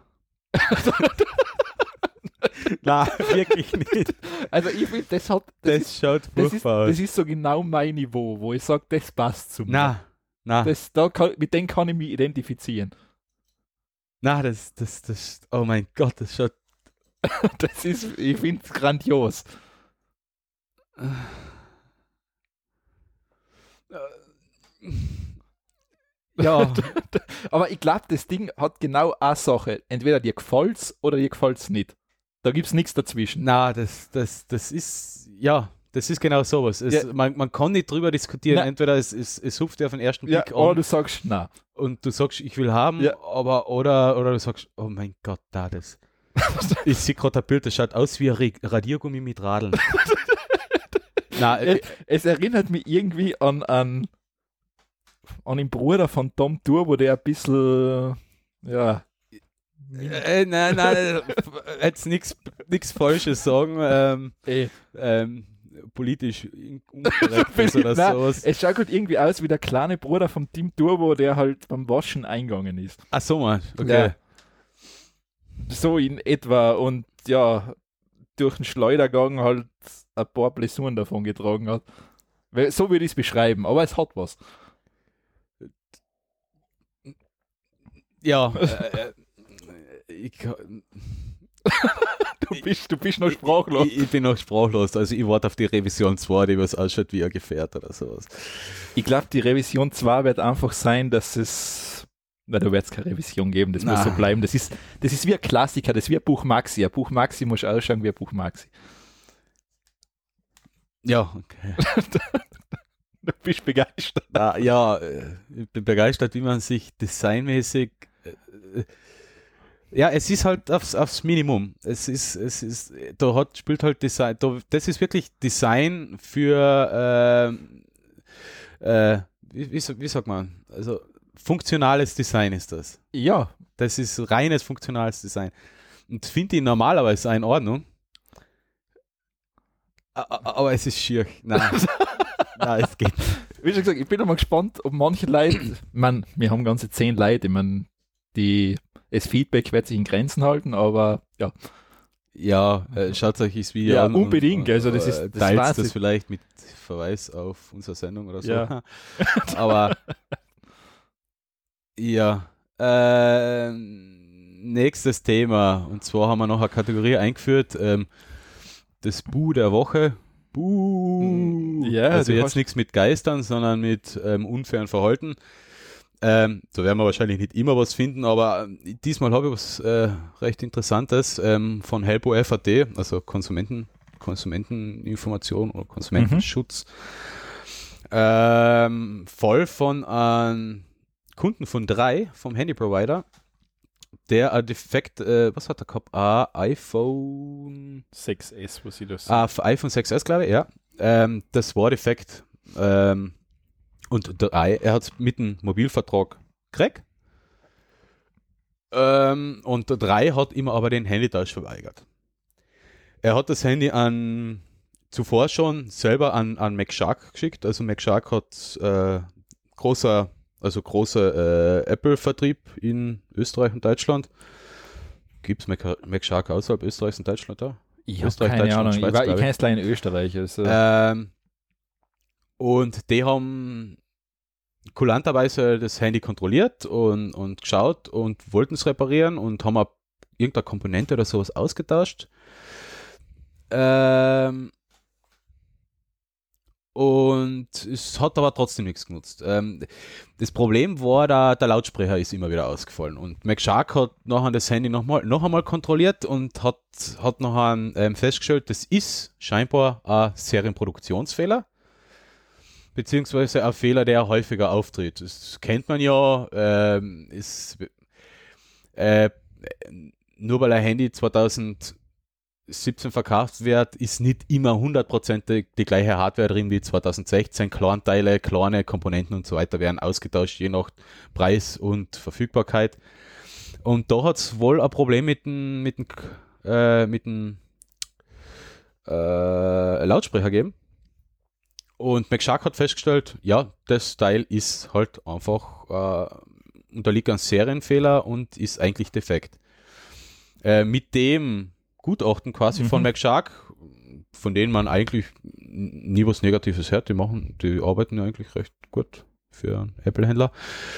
Na, wirklich nicht. Also ich finde, das schaut furchtbar aus. Das ist so genau mein Niveau, wo ich sage, das passt zu mir. Na. Mit dem kann ich mich identifizieren. Na, oh mein Gott, das schaut... Ich finde es grandios. Ja, aber ich glaube, das Ding hat genau eine Sache. Entweder dir gefällt's oder dir gefällt's nicht. Da gibt's nichts dazwischen. Na, das ist genau sowas. Man kann nicht drüber diskutieren. Na. Entweder es hupft dir auf den ersten Blick an. Oder du sagst, na. Und du sagst, ich will haben, aber oder du sagst, oh mein Gott, das. Ich sehe gerade ein Bild, das schaut aus wie ein Radiergummi mit Radeln. Es erinnert mich irgendwie an den Bruder von Tom Turbo, der ein bisschen, nein, jetzt nichts Falsches sagen, politisch unkorrekt oder sowas. Es schaut halt irgendwie aus wie der kleine Bruder von Tim Turbo, der halt beim Waschen eingegangen ist. Ach so, Mann, okay. Ja. So in etwa und durch den Schleudergang halt ein paar Blessuren davon getragen hat. So würde ich es beschreiben, aber es hat was. Ja, Du bist noch sprachlos. Ich bin noch sprachlos. Also ich warte auf die Revision 2, die was ausschaut wie ein Gefährt oder sowas. Ich glaube, die Revision 2 wird einfach sein, dass es. Na, da wird es keine Revision geben, das muss so bleiben. Das ist wie ein Klassiker, das ist wie ein Buch Maxi. Ein Buch Maxi muss ausschauen wie ein Buch Maxi. Ja, okay. Du bist begeistert. Ich bin begeistert, wie man sich designmäßig. Ja, es ist halt aufs Minimum. Spielt halt Design. Das ist wirklich Design für, wie sagt man? Also funktionales Design ist das. Ja. Das ist reines funktionales Design. Und finde ich normalerweise auch in Ordnung. Aber es ist schier. Nein, es geht nicht. Wie schon gesagt, ich bin mal gespannt, ob manche Leute, wir haben ganze 10 Leute, das Feedback wird sich in Grenzen halten, aber ja. Ja, schaut euch das Video an. Ja, unbedingt. Also das ist teilt das vielleicht mit Verweis auf unsere Sendung oder so. Ja. Aber ja, nächstes Thema. Und zwar haben wir noch eine Kategorie eingeführt, das Bu der Woche. Bu. Ja, also jetzt nichts mit Geistern, sondern mit unfairen Verhalten. So werden wir wahrscheinlich nicht immer was finden, aber diesmal habe ich was recht Interessantes von Helpo FAT, also Konsumenteninformation oder Konsumentenschutz. Voll von einem Kunden von 3 vom Handyprovider, der ein Defekt, was hat er gehabt? iPhone 6S, was ich das iPhone 6S, glaube ich, ja. Das war defekt. Und 3, er hat es mit dem Mobilvertrag gekriegt. Und 3 hat ihm aber den Handytausch verweigert. Er hat das Handy zuvor schon selber an MacShark geschickt. Also MacShark hat großer Apple-Vertrieb in Österreich und Deutschland. Gibt es MacShark außerhalb Österreichs und Deutschland da? Ich habe keine Ahnung. Ich kenne es leider in Österreich. Also. Und die haben kulanterweise das Handy kontrolliert und geschaut und wollten es reparieren und haben auch irgendeine Komponente oder sowas ausgetauscht. Und es hat aber trotzdem nichts genutzt. Das Problem war, der Lautsprecher ist immer wieder ausgefallen. Und MacShark hat nachher das Handy noch einmal kontrolliert und hat nachher festgestellt, das ist scheinbar ein Serienproduktionsfehler. Beziehungsweise ein Fehler, der häufiger auftritt. Das kennt man ja. Nur weil ein Handy 2017 verkauft wird, ist nicht immer 100% die gleiche Hardware drin wie 2016. Kleinteile, kleine Komponenten und so weiter werden ausgetauscht, je nach Preis und Verfügbarkeit. Und da hat es wohl ein Problem mit dem Lautsprecher gegeben. Und MacShark hat festgestellt, ja, das Teil ist halt einfach, unterliegt einem Serienfehler und ist eigentlich defekt. Mit dem Gutachten quasi von MacShark, von denen man eigentlich nie was Negatives hört, die arbeiten ja eigentlich recht gut für einen Apple-Händler.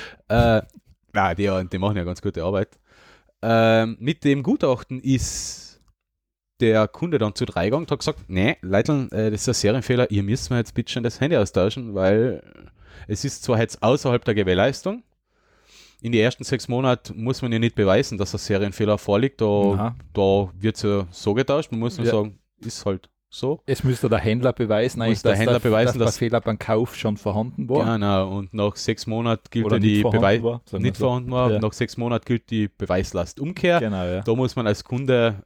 Die machen ja ganz gute Arbeit. Mit dem Gutachten ist der Kunde dann zu 3 gegangen und hat gesagt, nee, Leute, das ist ein Serienfehler, ihr müsst mir jetzt bitte schon das Handy austauschen, weil es ist zwar jetzt außerhalb der Gewährleistung, in den ersten 6 Monaten muss man ja nicht beweisen, dass ein Serienfehler vorliegt, da wird es ja so getauscht, man muss nur sagen, ist halt so. Es müsste der Händler beweisen, dass der Fehler beim Kauf schon vorhanden war. Genau, und nach 6 Monaten gilt oder die vorhanden war. Ja. Nach 6 Monaten gilt die Beweislastumkehr. Genau, ja. Da muss man als Kunde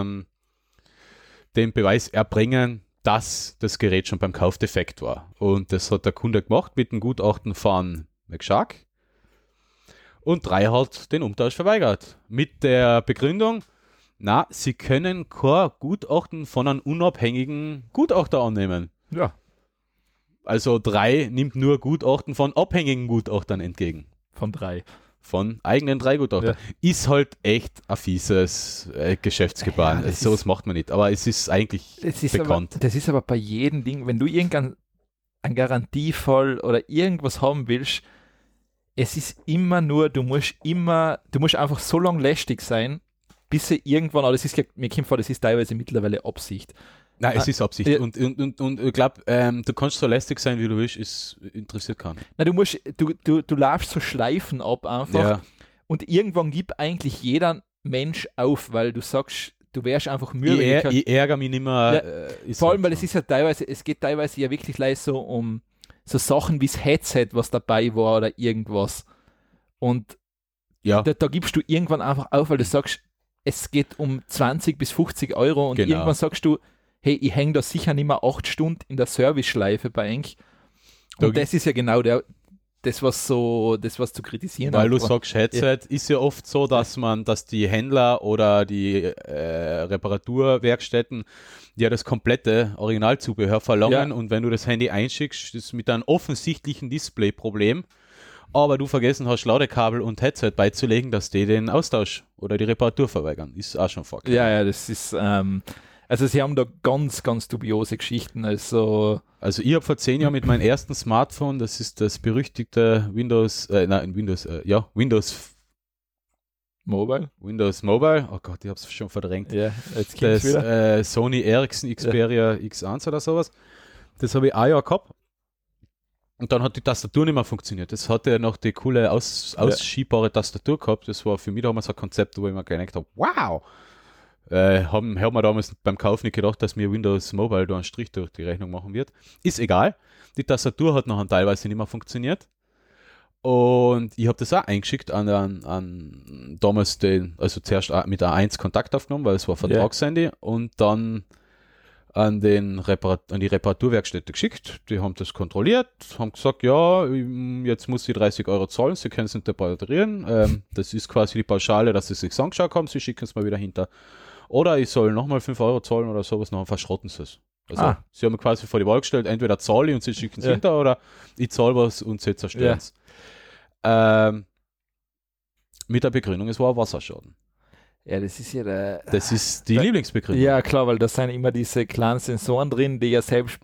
den Beweis erbringen, dass das Gerät schon beim Kauf defekt war. Und das hat der Kunde gemacht mit dem Gutachten von MacShark. Und 3 hat den Umtausch verweigert. Mit der Begründung, sie können kein Gutachten von einem unabhängigen Gutachter annehmen. Ja. Also 3 nimmt nur Gutachten von abhängigen Gutachtern entgegen. Von 3. Von eigenen 3 Gutachtern. Ja. Ist halt echt ein fieses Geschäftsgebaren. Ja, sowas macht man nicht. Aber es ist eigentlich bekannt. Das ist aber bei jedem Ding, wenn du irgendeinen Garantiefall oder irgendwas haben willst, es ist immer nur, du musst einfach so lang lästig sein, bis sie irgendwann, aber das ist, mir kommt vor, das ist teilweise mittlerweile Absicht. Nein, es ist Absicht. Ja. Und ich glaube, du kannst so lästig sein, wie du willst, es interessiert keinen. Na, du laufst so Schleifen ab einfach Ja. und irgendwann gibt eigentlich jeder Mensch auf, weil du sagst, du wärst einfach müde. Ich ärgere mich nicht mehr. Ja, vor allem, weil es ist ja teilweise, es geht teilweise ja wirklich gleich so um so Sachen wie das Headset, was dabei war oder irgendwas. Und ja. da gibst du irgendwann einfach auf, weil du sagst, es geht um 20 bis 50 Euro und Genau. irgendwann sagst du, hey, ich hänge da sicher nicht mehr 8 Stunden in der Serviceschleife bei Enk. Und das ist ja genau das, was zu kritisieren Weil hat. du sagst, Headset ist ja oft so, dass die Händler oder die Reparaturwerkstätten ja das komplette Originalzubehör verlangen und wenn du das Handy einschickst, ist mit einem offensichtlichen Displayproblem, aber du vergessen hast, Ladekabel und Headset beizulegen, dass die den Austausch oder die Reparatur verweigern. Ist auch schon vorgekommen. Ja, das ist, also sie haben da ganz, ganz dubiose Geschichten. Also ich habe vor 10 Jahren mit meinem ersten Smartphone, das ist das berüchtigte Windows Mobile. Oh Gott, ich habe es schon verdrängt. Ja, jetzt kommt's Das wieder. Sony Ericsson Xperia X1 oder sowas. Das habe ich ein Jahr gehabt. Und dann hat die Tastatur nicht mehr funktioniert. Das hatte ja noch die coole ausschiebbare Tastatur gehabt. Das war für mich damals ein Konzept, wo ich mir gedacht habe, wow! Haben wir damals beim Kauf nicht gedacht, dass mir Windows Mobile da einen Strich durch die Rechnung machen wird. Ist egal. Die Tastatur hat nachher teilweise nicht mehr funktioniert. Und ich habe das auch eingeschickt an damals zuerst mit A1 Kontakt aufgenommen, weil es war Vertragshandy und dann an die Reparaturwerkstätte geschickt. Die haben das kontrolliert, haben gesagt, ja, jetzt muss sie 30 Euro zahlen, sie können es nicht reparieren. Das ist quasi die Pauschale, dass sie es sich angeschaut haben, sie schicken es mal wieder hinter. Oder ich soll nochmal 5 Euro zahlen oder sowas, nachher verschrotten sie es. Also sie haben quasi vor die Wahl gestellt, entweder zahle ich und sie schicken es hinter oder ich zahle was und sie zerstören es. Mit der Begründung, es war ein Wasserschaden. Ja, das ist ja Das ist die Lieblingsbegründung. Ja, klar, weil da sind immer diese kleinen Sensoren drin, die ja selbst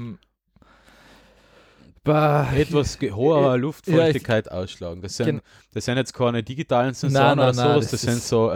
etwas hoher Luftfeuchtigkeit ausschlagen. Das sind jetzt keine digitalen Sensoren oder sowas, das sind so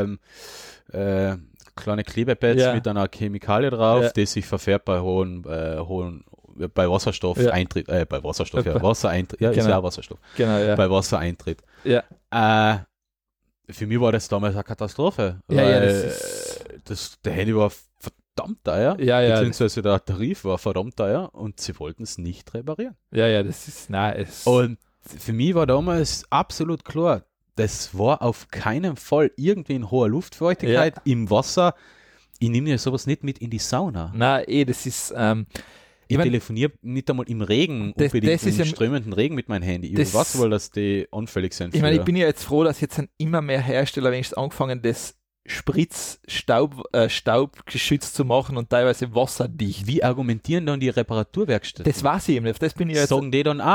kleine Klebepads mit einer Chemikalie drauf, die sich verfärbt bei bei Wasserstoff Eintritt, Wasser Eintritt, ist ja auch Wasserstoff. Genau, ja. Bei Wasser Eintritt. Ja. Für mich war das damals eine Katastrophe. Der Handy war verdammt teuer, beziehungsweise der Tarif war verdammt teuer und sie wollten es nicht reparieren. Ja, das ist und für mich war damals absolut klar, das war auf keinen Fall irgendwie in hoher Luftfeuchtigkeit im Wasser. Ich nehme ja sowas nicht mit in die Sauna. Das ist ich telefoniere nicht einmal im Regen, unbedingt im strömenden Regen mit meinem Handy. Ich weiß wohl, dass die anfällig sind. Ich meine, ich bin ja jetzt froh, dass jetzt immer mehr Hersteller wenigstens angefangen, das Staubgeschützt zu machen und teilweise wasserdicht. Wie argumentieren dann die Reparaturwerkstätten? Das weiß ich eben nicht. Das bin ich jetzt. Sagen die dann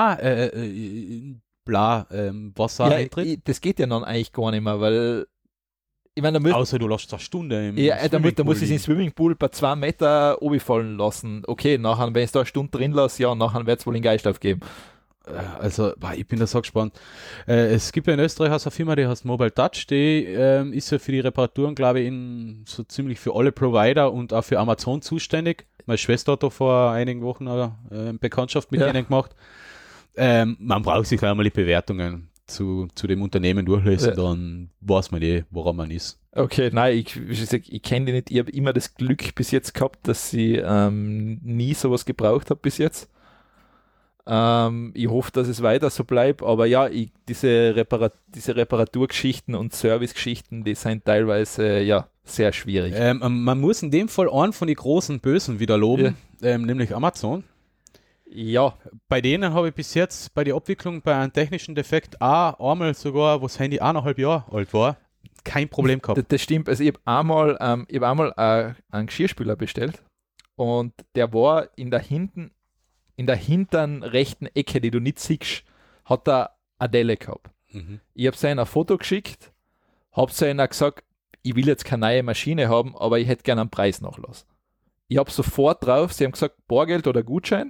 Wassereintritt? Das geht ja dann eigentlich gar nicht mehr, weil ich meine, außer du lässt eine Stunde im Swimmingpool. Da muss ich es im Swimmingpool bei 2 Meter fallen lassen. Okay, nachher, wenn ich es da eine Stunde drin lasse, nachher wird es wohl den Geist aufgeben. Also, ich bin da so gespannt. Es gibt ja in Österreich eine Firma, die heißt Mobile Touch, die ist ja für die Reparaturen, glaube ich, so ziemlich für alle Provider und auch für Amazon zuständig. Meine Schwester hat da vor einigen Wochen eine Bekanntschaft mit denen gemacht. Man braucht sich einmal die Bewertungen zu dem Unternehmen durchlesen, dann weiß man woran man ist. Okay, nein, ich kenne die nicht. Ich habe immer das Glück bis jetzt gehabt, dass ich nie sowas gebraucht habe bis jetzt. Ich hoffe, dass es weiter so bleibt, aber ja, diese Reparaturgeschichten und Servicegeschichten, die sind teilweise sehr schwierig. Man muss in dem Fall einen von den großen Bösen wieder loben, nämlich Amazon. Ja. Bei denen habe ich bis jetzt bei der Abwicklung bei einem technischen Defekt einmal sogar, wo das Handy 1,5 Jahre alt war, kein Problem gehabt. Das stimmt. Also ich habe einmal einen Geschirrspüler bestellt und der war in der hinteren rechten Ecke, die du nicht siehst, hat er eine Delle gehabt. Mhm. Ich habe seinen ein Foto geschickt, habe seinen gesagt, ich will jetzt keine neue Maschine haben, aber ich hätte gerne einen Preisnachlass. Ich habe sofort drauf, sie haben gesagt, Bargeld oder Gutschein.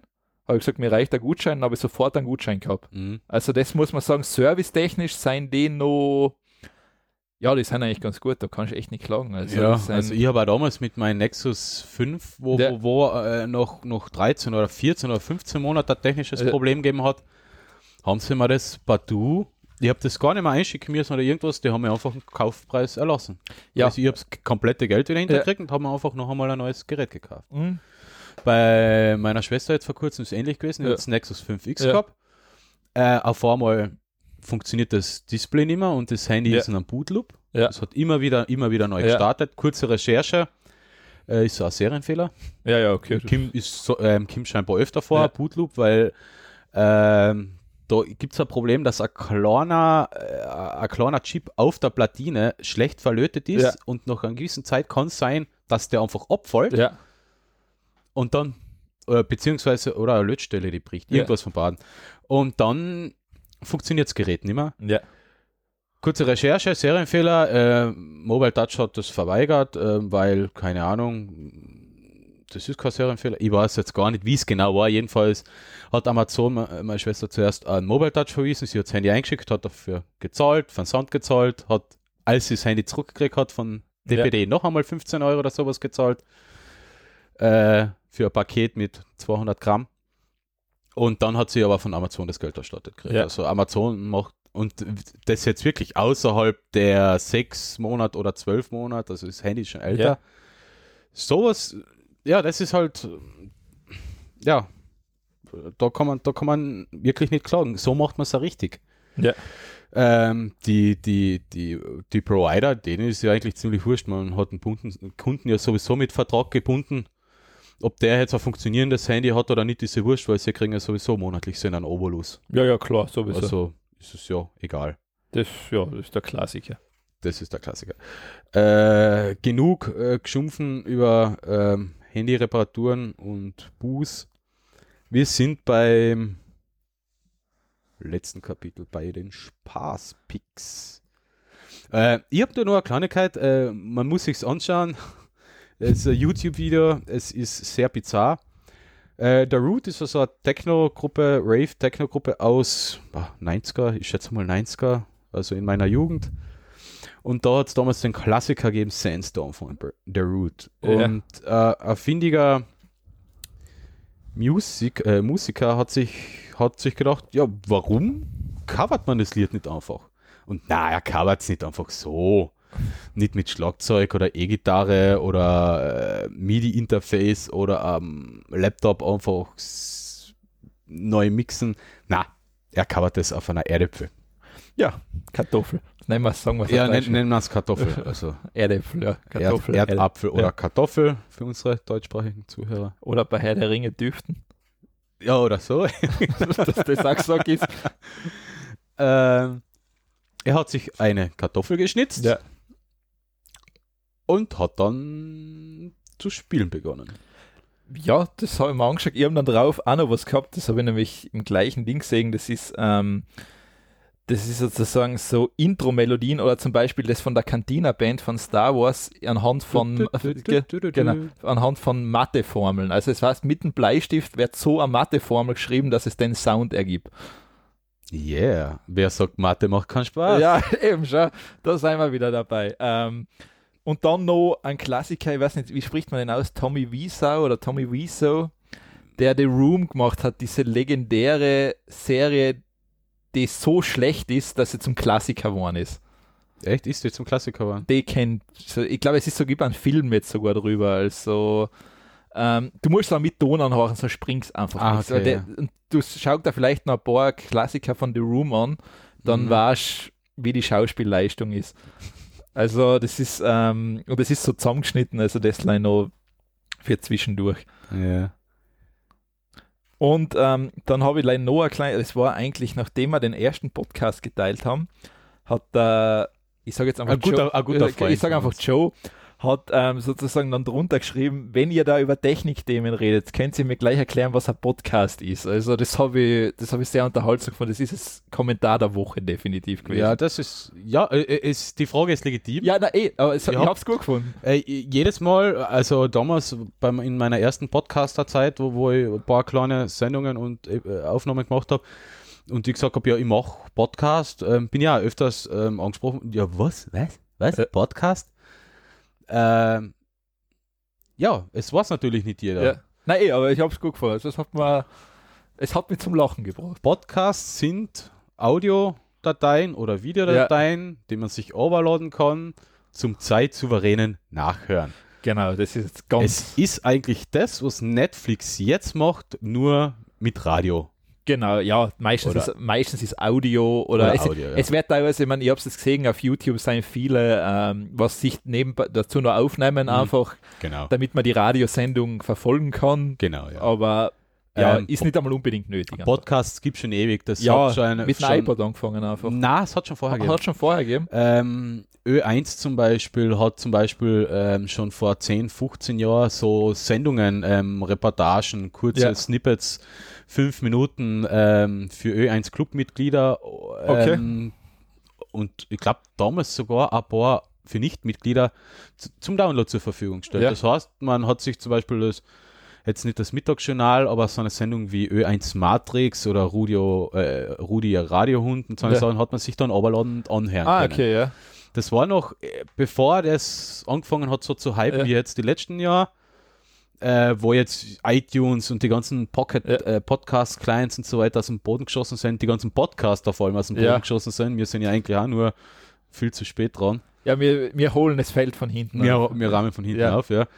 habe ich gesagt, mir reicht der Gutschein, dann habe ich sofort einen Gutschein gehabt. Mhm. Also das muss man sagen, servicetechnisch sind die noch, ja, die sind eigentlich ganz gut, da kannst du echt nicht klagen. Also, Ja, also ich habe auch damals mit meinem Nexus 5, wo noch 13 oder 14 oder 15 Monate ein technisches Problem gegeben hat, haben sie mir das partout, ich habe das gar nicht mehr einschicken müssen oder irgendwas, die haben mir einfach einen Kaufpreis erlassen. Ja. Also ich habe das komplette Geld wieder hintergekriegt und habe mir einfach noch einmal ein neues Gerät gekauft. Mhm. Bei meiner Schwester jetzt vor kurzem ist es ähnlich gewesen, die hat das Nexus 5X gehabt. Auf einmal funktioniert das Display nicht mehr und das Handy ist in einem Bootloop. Es hat immer wieder neu gestartet. Kurze Recherche, ist so ein Serienfehler. Ja, okay. Kim scheinbar öfter vor, Bootloop, weil da gibt es ein Problem, dass ein kleiner Chip auf der Platine schlecht verlötet ist und nach einer gewissen Zeit kann es sein, dass der einfach abfällt und dann, beziehungsweise, oder eine Lötstelle, die bricht, irgendwas von beiden. Und dann funktioniert das Gerät nicht mehr. Ja. Kurze Recherche, Serienfehler, Mobile Touch hat das verweigert, weil, keine Ahnung, das ist kein Serienfehler. Ich weiß jetzt gar nicht, wie es genau war. Jedenfalls hat Amazon meine Schwester zuerst einen Mobile Touch verwiesen. Sie hat das Handy eingeschickt, hat dafür gezahlt, von Sound gezahlt, hat, als sie das Handy zurückgekriegt hat, von DPD noch einmal 15 € oder sowas gezahlt. Für ein Paket mit 200 Gramm. Und dann hat sie aber von Amazon das Geld erstattet gekriegt. Ja. Also Amazon macht, und das jetzt wirklich außerhalb der 6 Monate oder 12 Monate, also das Handy ist schon älter. Sowas, ja, das ist halt, ja, da kann man wirklich nicht klagen. So macht man es ja richtig. Ja. Die Provider, denen ist ja eigentlich ziemlich wurscht. Man hat einen Kunden ja sowieso mit Vertrag gebunden. Ob der jetzt ein funktionierendes Handy hat oder nicht, ist ja wurscht, weil sie kriegen ja sowieso monatlich so einen Obolus. Ja, klar, sowieso. Also ist es ja egal. Das ist der Klassiker. Das ist der Klassiker. Genug geschumpfen über Handyreparaturen und Buß. Wir sind beim letzten Kapitel bei den Spaßpicks. Ich habe da nur eine Kleinigkeit. Man muss sich's anschauen. Es ist ein YouTube-Video. Es ist sehr bizarr. Der Root ist also eine Techno-Gruppe, Rave-Techno-Gruppe aus 90er, ich schätze mal 90er, also in meiner Jugend. Und da hat es damals den Klassiker gegeben, Sandstorm von The Root. Und ein findiger Musiker hat sich gedacht, ja, warum covert man das Lied nicht einfach? Und er covert es nicht einfach so. Nicht mit Schlagzeug oder E-Gitarre oder MIDI-Interface oder am Laptop einfach neu mixen. Er covert das auf einer Erdäpfel. Ja, Kartoffel. Nennen wir es, sagen wir es. Ja, nennen wir es Kartoffel. Also Erdäpfel, ja. Kartoffel. Erdapfel oder Kartoffel für unsere deutschsprachigen Zuhörer. Oder bei Herr der Ringe Düften. Ja, oder so. Dass das auch gesagt ist. Er hat sich eine Kartoffel geschnitzt und hat dann zu spielen begonnen. Ja, das habe ich mir angeschaut. Ich habe dann drauf auch noch was gehabt, das habe ich nämlich im gleichen Ding gesehen. Das ist sozusagen so Intro-Melodien oder zum Beispiel das von der Cantina-Band von Star Wars anhand von Matheformeln. Also es heißt, mit dem Bleistift wird so eine Matheformel geschrieben, dass es den Sound ergibt. Yeah, wer sagt, Mathe macht keinen Spaß? Ja, eben schon. Da sind wir wieder dabei. Und dann noch ein Klassiker, ich weiß nicht, wie spricht man den aus? Tommy Wiseau, der The Room gemacht hat, diese legendäre Serie, die so schlecht ist, dass sie zum Klassiker geworden ist. Echt? Ist die zum Klassiker geworden? Die kennt, ich glaube, gibt einen Film jetzt sogar drüber, also du musst da mit Ton anhören, so springst einfach nicht. Okay, und du schaust da vielleicht noch ein paar Klassiker von The Room an, dann weißt du, wie die Schauspielleistung ist. Also das ist und das ist so zusammengeschnitten, also das noch für zwischendurch. Ja. Und dann habe ich noch ein kleines, das war eigentlich, nachdem wir den ersten Podcast geteilt haben, hat ich sage jetzt einfach ein guter Freund. Ich sage einfach Joe, hat sozusagen dann drunter geschrieben, wenn ihr da über Technikthemen redet, könnt ihr mir gleich erklären, was ein Podcast ist. Also das habe ich sehr unterhaltsam gefunden. Das ist das Kommentar der Woche definitiv gewesen. Ja, das ist, die Frage ist legitim. Ja, aber ich habe es gut gefunden. Jedes Mal, also damals in meiner ersten Podcaster-Zeit, wo ich ein paar kleine Sendungen und Aufnahmen gemacht habe und ich gesagt habe, ja, ich mache Podcast, bin ja öfters angesprochen, ja, was? Podcast? Ja, es war es natürlich nicht jeder. Ja. Nein, aber ich habe es gut gefunden. Also es hat mich zum Lachen gebracht. Podcasts sind Audiodateien oder Videodateien, die man sich overladen kann, zum zeitsouveränen Nachhören. Genau, das ist ganz... Es ist eigentlich das, was Netflix jetzt macht, nur mit Radio. Genau, ja, meistens ist Audio oder es wird teilweise, ich habe es jetzt gesehen, auf YouTube sind viele, was sich dazu noch aufnehmen, einfach, damit man die Radiosendung verfolgen kann. Genau, ja. Aber ist nicht einmal unbedingt nötig. Podcasts gibt es schon ewig. Das hat schon, mit einem iPod angefangen einfach. Nein, es hat schon vorher gegeben. Hat schon vorher gegeben? Ö1 zum Beispiel hat schon vor 10, 15 Jahren so Sendungen, Reportagen, kurze Snippets, 5 Minuten für Ö1 Clubmitglieder und ich glaube damals sogar ein paar für Nichtmitglieder zum Download zur Verfügung gestellt. Ja. Das heißt, man hat sich zum Beispiel jetzt nicht das Mittagsjournal, aber so eine Sendung wie Ö1 Matrix oder Rudi Radiohund und so eine Sachen hat man sich dann runterladen und anhören können. Okay, ja. Das war noch, bevor das angefangen hat so zu hypen wie jetzt die letzten Jahre, wo jetzt iTunes und die ganzen Podcast-Clients und so weiter aus dem Boden geschossen sind, die ganzen Podcaster vor allem aus dem Boden geschossen sind. Wir sind ja eigentlich auch nur viel zu spät dran. Ja, wir holen das Feld von hinten auf. Wir rahmen von hinten auf, ja.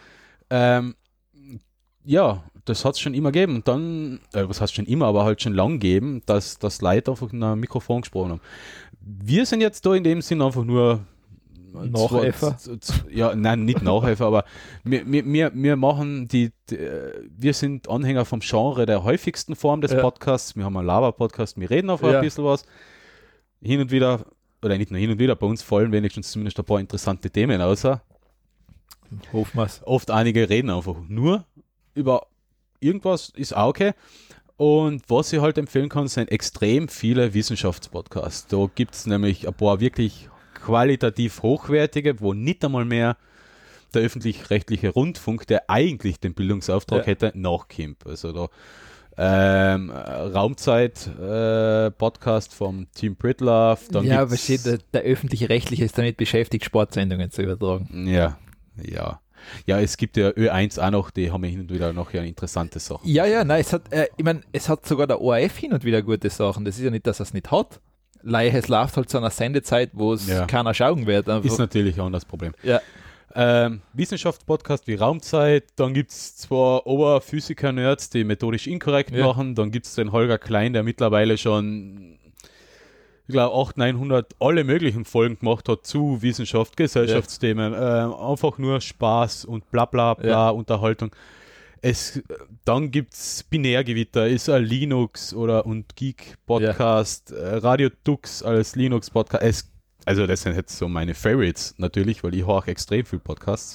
Das hat es schon immer gegeben. Und dann, was heißt schon immer, aber halt schon lang gegeben, dass Leute einfach in einem Mikrofon gesprochen haben. Wir sind jetzt da in dem Sinn einfach nur Nachhelfer? Nicht Nachhelfer, aber wir machen wir sind Anhänger vom Genre der häufigsten Form des Podcasts. Wir haben einen Laber-Podcast, wir reden einfach ein bisschen was. Hin und wieder, oder nicht nur hin und wieder, bei uns fallen wenigstens zumindest ein paar interessante Themen außer. Hoffen wir's. Oft einige reden einfach nur über irgendwas, ist auch okay. Und was ich halt empfehlen kann, sind extrem viele Wissenschaftspodcasts. Da gibt es nämlich ein paar wirklich qualitativ hochwertige, wo nicht einmal mehr der öffentlich-rechtliche Rundfunk, der eigentlich den Bildungsauftrag hätte, nachkommt. Also da Raumzeit-Podcast vom Team Pritlove. Aber der öffentlich-rechtliche ist damit beschäftigt, Sportsendungen zu übertragen. Ja. Ja, es gibt ja Ö1 auch noch, die haben ja hin und wieder noch interessante Sachen. Es hat sogar der ORF hin und wieder gute Sachen. Das ist ja nicht, dass er es nicht hat. Es läuft halt zu einer Sendezeit, wo es keiner schauen wird. Einfach. Ist natürlich auch das Problem. Ja. Wissenschaftspodcast wie Raumzeit, dann gibt es zwar Oberphysiker-Nerds, die methodisch inkorrekt machen, dann gibt es den Holger Klein, der mittlerweile schon, ich glaube, 800, 900 alle möglichen Folgen gemacht hat zu Wissenschaft, Gesellschaftsthemen, einfach nur Spaß und bla bla bla, Unterhaltung. Dann gibt es Binärgewitter, ist ein Linux und Geek-Podcast, Radio Dux als Linux-Podcast. Also das sind jetzt so meine Favorites natürlich, weil ich höre extrem viel Podcasts.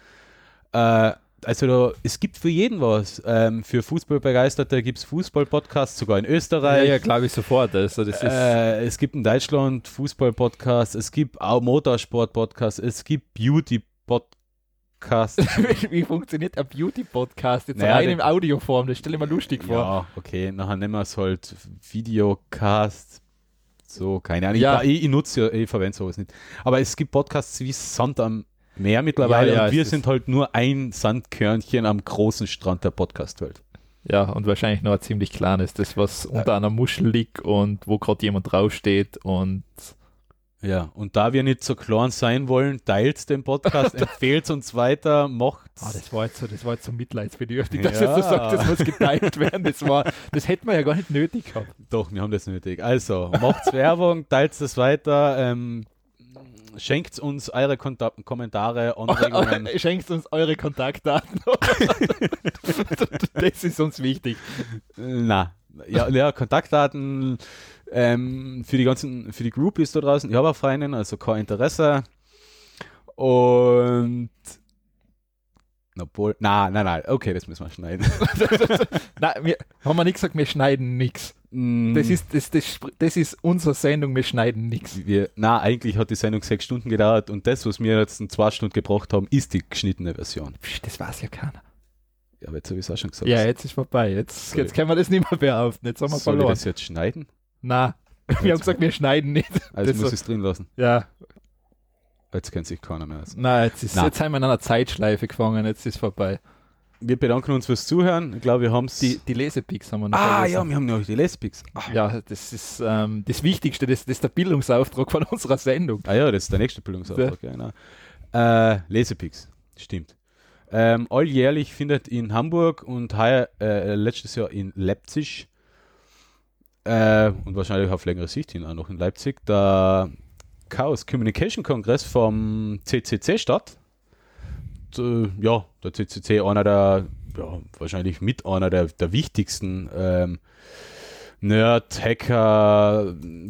Es gibt für jeden was. Für Fußballbegeisterte gibt es Fußball-Podcasts, sogar in Österreich. Ja, glaube ich sofort. Also das ist es gibt in Deutschland Fußball-Podcasts, es gibt auch Motorsport-Podcasts, es gibt Beauty-Podcasts. Wie funktioniert ein Beauty-Podcast? Jetzt rein in Audioform, das stelle ich mir lustig vor. Ja, okay, nachher nehmen wir es halt Videocast, so, keine Ahnung. Ich verwende sowas nicht. Aber es gibt Podcasts wie Sand am Meer mittlerweile und wir sind halt nur ein Sandkörnchen am großen Strand der Podcast-Welt. Ja, und wahrscheinlich noch ein ziemlich kleines, das was unter einer Muschel liegt und wo gerade jemand draufsteht und ja, und da wir nicht so klein sein wollen, teilt den Podcast, empfehlt uns weiter, macht's. Das war jetzt so mitleidsbedürftig, dass ihr so sagt, das muss geteilt werden. Das hätten wir ja gar nicht nötig gehabt. Doch, wir haben das nötig. Also, macht's Werbung, teilt es weiter, schenkt uns eure Kommentare, Anregungen. Schenkt uns eure Kontaktdaten. Das ist uns wichtig. Kontaktdaten für die Groupies da draußen. Ich habe auch Freundinnen, also kein Interesse. Und obwohl, nein, okay, das müssen wir schneiden. Nein, haben wir nicht gesagt, wir schneiden nichts. Das ist unsere Sendung, wir schneiden nichts. Eigentlich hat die Sendung 6 Stunden gedauert und das, was wir jetzt in 2 Stunden gebracht haben, ist die geschnittene Version. Das weiß ja keiner. Ja, aber jetzt habe ich es auch schon gesagt. Ja, jetzt ist vorbei. Jetzt können wir das nicht mehr behaupten. Jetzt haben wir verloren. Soll ich das jetzt schneiden? Nein, wir haben gesagt, wir schneiden nicht. Also muss ich es drin lassen. Ja. Jetzt kennt sich keiner mehr aus. Nein, jetzt sind wir in einer Zeitschleife gefangen, jetzt ist vorbei. Wir bedanken uns fürs Zuhören. Ich glaube, wir haben es. Die Lesepicks haben wir noch. Ja, wir haben noch die Lesepicks. Ja, das ist das Wichtigste, das ist der Bildungsauftrag von unserer Sendung. Ja, das ist der nächste Bildungsauftrag. Ja. Genau. Lesepicks, stimmt. Alljährlich findet in Hamburg und letztes Jahr in Leipzig und wahrscheinlich auf längere Sicht hin auch noch in Leipzig der Chaos Communication Kongress vom CCC statt. Der CCC wahrscheinlich mit einer der wichtigsten Nerd, Hacker,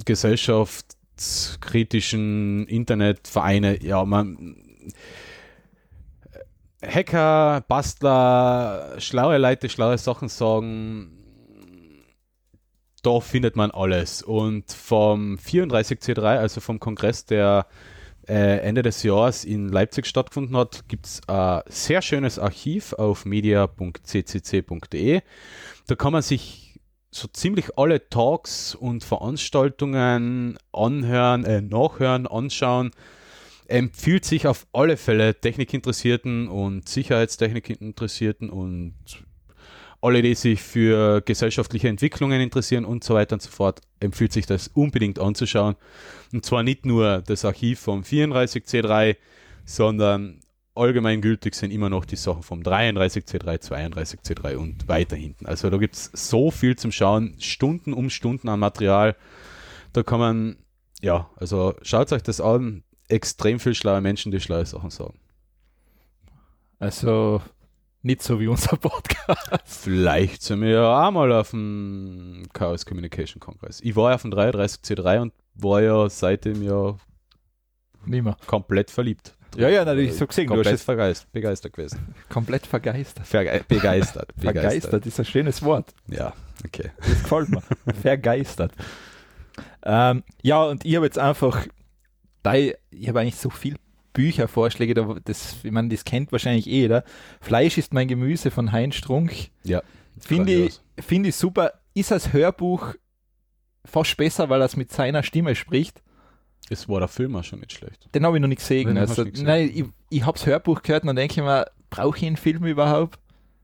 gesellschaftskritischen Internetvereine. Ja, Hacker, Bastler, schlaue Leute, schlaue Sachen sagen, da findet man alles. Und vom 34C3, also vom Kongress, der Ende des Jahres in Leipzig stattgefunden hat, gibt es ein sehr schönes Archiv auf media.ccc.de. Da kann man sich so ziemlich alle Talks und Veranstaltungen nachhören, anschauen. Empfiehlt sich auf alle Fälle Technikinteressierten und Sicherheitstechnikinteressierten und alle, die sich für gesellschaftliche Entwicklungen interessieren und so weiter und so fort, empfiehlt sich das unbedingt anzuschauen. Und zwar nicht nur das Archiv vom 34C3, sondern allgemein gültig sind immer noch die Sachen vom 33C3, 32C3 und weiter hinten. Also da gibt es so viel zum Schauen, Stunden um Stunden an Material. Da kann man, also schaut euch das an, extrem viel schlaue Menschen, die schlaue Sachen sagen. Also nicht so wie unser Podcast. Vielleicht sind wir ja auch mal auf dem Chaos Communication Kongress. Ich war ja auf dem 33C3 und war ja seitdem nicht mehr komplett verliebt. Ja, natürlich, so gesehen. Komplett begeistert gewesen. Komplett vergeistert. Begeistert. Vergeistert ist ein schönes Wort. Ja, okay. Das gefällt mir. Vergeistert. Und ich habe jetzt einfach, ich habe eigentlich so viel Büchervorschläge, das kennt wahrscheinlich jeder. Fleisch ist mein Gemüse von Heinz Strunk. Ja. Finde ich super. Ist als Hörbuch fast besser, weil er es mit seiner Stimme spricht. Es war der Film auch schon nicht schlecht. Den habe ich noch nicht gesehen. Nein, ich habe das Hörbuch gehört und dann denke ich mir, brauche ich einen Film überhaupt?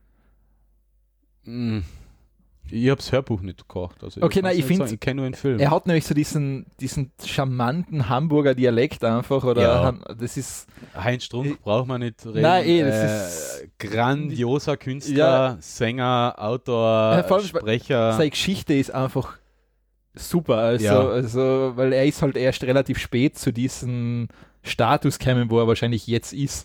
Ich habe das Hörbuch nicht gekocht. Also okay, ich finde, ich kenne nur den Film. Er hat nämlich so diesen charmanten Hamburger Dialekt einfach. Oder das ist. Heinz Strunk braucht man nicht reden. Nein, das ist grandioser Künstler, Sänger, Autor, Sprecher. Seine Geschichte ist einfach super. Also, weil er ist halt erst relativ spät zu diesem Status gekommen, wo er wahrscheinlich jetzt ist.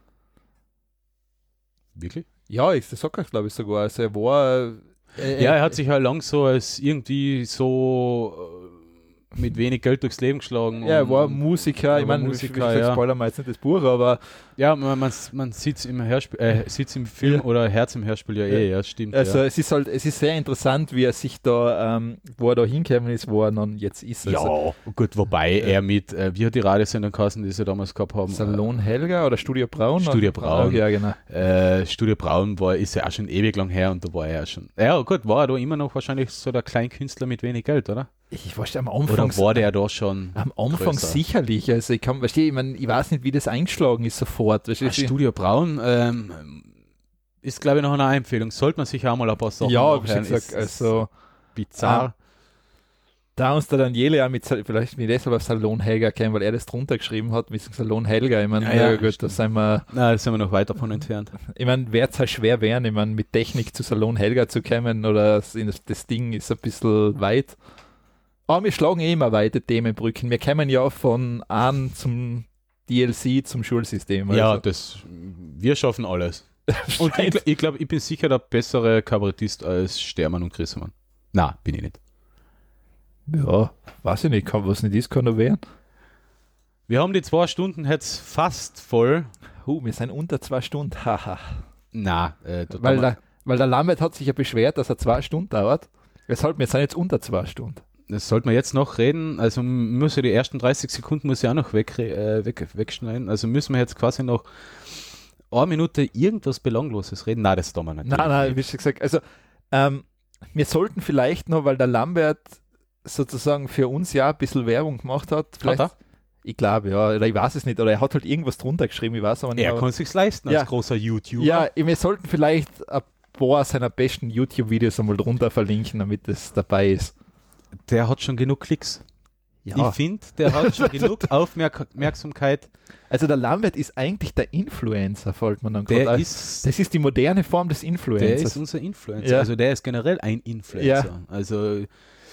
Wirklich? Ja, das sagt er, glaube ich, sogar. Also er war. Er hat sich halt lang so als irgendwie so mit wenig Geld durchs Leben geschlagen. Ja, er war Musiker. Ich meine, spoilern wir jetzt nicht das Buch, aber. Ja, man sieht es im Hörspiel, sieht im Film oder Herz im Hörspiel stimmt. Also es ist sehr interessant, wie er sich da, wo er da hingekommen ist, wo er dann jetzt ist. Also, gut, wobei er mit, wie hat die Radiosendung geheißen, die sie damals gehabt haben? Salon Helga oder Studio Braun? Studio Braun. Ja, genau. Studio Braun ist ja auch schon ewig lang her und da war er ja schon. Ja, gut, war er da immer noch wahrscheinlich so der Kleinkünstler mit wenig Geld, oder? Ich weiß am Anfang. Oder war der da schon? Am Anfang größer? Sicherlich. Also ich weiß nicht, wie das eingeschlagen ist sofort. Studio Braun ist, glaube ich, noch eine Empfehlung. Sollte man sich auch mal ein paar Sachen nachhören. Ja, gesagt, also bizarr. Da uns der Daniele auch vielleicht mit deshalb auf Salon Helga kennen, weil er das drunter geschrieben hat, mit Salon Helga. Ich meine, gut, da sind wir. Nein, da sind wir noch weit davon entfernt. Ich meine, wird es halt schwer werden, ich meine, mit Technik zu Salon Helga zu kommen oder das Ding ist ein bisschen weit. Aber wir schlagen immer weite Themenbrücken. Wir kommen ja von an zum DLC, zum Schulsystem. Also. Ja, wir schaffen alles. Und ich glaube, ich bin sicher der bessere Kabarettist als Stermann und Grissemann. Na, bin ich nicht. Ja, weiß ich nicht. Was nicht ist, kann er werden. Wir haben die 2 Stunden jetzt fast voll. Wir sind unter 2 Stunden. Haha. Na, Weil der Lambert hat sich ja beschwert, dass er 2 Stunden dauert. Weshalb wir sind jetzt unter 2 Stunden. das sollte man jetzt noch reden. Also muss ja die ersten 30 Sekunden muss ja auch noch wegschneiden. Also müssen wir jetzt quasi noch 1 Minute irgendwas Belangloses reden. Nein, das tun wir nicht. Nein, wie schon gesagt. Also wir sollten vielleicht noch, weil der Lambert sozusagen für uns ja ein bisschen Werbung gemacht hat. Vielleicht, ich glaube, ja, oder ich weiß es nicht, oder er hat halt irgendwas drunter geschrieben, ich weiß aber nicht. Er kann es sich leisten als großer YouTuber. Ja, wir sollten vielleicht ein paar seiner besten YouTube-Videos einmal drunter verlinken, damit es dabei ist. Der hat schon genug Klicks. Ja. Ich finde, der hat schon genug Aufmerksamkeit. Also der Lambert ist eigentlich der Influencer, fällt man dann Der gerade. ist, Das ist die moderne Form des der Influencers. ist unser Influencer. Ja. Also der ist generell ein Influencer. Ja. Also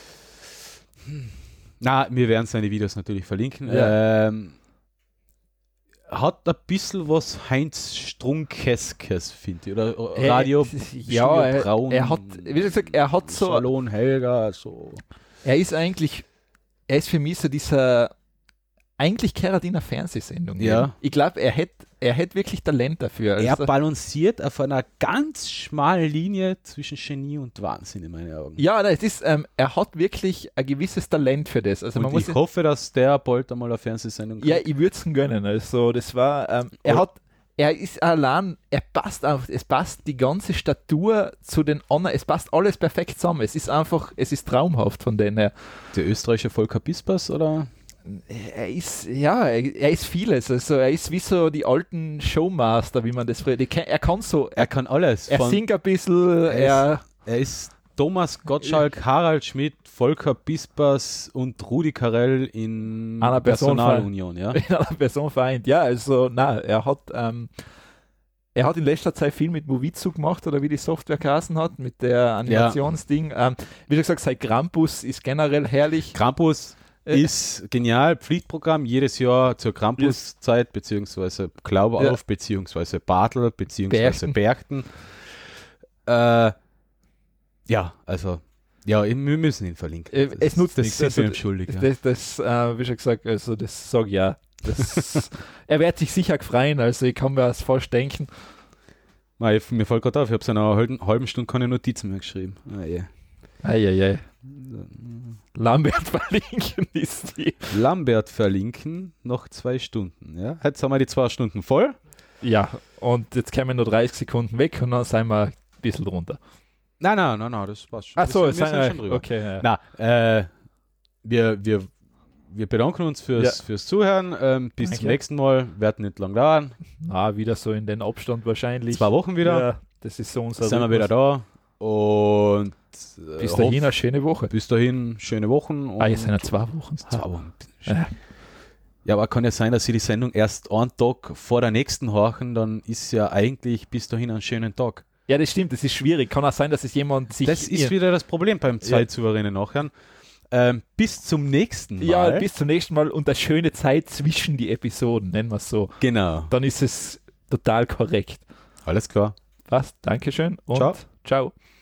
wir werden seine Videos natürlich verlinken. Ja. Hat ein bisschen was Heinz Strunkeskes, finde ich. Oder Radio ja, Braun. er hat, wie gesagt, er hat so, Salon Helga, so. er ist für mich so dieser, eigentlich gehört in einer Fernsehsendung. Ja. Ich glaube, er hätte wirklich Talent dafür. Er Also, balanciert auf einer ganz schmalen Linie zwischen Genie und Wahnsinn in meinen Augen. ja, es ist, er hat wirklich ein gewisses Talent für das. Also man Und muss ich hoffe, dass der bald einmal eine Fernsehsendung ja, ich würde es ihm gönnen. Also das war, er ist allein, es passt die ganze Statur zu den anderen, es passt alles perfekt zusammen. Es ist traumhaft von denen her. Der österreichische Volker Pispers, oder? Er ist vieles. Also er ist wie so die alten Showmaster, wie man das früher, er kann so, Er kann alles. er singt ein bisschen, Er ist Thomas Gottschalk, Harald Schmidt, Volker Pispers und Rudi Carrell in Einer Person Personalunion. Ja? in einer Person vereint. Ja, also er hat in letzter Zeit viel mit Movizu gemacht, oder wie die Software geheißen hat, mit der Animationsding. Wie schon gesagt, sein Krampus ist generell herrlich. Krampus ist genial, Pflichtprogramm, jedes Jahr zur Krampuszeit, beziehungsweise Klaubauf, beziehungsweise Bartel, beziehungsweise Berchten. Wir müssen ihn verlinken. Es nutzt das nichts. sind wir ihm schuldig. Ja. Das wie schon gesagt, also das sage ich ja. Er wird sich sicher freuen, also ich kann mir das fast denken. Mir fällt gerade auf, ich habe seit einer halben Stunde keine Notizen mehr geschrieben. Eieiei. Lambert verlinken ist die. Lambert verlinken, noch 2 Stunden. Ja? Jetzt haben wir die 2 Stunden voll. Ja, und jetzt kämen nur 30 Sekunden weg und dann sind wir ein bisschen drunter. Nein, das passt schon. Ach so, wir sind schon drüber. Okay. Ja. Wir bedanken uns fürs Zuhören. Bis zum nächsten Mal. Wird nicht lang dauern. Wieder so in den Abstand wahrscheinlich. 2 Wochen wieder. Ja, das ist so unser Sind wir wieder da. Und bis dahin eine schöne Woche. Bis dahin schöne Wochen. Und jetzt sind ja 2 Wochen. 2 Wochen. Ja, aber kann ja sein, dass Sie die Sendung erst einen Tag vor der nächsten horchen, dann ist ja eigentlich bis dahin ein schöner Tag. Ja, das stimmt, das ist schwierig. Kann auch sein, dass es jemand sich... Das ist wieder das Problem beim Zeitsouveränen Nachhören. Bis zum nächsten Mal. Ja, bis zum nächsten Mal und eine schöne Zeit zwischen die Episoden, nennen wir es so. Genau. Dann ist es total korrekt. Alles klar. Passt, Dankeschön und ciao.